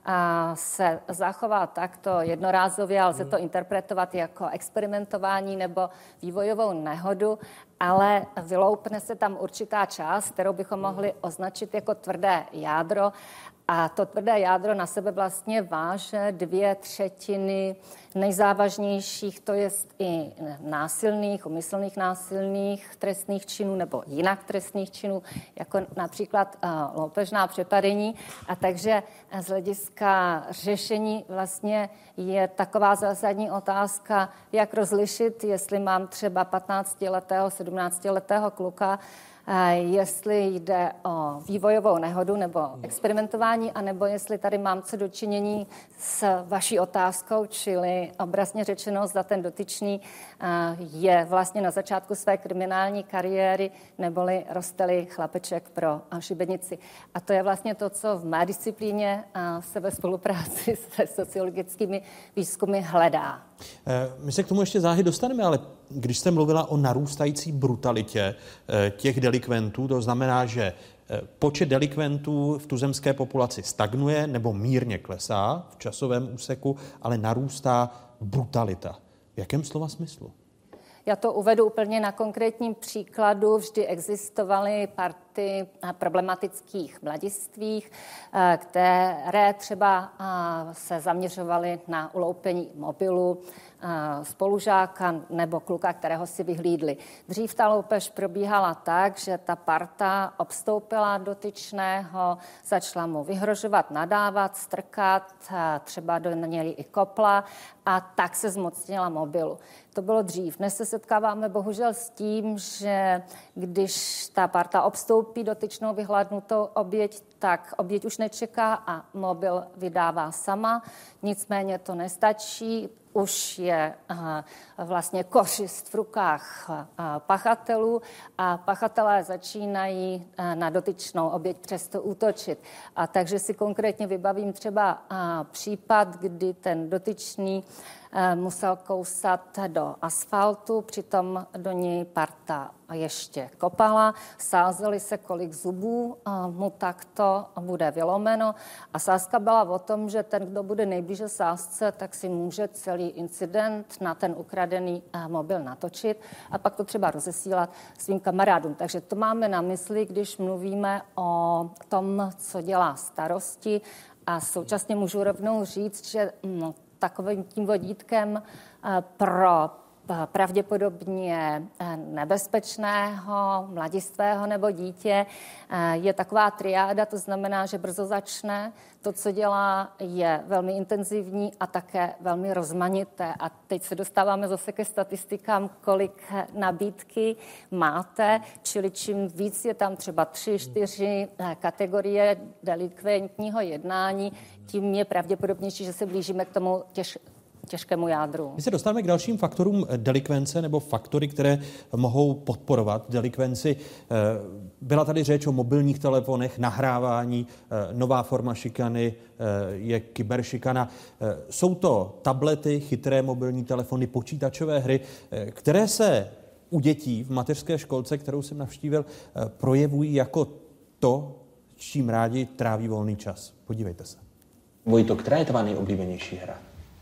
Speaker 5: se zachová takto jednorázově, ale lze to interpretovat jako experimentování nebo vývojovou nehodu, ale vyloupne se tam určitá část, kterou bychom mohli označit jako tvrdé jádro. A to tvrdé jádro na sebe vlastně váže dvě třetiny nejzávažnější, to je i násilných, umyslných násilných trestných činů nebo jinak trestných činů, jako například uh, loupežná přepadení. A takže z hlediska řešení vlastně je taková zásadní otázka, jak rozlišit, jestli mám třeba patnáctiletého, sedmnáctiletého kluka, jestli jde o vývojovou nehodu nebo experimentování, anebo jestli tady mám co dočinění s vaší otázkou, čili obrazně řečeno, zda ten dotyčný je vlastně na začátku své kriminální kariéry, neboli roste-li chlapeček pro šibenici. A to je vlastně to, co v mé disciplíně se ve spolupráci se sociologickými výzkumy hledá.
Speaker 8: My se k tomu ještě záhy dostaneme, ale když jste mluvila o narůstající brutalitě těch delikventů, to znamená, že počet delikventů v tuzemské populaci stagnuje nebo mírně klesá v časovém úseku, ale narůstá brutalita. V jakém slova smyslu?
Speaker 5: Já to uvedu úplně na konkrétním příkladu. Vždy existovaly party problematických mladistvých, které třeba se zaměřovaly na uloupení mobilu spolužáka nebo kluka, kterého si vyhlídli. Dřív ta loupež probíhala tak, že ta parta obstoupila dotyčného, začala mu vyhrožovat, nadávat, strkat, třeba do něj i kopla a tak se zmocnila mobilu. To bylo dřív. Dnes se setkáváme bohužel s tím, že když ta parta obstoupí dotyčnou vyhlédnutou oběť, tak oběť už nečeká a mobil vydává sama. Nicméně to nestačí. Už je vlastně kořist v rukách pachatelů a pachatelé začínají na dotyčnou oběť přesto útočit. A takže si konkrétně vybavím třeba případ, kdy ten dotyčný musel kousat do asfaltu, přitom do něj parta ještě kopala, sázeli se, kolik zubů mu takto bude vylomeno a sázka byla o tom, že ten, kdo bude nejblíže sázce, tak si může celý incident na ten ukradený mobil natočit a pak to třeba rozesílat svým kamarádům. Takže to máme na mysli, když mluvíme o tom, co dělá starosti a současně můžu rovnou říct, že no, takovým tím vodítkem pro pravděpodobně nebezpečného mladistvého nebo dítě je taková triáda, to znamená, že brzo začne. To, co dělá, je velmi intenzivní a také velmi rozmanité. A teď se dostáváme zase ke statistikám, kolik nabídky máte, čili čím víc je tam třeba tři, čtyři kategorie delikventního jednání, tím je pravděpodobnější, že se blížíme k tomu těž těžkému jádru.
Speaker 8: My se dostáváme k dalším faktorům delikvence nebo faktory, které mohou podporovat delikvenci. Byla tady řeč o mobilních telefonech, nahrávání, nová forma šikany je kyberšikana. Jsou to tablety, chytré mobilní telefony, počítačové hry, které se u dětí v mateřské školce, kterou jsem navštívil, projevují jako to, s čím rádi tráví volný čas. Podívejte se.
Speaker 9: Vojto, která je tvá nejoblíbenější hra?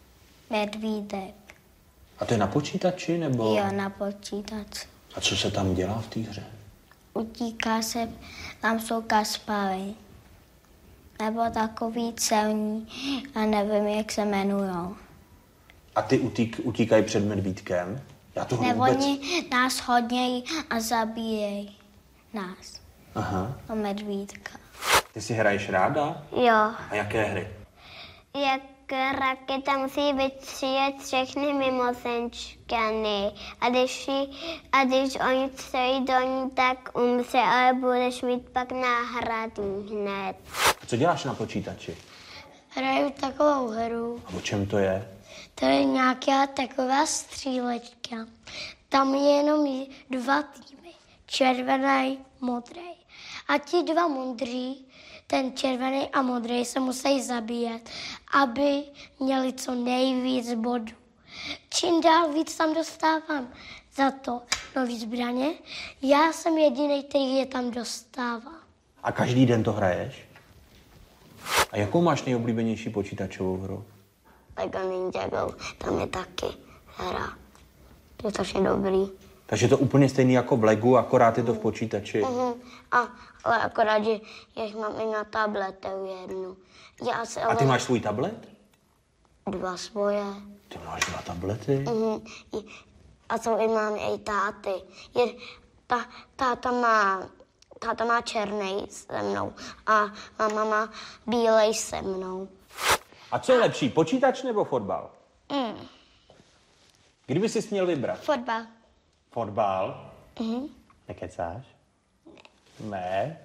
Speaker 13: Medvídek.
Speaker 9: A to je na počítači, nebo?
Speaker 13: Jo, na počítači.
Speaker 9: A co se tam dělá v té hře?
Speaker 13: Utíká se, tam jsou kaspary. nebo takový celní a nevím, jak se jmenujou.
Speaker 9: A ty utík, utíkají před medvídkem? Já to
Speaker 13: Nebo
Speaker 9: vůbec...
Speaker 13: oni nás hodnějí a zabíjejí nás.
Speaker 9: Aha.
Speaker 13: To medvídka.
Speaker 9: Ty si hraješ ráda?
Speaker 13: Jo.
Speaker 9: A jaké hry?
Speaker 13: Jak raketa musí vytříjet všechny mimozenčkany. A když, jí, a když oni přejí do ní, tak umře, ale budeš mít pak náhradní hned.
Speaker 9: A co děláš na počítači?
Speaker 22: Hraju takovou hru.
Speaker 9: A o čem to je?
Speaker 22: To je nějaká taková střílečka. Tam je jenom dva týmy. Červený, modrý. A ti dva modří, ten červený a modrý, se musí zabíjet, aby měli co nejvíc bodů. Čím dál víc tam dostávám za to nový zbraně, já jsem jediný, který je tam dostává.
Speaker 9: A každý den to hraješ? A jakou máš nejoblíbenější počítačovou hru?
Speaker 13: Lego Ninjago, tam je taky hra. To je strašně dobrý.
Speaker 9: Takže to úplně stejný jako v Legu, akorát je to v počítači.
Speaker 13: Uh-huh. A, ale akorát, že já mám i na tabletu jednu. Já se, ale...
Speaker 9: A ty máš svůj tablet?
Speaker 13: Dva svoje.
Speaker 9: Ty máš dva tablety?
Speaker 13: Uh-huh. A jsou i mám i táty. Je, ta, táta má... Táta má černej se mnou a máma má bílej se mnou.
Speaker 9: A co je lepší, počítač nebo fotbal?
Speaker 13: Mm.
Speaker 9: Kdyby jsi měl vybrat?
Speaker 13: Fotbal.
Speaker 9: Fotbal?
Speaker 13: Mhm.
Speaker 9: Nekecáš? Ne.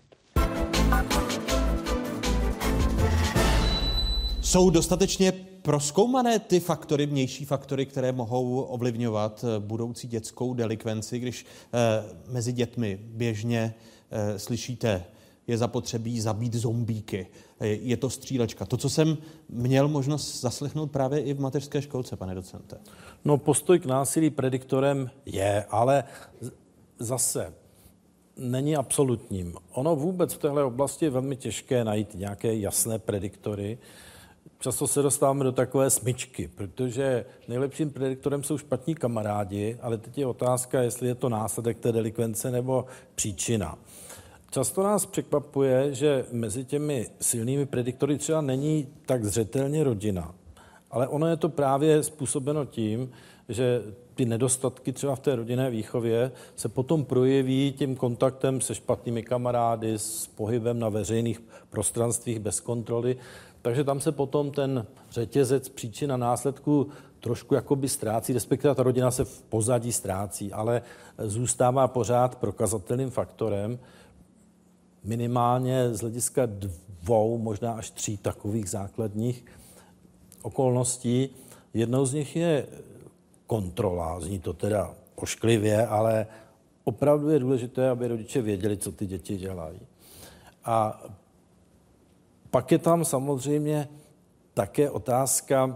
Speaker 8: Jsou dostatečně prozkoumané ty faktory, vnější faktory, které mohou ovlivňovat budoucí dětskou delikvenci, když eh, mezi dětmi běžně eh, slyšíte, je zapotřebí zabít zombíky, eh, je to střílečka. To, co jsem měl možnost zaslechnout právě i v mateřské školce, pane docente.
Speaker 6: No, postoj k násilí prediktorem je, ale zase není absolutním. Ono vůbec v téhle oblasti je velmi těžké najít nějaké jasné prediktory. Často se dostáváme do takové smyčky, protože nejlepším prediktorem jsou špatní kamarádi, ale teď je otázka, jestli je to následek té delikvence nebo příčina. Často nás překvapuje, že mezi těmi silnými prediktory třeba není tak zřetelně rodina, ale ono je to právě způsobeno tím, že ty nedostatky třeba v té rodinné výchově se potom projeví tím kontaktem se špatnými kamarády, s pohybem na veřejných prostranstvích bez kontroly. Takže tam se potom ten řetězec příčin a následků trošku jakoby ztrácí, respektive ta rodina se v pozadí ztrácí, ale zůstává pořád prokazatelným faktorem, minimálně z hlediska dvou, možná až tří takových základních okolností. Jednou z nich je kontrola, zní to teda ošklivě, ale opravdu je důležité, aby rodiče věděli, co ty děti dělají. A pak je tam samozřejmě také otázka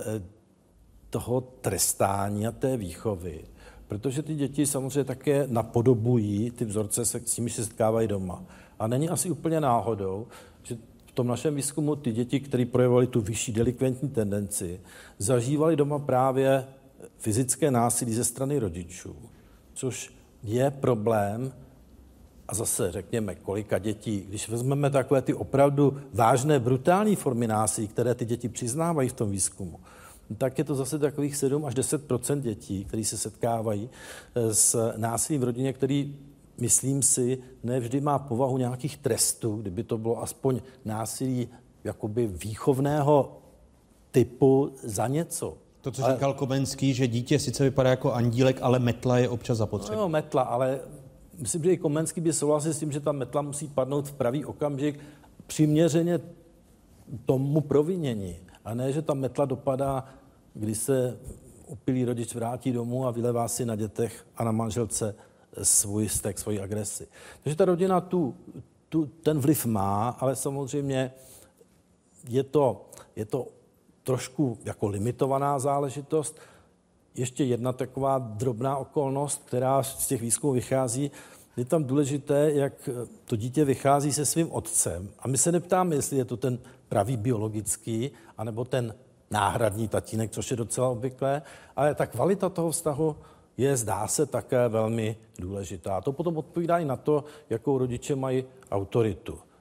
Speaker 6: toho trestání a té výchovy, protože ty děti samozřejmě také napodobují ty vzorce, s nimi se setkávají doma. A není asi úplně náhodou, že v tom našem výzkumu ty děti, které projevovaly tu vyšší delikventní tendenci, zažívaly doma právě fyzické násilí ze strany rodičů, což je problém. A zase řekněme, kolika dětí, když vezmeme takové ty opravdu vážné, brutální formy násilí, které ty děti přiznávají v tom výzkumu, tak je to zase takových sedm až deset procent dětí, které se setkávají s násilím v rodině, který, myslím si, nevždy má povahu nějakých trestů, kdyby to bylo aspoň násilí jakoby výchovného typu za něco.
Speaker 8: To, co říkal Komenský, že dítě sice vypadá jako andílek, ale metla je občas zapotřebí.
Speaker 6: No, metla, ale myslím, že i Komenský by souhlasil s tím, že ta metla musí padnout v pravý okamžik přiměřeně tomu provinění. A ne, že ta metla dopadá, když se opilý rodič vrátí domů a vylevá si na dětech a na manželce svůj vztek, svoji agresi. Takže ta rodina tu, tu, ten vliv má, ale samozřejmě je to, je to trošku jako limitovaná záležitost. Ještě jedna taková drobná okolnost, která z těch výzkumů vychází, je tam důležité, jak to dítě vychází se svým otcem. A my se neptáme, jestli je to ten pravý biologický, anebo ten náhradní tatínek, což je docela obvyklé, ale ta kvalita toho vztahu je, zdá se, také velmi důležitá. To potom odpovídá i na to, jakou rodiče mají autoritu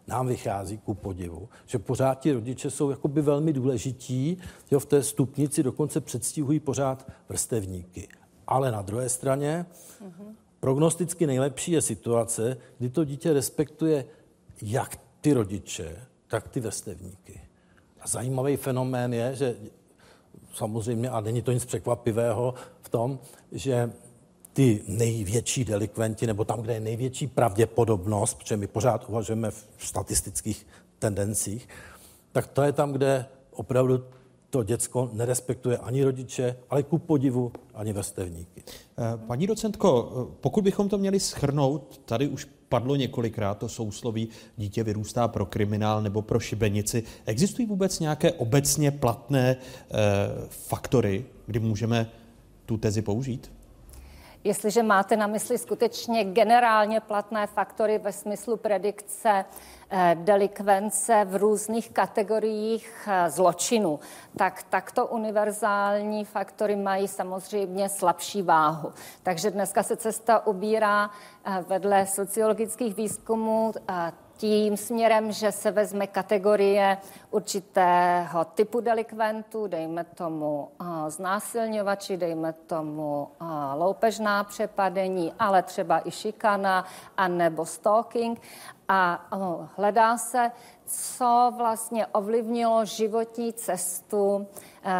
Speaker 6: nám vychází ku podivu, že pořád ti rodiče jsou jakoby velmi důležití, jo, v té stupnici dokonce předstihují pořád vrstevníky. Ale na druhé straně mm-hmm. prognosticky nejlepší je situace, kdy to dítě respektuje jak ty rodiče, tak ty vrstevníky. A zajímavý fenomén je, že samozřejmě, a není to nic překvapivého v tom, že ty největší delikventi, nebo tam, kde je největší pravděpodobnost, protože my pořád uvažujeme v statistických tendencích, tak to je tam, kde opravdu to děcko nerespektuje ani rodiče, ale ku podivu ani vrstevníky.
Speaker 8: Paní docentko, pokud bychom to měli shrnout, tady už padlo několikrát to sousloví dítě vyrůstá pro kriminál nebo pro šibenici. Existují vůbec nějaké obecně platné eh, faktory, kdy můžeme tu tezi použít?
Speaker 5: Jestliže máte na mysli skutečně generálně platné faktory ve smyslu predikce eh, delikvence v různých kategoriích eh, zločinu, tak takto univerzální faktory mají samozřejmě slabší váhu. Takže dneska se cesta ubírá eh, vedle sociologických výzkumů eh, tím směrem, že se vezme kategorie určitého typu delikventů, dejme tomu uh, znásilňovači, dejme tomu uh, loupežná přepadení, ale třeba i šikana, anebo stalking. A uh, hledá se, co vlastně ovlivnilo životní cestu uh,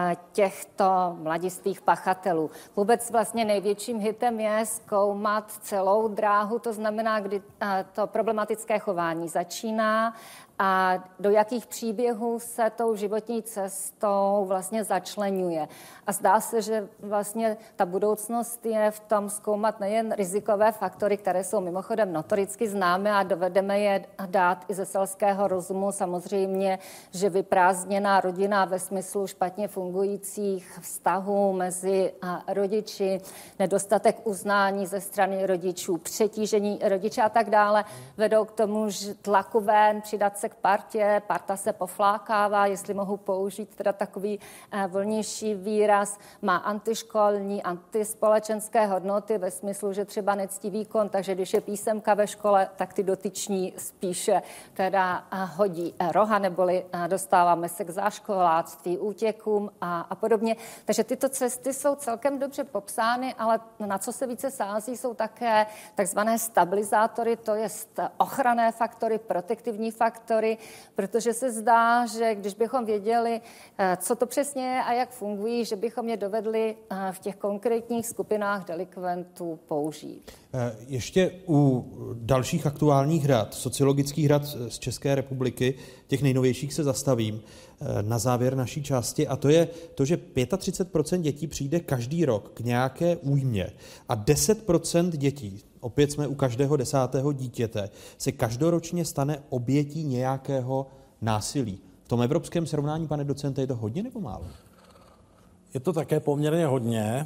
Speaker 5: těchto mladistvých pachatelů. Vůbec vlastně největším hitem je zkoumat celou dráhu, to znamená, kdy uh, to problematické chování začíná a do jakých příběhů se tou životní cestou vlastně začleňuje. A zdá se, že vlastně ta budoucnost je v tom zkoumat nejen rizikové faktory, které jsou mimochodem notoricky známé a dovedeme je dát i ze selského rozumu. Samozřejmě, že vyprázdněná rodina ve smyslu špatně fungujících vztahů mezi rodiči, nedostatek uznání ze strany rodičů, přetížení rodiče a tak dále vedou k tomu, že tlaku ven, přidat se k partě, parta se poflákává, jestli mohu použít teda takový eh, volnější výraz, má antiškolní, antispolečenské hodnoty ve smyslu, že třeba nectí výkon, takže když je písemka ve škole, tak ty dotyční spíše teda eh, hodí eh, roha, neboli eh, dostáváme se k záškoláctví, útěkům a, a podobně. Takže tyto cesty jsou celkem dobře popsány, ale na co se více sází, jsou také takzvané stabilizátory, to je ochranné faktory, protektivní faktory, protože se zdá, že když bychom věděli, co to přesně je a jak fungují, že bychom je dovedli v těch konkrétních skupinách delikventů použít.
Speaker 8: Ještě u dalších aktuálních dat, sociologických dat z České republiky, těch nejnovějších se zastavím na závěr naší části, a to je to, že třicet pět procent dětí přijde každý rok k nějaké újmě a deset procent dětí, opět jsme u každého desátého dítěte, se každoročně stane obětí nějakého násilí. V tom evropském srovnání, pane docente, je to hodně nebo málo?
Speaker 6: Je to také poměrně hodně.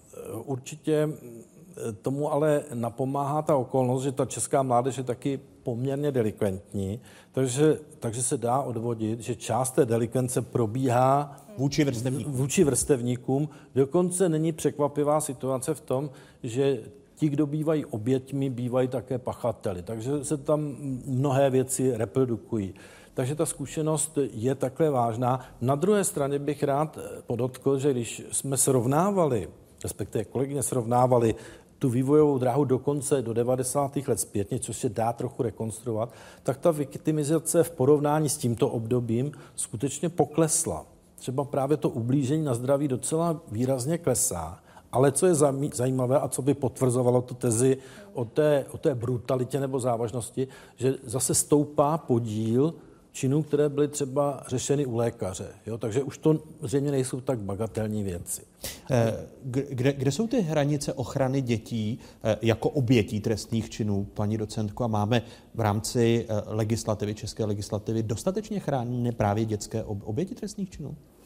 Speaker 6: Určitě tomu ale napomáhá ta okolnost, že ta česká mládež je taky poměrně delikventní, takže, takže se dá odvodit, že část té delikvence probíhá
Speaker 8: vůči vrstevníkům.
Speaker 6: vůči vrstevníkům. Dokonce není překvapivá situace v tom, že ti, kdo bývají oběťmi, bývají také pachateli. Takže se tam mnohé věci reprodukují. Takže ta zkušenost je takhle vážná. Na druhé straně bych rád podotkl, že když jsme srovnávali, respektive kolegyně srovnávali tu vývojovou dráhu dokonce do devadesátých let zpětně, což se dá trochu rekonstruovat, tak ta viktimizace v porovnání s tímto obdobím skutečně poklesla. Třeba právě to ublížení na zdraví docela výrazně klesá, ale co je zajímavé a co by potvrzovalo tu tezi o té, o té brutalitě nebo závažnosti, že zase stoupá podíl činů, které byly třeba řešeny u lékaře. Jo? Takže už to zřejmě nejsou tak bagatelní věci.
Speaker 8: Kde, kde jsou ty hranice ochrany dětí jako obětí trestných činů, paní docentko? A máme v rámci legislativy, české legislativy, dostatečně chráněné právě dětské oběti trestných činů?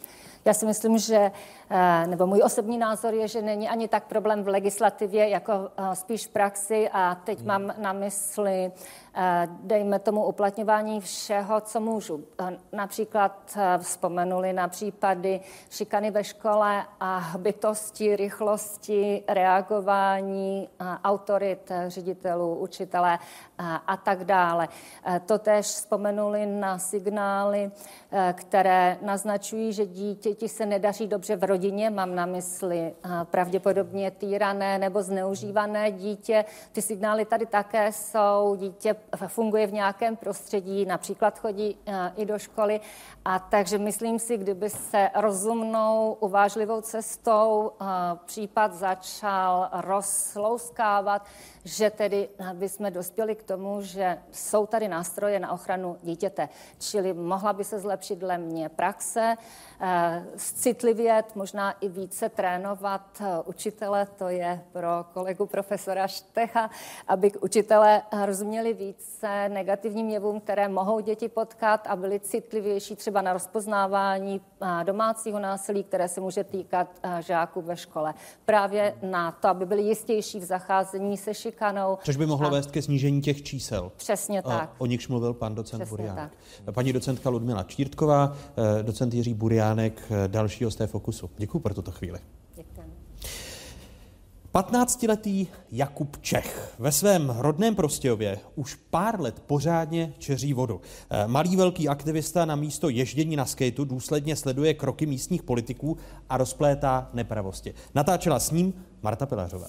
Speaker 5: Já si myslím, že, nebo můj osobní názor je, že není ani tak problém v legislativě, jako spíš v praxi a teď hmm. mám na mysli, dejme tomu uplatňování všeho, co můžu. Například vzpomenuli na případy šikany ve škole a bytosti, rychlosti, reagování autorit ředitelů, učitele a tak dále. Totéž vzpomenuli na signály, které naznačují, že dítěti se nedaří dobře v rodině. Mám na mysli pravděpodobně týrané nebo zneužívané dítě. Ty signály tady také jsou. Dítě funguje v nějakém prostředí, například chodí i do školy. A takže myslím si, kdyby se rozumnou, uvážlivou cestou případ začal rozlouskávat, že tedy bychom dospěli k tomu, že jsou tady nástroje na ochranu dítěte. Čili mohla by se zlepšit dle mě praxe, citlivět, možná i více trénovat učitele, to je pro kolegu profesora Štecha, aby učitelé rozuměli více negativním jevům, které mohou děti potkat a byli citlivější třeba na rozpoznávání domácího násilí, které se může týkat žáků ve škole. Právě na to, aby byli jistější v zacházení se šikanou.
Speaker 8: Což by mohlo
Speaker 5: a...
Speaker 8: vést ke snížení těch čísel.
Speaker 5: Přesně tak.
Speaker 8: O nichž mluvil pan docent
Speaker 5: Přesně
Speaker 8: Buriánek.
Speaker 5: Tak.
Speaker 8: Paní docentka Ludmila Čtírtková, docent Jiří Buriánek, dalšího z té Fokusu. Děkuji pro tuto chvíli.
Speaker 5: Děkujeme.
Speaker 8: patnáctiletý Jakub Čech ve svém rodném Prostějově už pár let pořádně čeří vodu. Malý velký aktivista na místo ježdění na skejtu důsledně sleduje kroky místních politiků a rozplétá nepravosti. Natáčela s ním Marta Pilařová.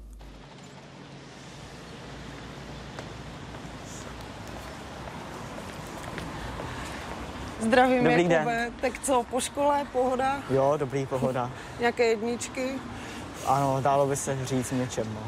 Speaker 16: Zdravím,
Speaker 7: Dobrý
Speaker 16: Jakube.
Speaker 7: den.
Speaker 16: Tak co, po škole, pohoda?
Speaker 7: Jo, dobrý, pohoda.
Speaker 16: Jaké jedničky?
Speaker 7: Ano, dálo by se říct něčem, no.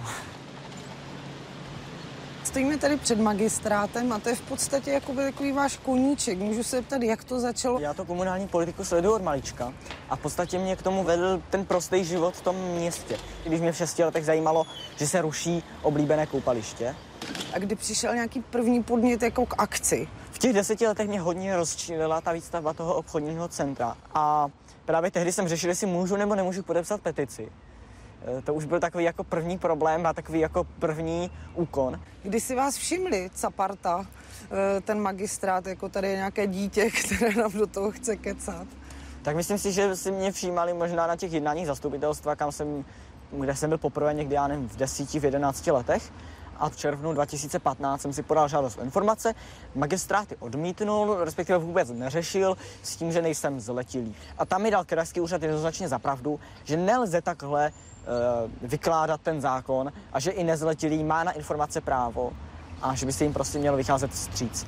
Speaker 16: Stojíme tady před magistrátem a to je v podstatě jakoby takový váš koníček. Můžu se ptát, jak to začalo?
Speaker 7: Já to komunální politiku sleduju od malička a v podstatě mě k tomu vedl ten prostý život v tom městě. Když mě v šesti letech zajímalo, že se ruší oblíbené koupaliště.
Speaker 16: A kdy přišel nějaký první podnět jako k akci?
Speaker 7: V těch deseti letech mě hodně rozčílila ta výstavba toho obchodního centra a právě tehdy jsem řešil, jestli můžu nebo nemůžu podepsat petici. To už byl takový jako první problém a takový jako první úkon.
Speaker 16: Když si vás všimli, Caparta, ten magistrát, jako tady je nějaké dítě, které nám do toho chce kecat?
Speaker 7: Tak myslím si, že si mě všímali možná na těch jednáních zastupitelstva, kam jsem, kde jsem byl poprvé někdy, já nevím, v desíti, v jedenácti letech. A v červnu dva tisíce patnáct jsem si podal žádost o informace. Magistrát ji odmítnul, respektive vůbec neřešil s tím, že nejsem zletilý. A tam mi dal krajský úřad jednoznačně za pravdu, že nelze takhle uh, vykládat ten zákon a že i nezletilý má na informace právo a že by se jim prostě mělo vycházet vstříc.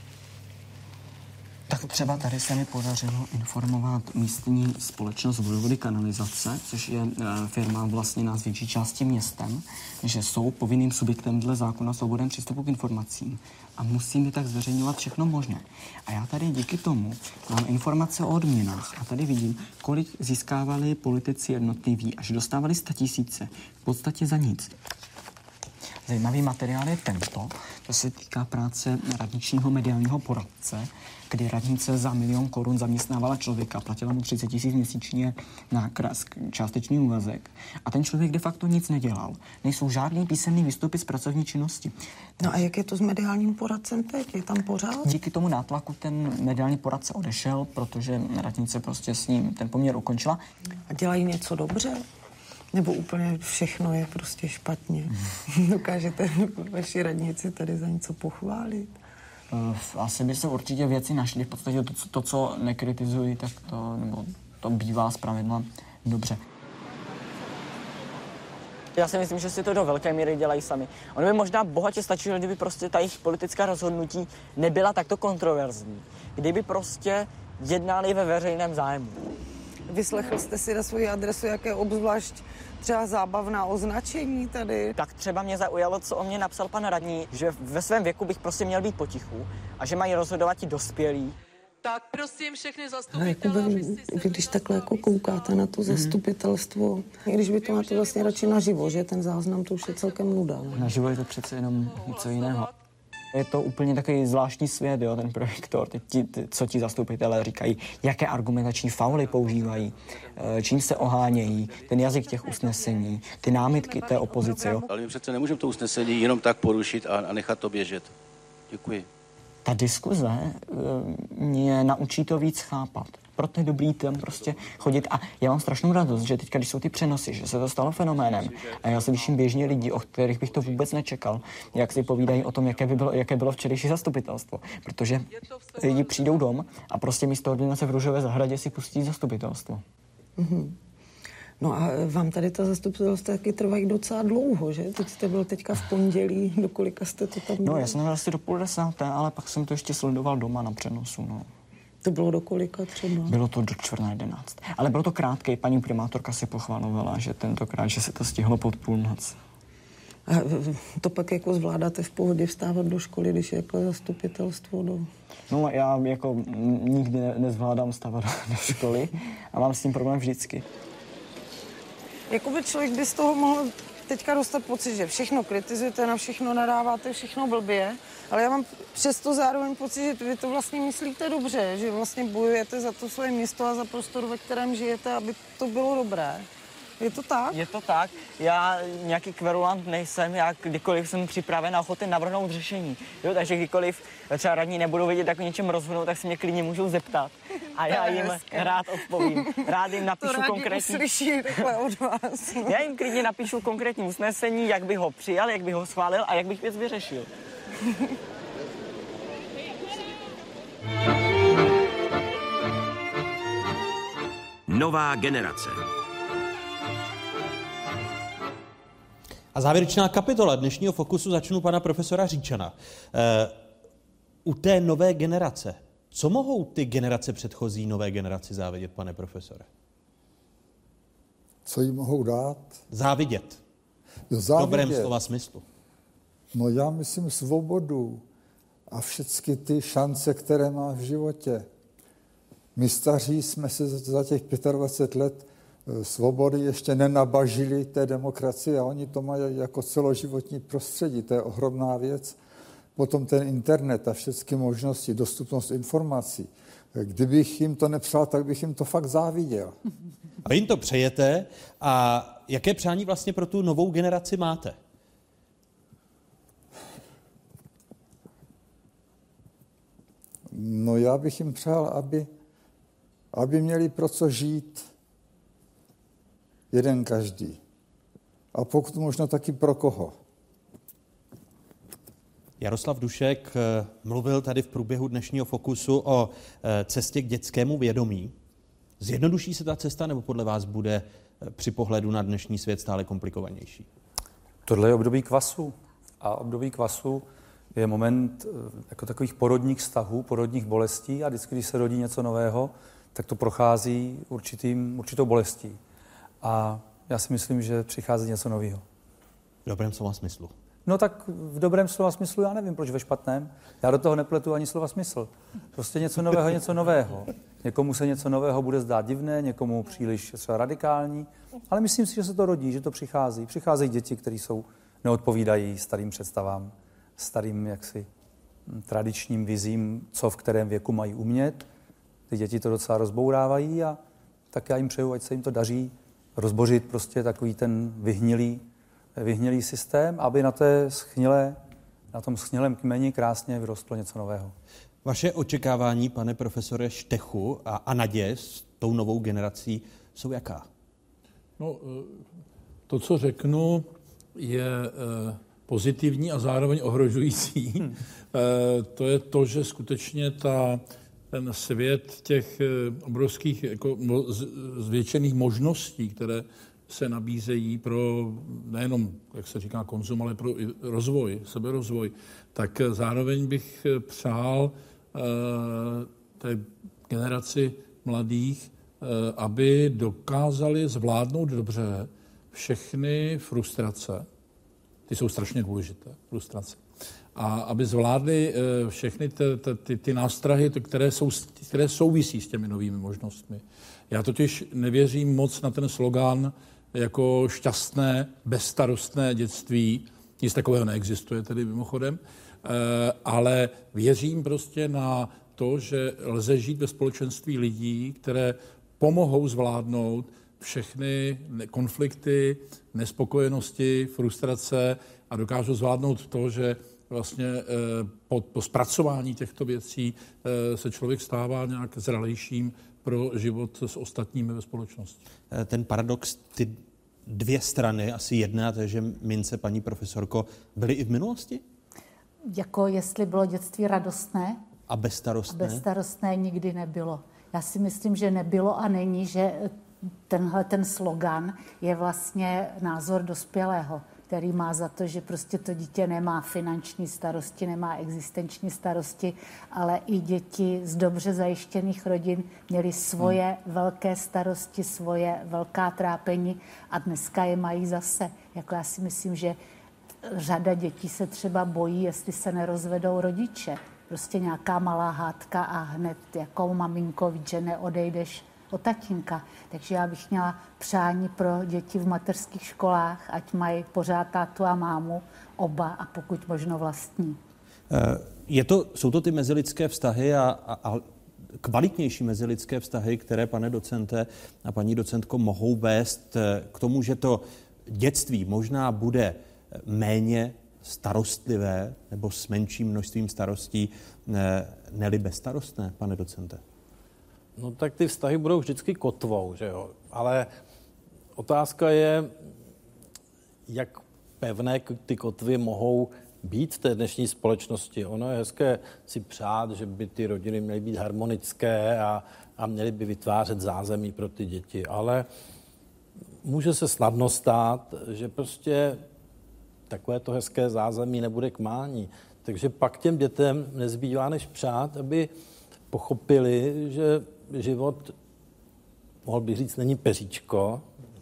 Speaker 7: Tak třeba tady se mi podařilo informovat místní společnost Vodovody kanalizace, což je firma vlastně na z větší části městem, že jsou povinným subjektem dle zákona svobodném přístupu k informacím a musí mi tak zveřejňovat všechno možné. A já tady díky tomu mám informace o odměnách a tady vidím, kolik získávali politici jednotliví, až dostávali statisíce, v podstatě za nic. Zajímavý materiál je tento, to se týká práce radničního mediálního poradce, kdy radnice za milion korun zaměstnávala člověka, platila mu třicet tisíc měsíčně na částečný úvazek a ten člověk de facto nic nedělal. Nejsou žádný písemný výstupy z pracovní činnosti.
Speaker 16: No a jak je to s mediálním poradcem teď? Je tam pořád?
Speaker 7: Díky tomu nátlaku ten mediální poradce odešel, protože radnice prostě s ním ten poměr ukončila.
Speaker 16: A dělají něco dobře? Nebo úplně všechno je prostě špatně? Mm. Dokážete vaši radnici tady za něco pochválit?
Speaker 7: Asi by se určitě věci našly. V podstatě to, to co nekritizují, tak to, nebo to bývá zpravidla dobře. Já si myslím, že si to do velké míry dělají sami. Ono by možná bohatě stačilo, kdyby prostě ta jejich politická rozhodnutí nebyla takto kontroverzní. Kdyby prostě jednali ve veřejném zájmu.
Speaker 16: Vyslechl jste si na svoji adresu jaké obzvlášť třeba zábavná označení tady?
Speaker 7: Tak třeba mě zaujalo, co o mě napsal pan radní, že ve svém věku bych prostě měl být potichu a že mají rozhodovat ti dospělí.
Speaker 10: Tak prosím všechny
Speaker 16: zastupitele. Jakube, vy když takhle jako koukáte na to zastupitelstvo, mm. i když by to máte vlastně radši naživo, že ten záznam to už je celkem nuda. Ne?
Speaker 7: Naživo je to přece jenom něco jiného. Je to úplně takový zvláštní svět, jo, ten projektor. Teď ti, ty, co ti zastupitelé říkají, jaké argumentační fauly používají, čím se ohánějí, ten jazyk těch usnesení, ty námitky té opozice. Jo.
Speaker 11: Ale my přece nemůžeme to usnesení jenom tak porušit a, a nechat to běžet. Děkuji.
Speaker 7: Ta diskuze mě naučí to víc chápat. Proto je dobrý tam prostě chodit a já mám strašnou radost, že teďka, když jsou ty přenosy, že se to stalo fenoménem a já slyším běžně lidi, o kterých bych to vůbec nečekal, jak si povídají o tom, jaké, by bylo, jaké bylo včerejší zastupitelstvo, protože lidi přijdou dom a prostě místo ordinace v Růžové zahradě si pustí zastupitelstvo.
Speaker 16: Mm-hmm. No a vám tady ta zastupitelstva taky trvají docela dlouho, že? Teď jste byl teďka v pondělí, do kolika jste to tam byl?
Speaker 7: No já jsem byl asi do půl desáté, ale pak jsem to ještě sledoval doma na přenosu, no.
Speaker 16: To bylo do kolika třeba?
Speaker 7: Bylo to do čtvrt na jedenáct. Ale bylo to krátké, paní primátorka si pochvalovala, že tentokrát, že se to stihlo pod půlnoc.
Speaker 16: A to pak jako zvládáte v pohodě vstávat do školy, když je jako zastupitelstvo do...
Speaker 7: No já jako nikdy ne, nezvládám vstávat do školy a mám s tím problém vždycky.
Speaker 16: Jakoby člověk by z toho mohl teďka dostat pocit, že všechno kritizujete, na všechno nadáváte, všechno blbě, ale já mám přesto zároveň pocit, že vy to vlastně myslíte dobře, že vlastně bojujete za to své město a za prostor, ve kterém žijete, aby to bylo dobré. Je to tak?
Speaker 7: Je to tak. Já nějaký kverulant nejsem, já kdykoliv jsem připraven a ochoten navrhnout řešení. Jo, takže kdykoliv třeba radní nebudou vědět, jak o něčem rozhodnout, tak se mě klidně můžou zeptat. A já jim rád odpovím. Rád jim napíšu
Speaker 16: to
Speaker 7: konkrétní...
Speaker 16: uslyší takhle od vás.
Speaker 7: Já jim klidně napíšu konkrétní usnesení, jak bych ho přijal, jak bych ho schválil a jak bych věc vyřešil.
Speaker 1: Nová generace.
Speaker 8: A závěrečná kapitola dnešního Fokusu začnu pana profesora Říčana. E, u té nové generace, co mohou ty generace předchozí nové generaci závidět, pane profesore?
Speaker 12: Co jí mohou dát?
Speaker 8: Závidět.
Speaker 12: Jo, závidět.
Speaker 8: V dobrém slova smyslu.
Speaker 12: No já myslím svobodu a všechny ty šance, které má v životě. My staří jsme se za těch dvacet pět let svobody ještě nenabažili té demokracie a oni to mají jako celoživotní prostředí. To je ohromná věc. Potom ten internet a všechny možnosti, dostupnost informací. Kdybych jim to nepřál, tak bych jim to fakt záviděl.
Speaker 8: A vy jim to přejete a jaké přání vlastně pro tu novou generaci máte?
Speaker 12: No já bych jim přál, aby, aby měli pro co žít. Jeden každý. A pokud možno taky pro koho.
Speaker 8: Jaroslav Dušek mluvil tady v průběhu dnešního Fokusu o cestě k dětskému vědomí. Zjednoduší se ta cesta, nebo podle vás bude při pohledu na dnešní svět stále komplikovanější?
Speaker 14: Tohle je období kvasu. A období kvasu je moment jako takových porodních vztahů, porodních bolestí a vždycky, když se rodí něco nového, tak to prochází určitým, určitou bolestí. A já si myslím, že přichází něco nového.
Speaker 8: V dobrém slova smyslu.
Speaker 14: No tak v dobrém slova smyslu já nevím, proč ve špatném. Já do toho nepletu ani slova smysl. Prostě něco nového, něco nového. Někomu se něco nového bude zdát divné, někomu příliš třeba radikální, ale myslím si, že se to rodí, že to přichází. Přicházejí děti, které jsou neodpovídají starým představám, starým jaksi tradičním vizím, co v kterém věku mají umět. Ty děti to docela rozbourávají a tak já jim přeju, ať se jim to daří rozbořit prostě takový ten vyhnilý, vyhnilý systém, aby na té schnilé, na tom schnilém kmeni krásně vyrostlo něco nového.
Speaker 8: Vaše očekávání, pane profesore Štechu, a, a naděje s tou novou generací jsou jaká?
Speaker 15: No, to, co řeknu, je pozitivní a zároveň ohrožující. Hmm. To je to, že skutečně ta ten svět těch obrovských jako zvětšených možností, které se nabízejí pro nejenom, jak se říká, konzum, ale pro rozvoj, seberozvoj, tak zároveň bych přál uh, té generaci mladých, uh, aby dokázali zvládnout dobře všechny frustrace. Ty jsou strašně důležité, frustrace. A aby zvládli všechny ty, ty, ty nástrahy, které, jsou, které souvisí s těmi novými možnostmi. Já totiž nevěřím moc na ten slogan jako šťastné, bezstarostné dětství. Nic takového neexistuje tedy mimochodem. ale věřím prostě na to, že lze žít ve společenství lidí, které pomohou zvládnout všechny konflikty, nespokojenosti, frustrace a dokážou zvládnout to, že vlastně po, po zpracování těchto věcí se člověk stává nějak zralejším pro život s ostatními ve společnosti.
Speaker 8: Ten paradox, ty dvě strany, asi jedna, takže mince, paní profesorko, byly i v minulosti?
Speaker 2: Jako jestli bylo dětství radostné?
Speaker 8: A bezstarostné?
Speaker 2: A bezstarostné nikdy nebylo. Já si myslím, že nebylo a není, že tenhle ten slogan je vlastně názor dospělého, který má za to, že prostě to dítě nemá finanční starosti, nemá existenční starosti, ale i děti z dobře zajištěných rodin měly svoje hmm. velké starosti, svoje velká trápení a dneska je mají zase. Jako já si myslím, že řada dětí se třeba bojí, jestli se nerozvedou rodiče. Prostě nějaká malá hádka a hned jako maminko víc, že neodejdeš od tatínka. Takže já bych měla přání pro děti v mateřských školách, ať mají pořád tátu a mámu, oba a pokud možno vlastní.
Speaker 8: Je to, jsou to ty mezilidské vztahy a, a, a kvalitnější mezilidské vztahy, které, pane docente a paní docentko, mohou vést k tomu, že to dětství možná bude méně starostlivé nebo s menším množstvím starostí, ne, ne-li bezstarostné, pane docente?
Speaker 6: No tak ty vztahy budou vždycky kotvou, že jo? Ale otázka je, jak pevné ty kotvy mohou být v té dnešní společnosti. Ono je hezké si přát, že by ty rodiny měly být harmonické a, a měly by vytvářet zázemí pro ty děti, ale může se snadno stát, že prostě takové to hezké zázemí nebude k mání. Takže pak těm dětem nezbývá než přát, aby pochopili, že život, mohl bych říct, není peříčko,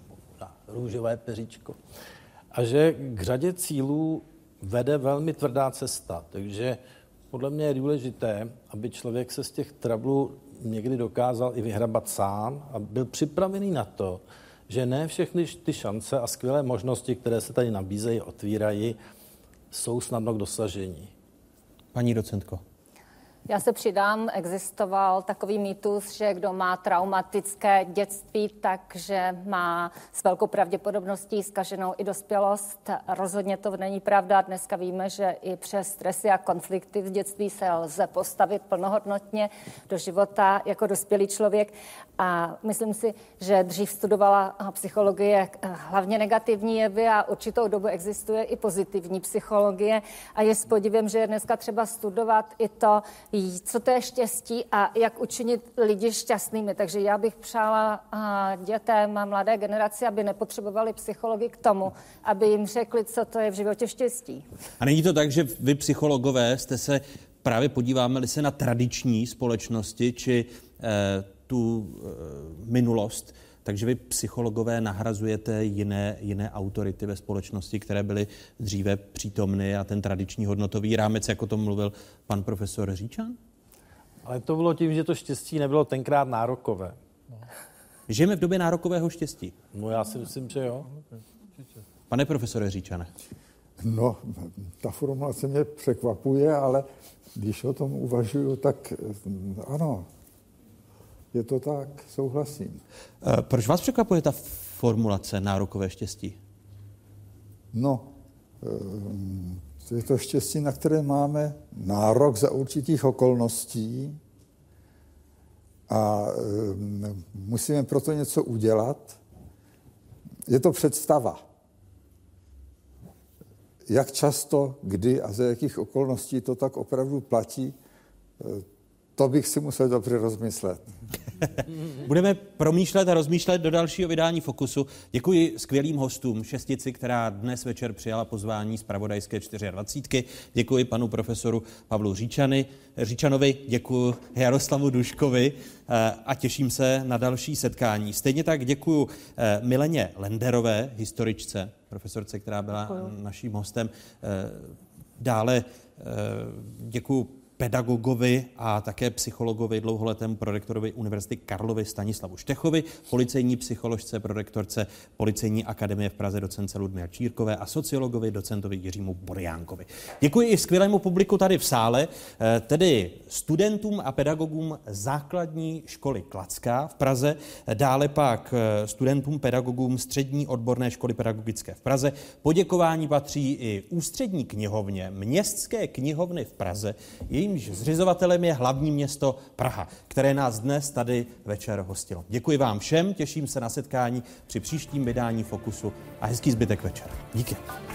Speaker 6: růžové peříčko, a že k řadě cílů vede velmi tvrdá cesta. Takže podle mě je důležité, aby člověk se z těch trablů někdy dokázal i vyhrabat sám a byl připravený na to, že ne všechny ty šance a skvělé možnosti, které se tady nabízejí, otvírají, jsou snadno k dosažení.
Speaker 8: Paní docentko.
Speaker 5: Já se přidám, existoval takový mýtus, že kdo má traumatické dětství, takže má s velkou pravděpodobností zkaženou i dospělost. Rozhodně to není pravda. Dneska víme, že i přes stresy a konflikty v dětství se lze postavit plnohodnotně do života jako dospělý člověk. A myslím si, že dřív studovala psychologie hlavně negativní jevy a určitou dobu existuje i pozitivní psychologie. A je s podivem, že je dneska třeba studovat i to, co to je štěstí a jak učinit lidi šťastnými. Takže já bych přála dětem a mladé generaci, aby nepotřebovali psychologi k tomu, aby jim řekli, co to je v životě štěstí.
Speaker 8: A není to tak, že vy psychologové jste se právě podíváme-li se na tradiční společnosti či eh, tu eh, minulost, takže vy psychologové nahrazujete jiné, jiné autority ve společnosti, které byly dříve přítomny a ten tradiční hodnotový rámec, jako to mluvil pan profesor Říčan?
Speaker 6: Ale to bylo tím, že to štěstí nebylo tenkrát nárokové.
Speaker 8: No. Žijeme v době nárokového štěstí.
Speaker 6: No já si myslím, že jo.
Speaker 8: Pane profesore Říčane.
Speaker 12: No, ta formulace mě překvapuje, ale když o tom uvažuju, tak ano. Je to tak, souhlasím.
Speaker 8: Proč vás překvapuje ta formulace nárokové štěstí?
Speaker 12: No, je to štěstí, na které máme nárok za určitých okolností a musíme proto něco udělat. Je to představa. Jak často, kdy a za jakých okolností to tak opravdu platí, to bych si musel dobře rozmyslet.
Speaker 8: Budeme promýšlet a rozmýšlet do dalšího vydání Fokusu. Děkuji skvělým hostům šestici, která dnes večer přijala pozvání z pravodajské dvacítky. Děkuji panu profesoru Pavlu Říčany, Říčanovi, děkuji Jaroslavu Duškovi a těším se na další setkání. Stejně tak děkuji Mileně Lenderové, historičce, profesorce, která byla děkuji. naším hostem. Dále děkuji pedagogovi a také psychologovi, dlouholetému prorektorovi Univerzity Karlovy Stanislavu Štechovi, policejní psycholožce, prorektorce Policejní akademie v Praze docence Ludmile Čírkové a sociologovi, docentovi Jiřímu Borjánkovi. Děkuji i skvělému publiku tady v sále, tedy studentům a pedagogům základní školy Kladská v Praze, dále pak studentům pedagogům střední odborné školy pedagogické v Praze. Poděkování patří i Ústřední knihovně Městské knihovny v Praze, jejímž zřizovatelem je hlavní město Praha, které nás dnes tady večer hostilo. Děkuji vám všem, těším se na setkání při příštím vydání Fokusu a hezký zbytek večera. Díky.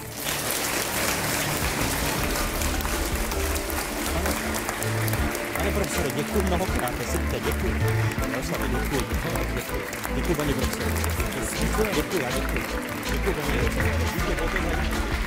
Speaker 8: Pane profesore, děkuji mnohokrát, desetě, děkuji. Děkuji, děkuji. Děkuji, paní profesore. Děkuji, děkuji, děkuji. Děkuji, paní profesore.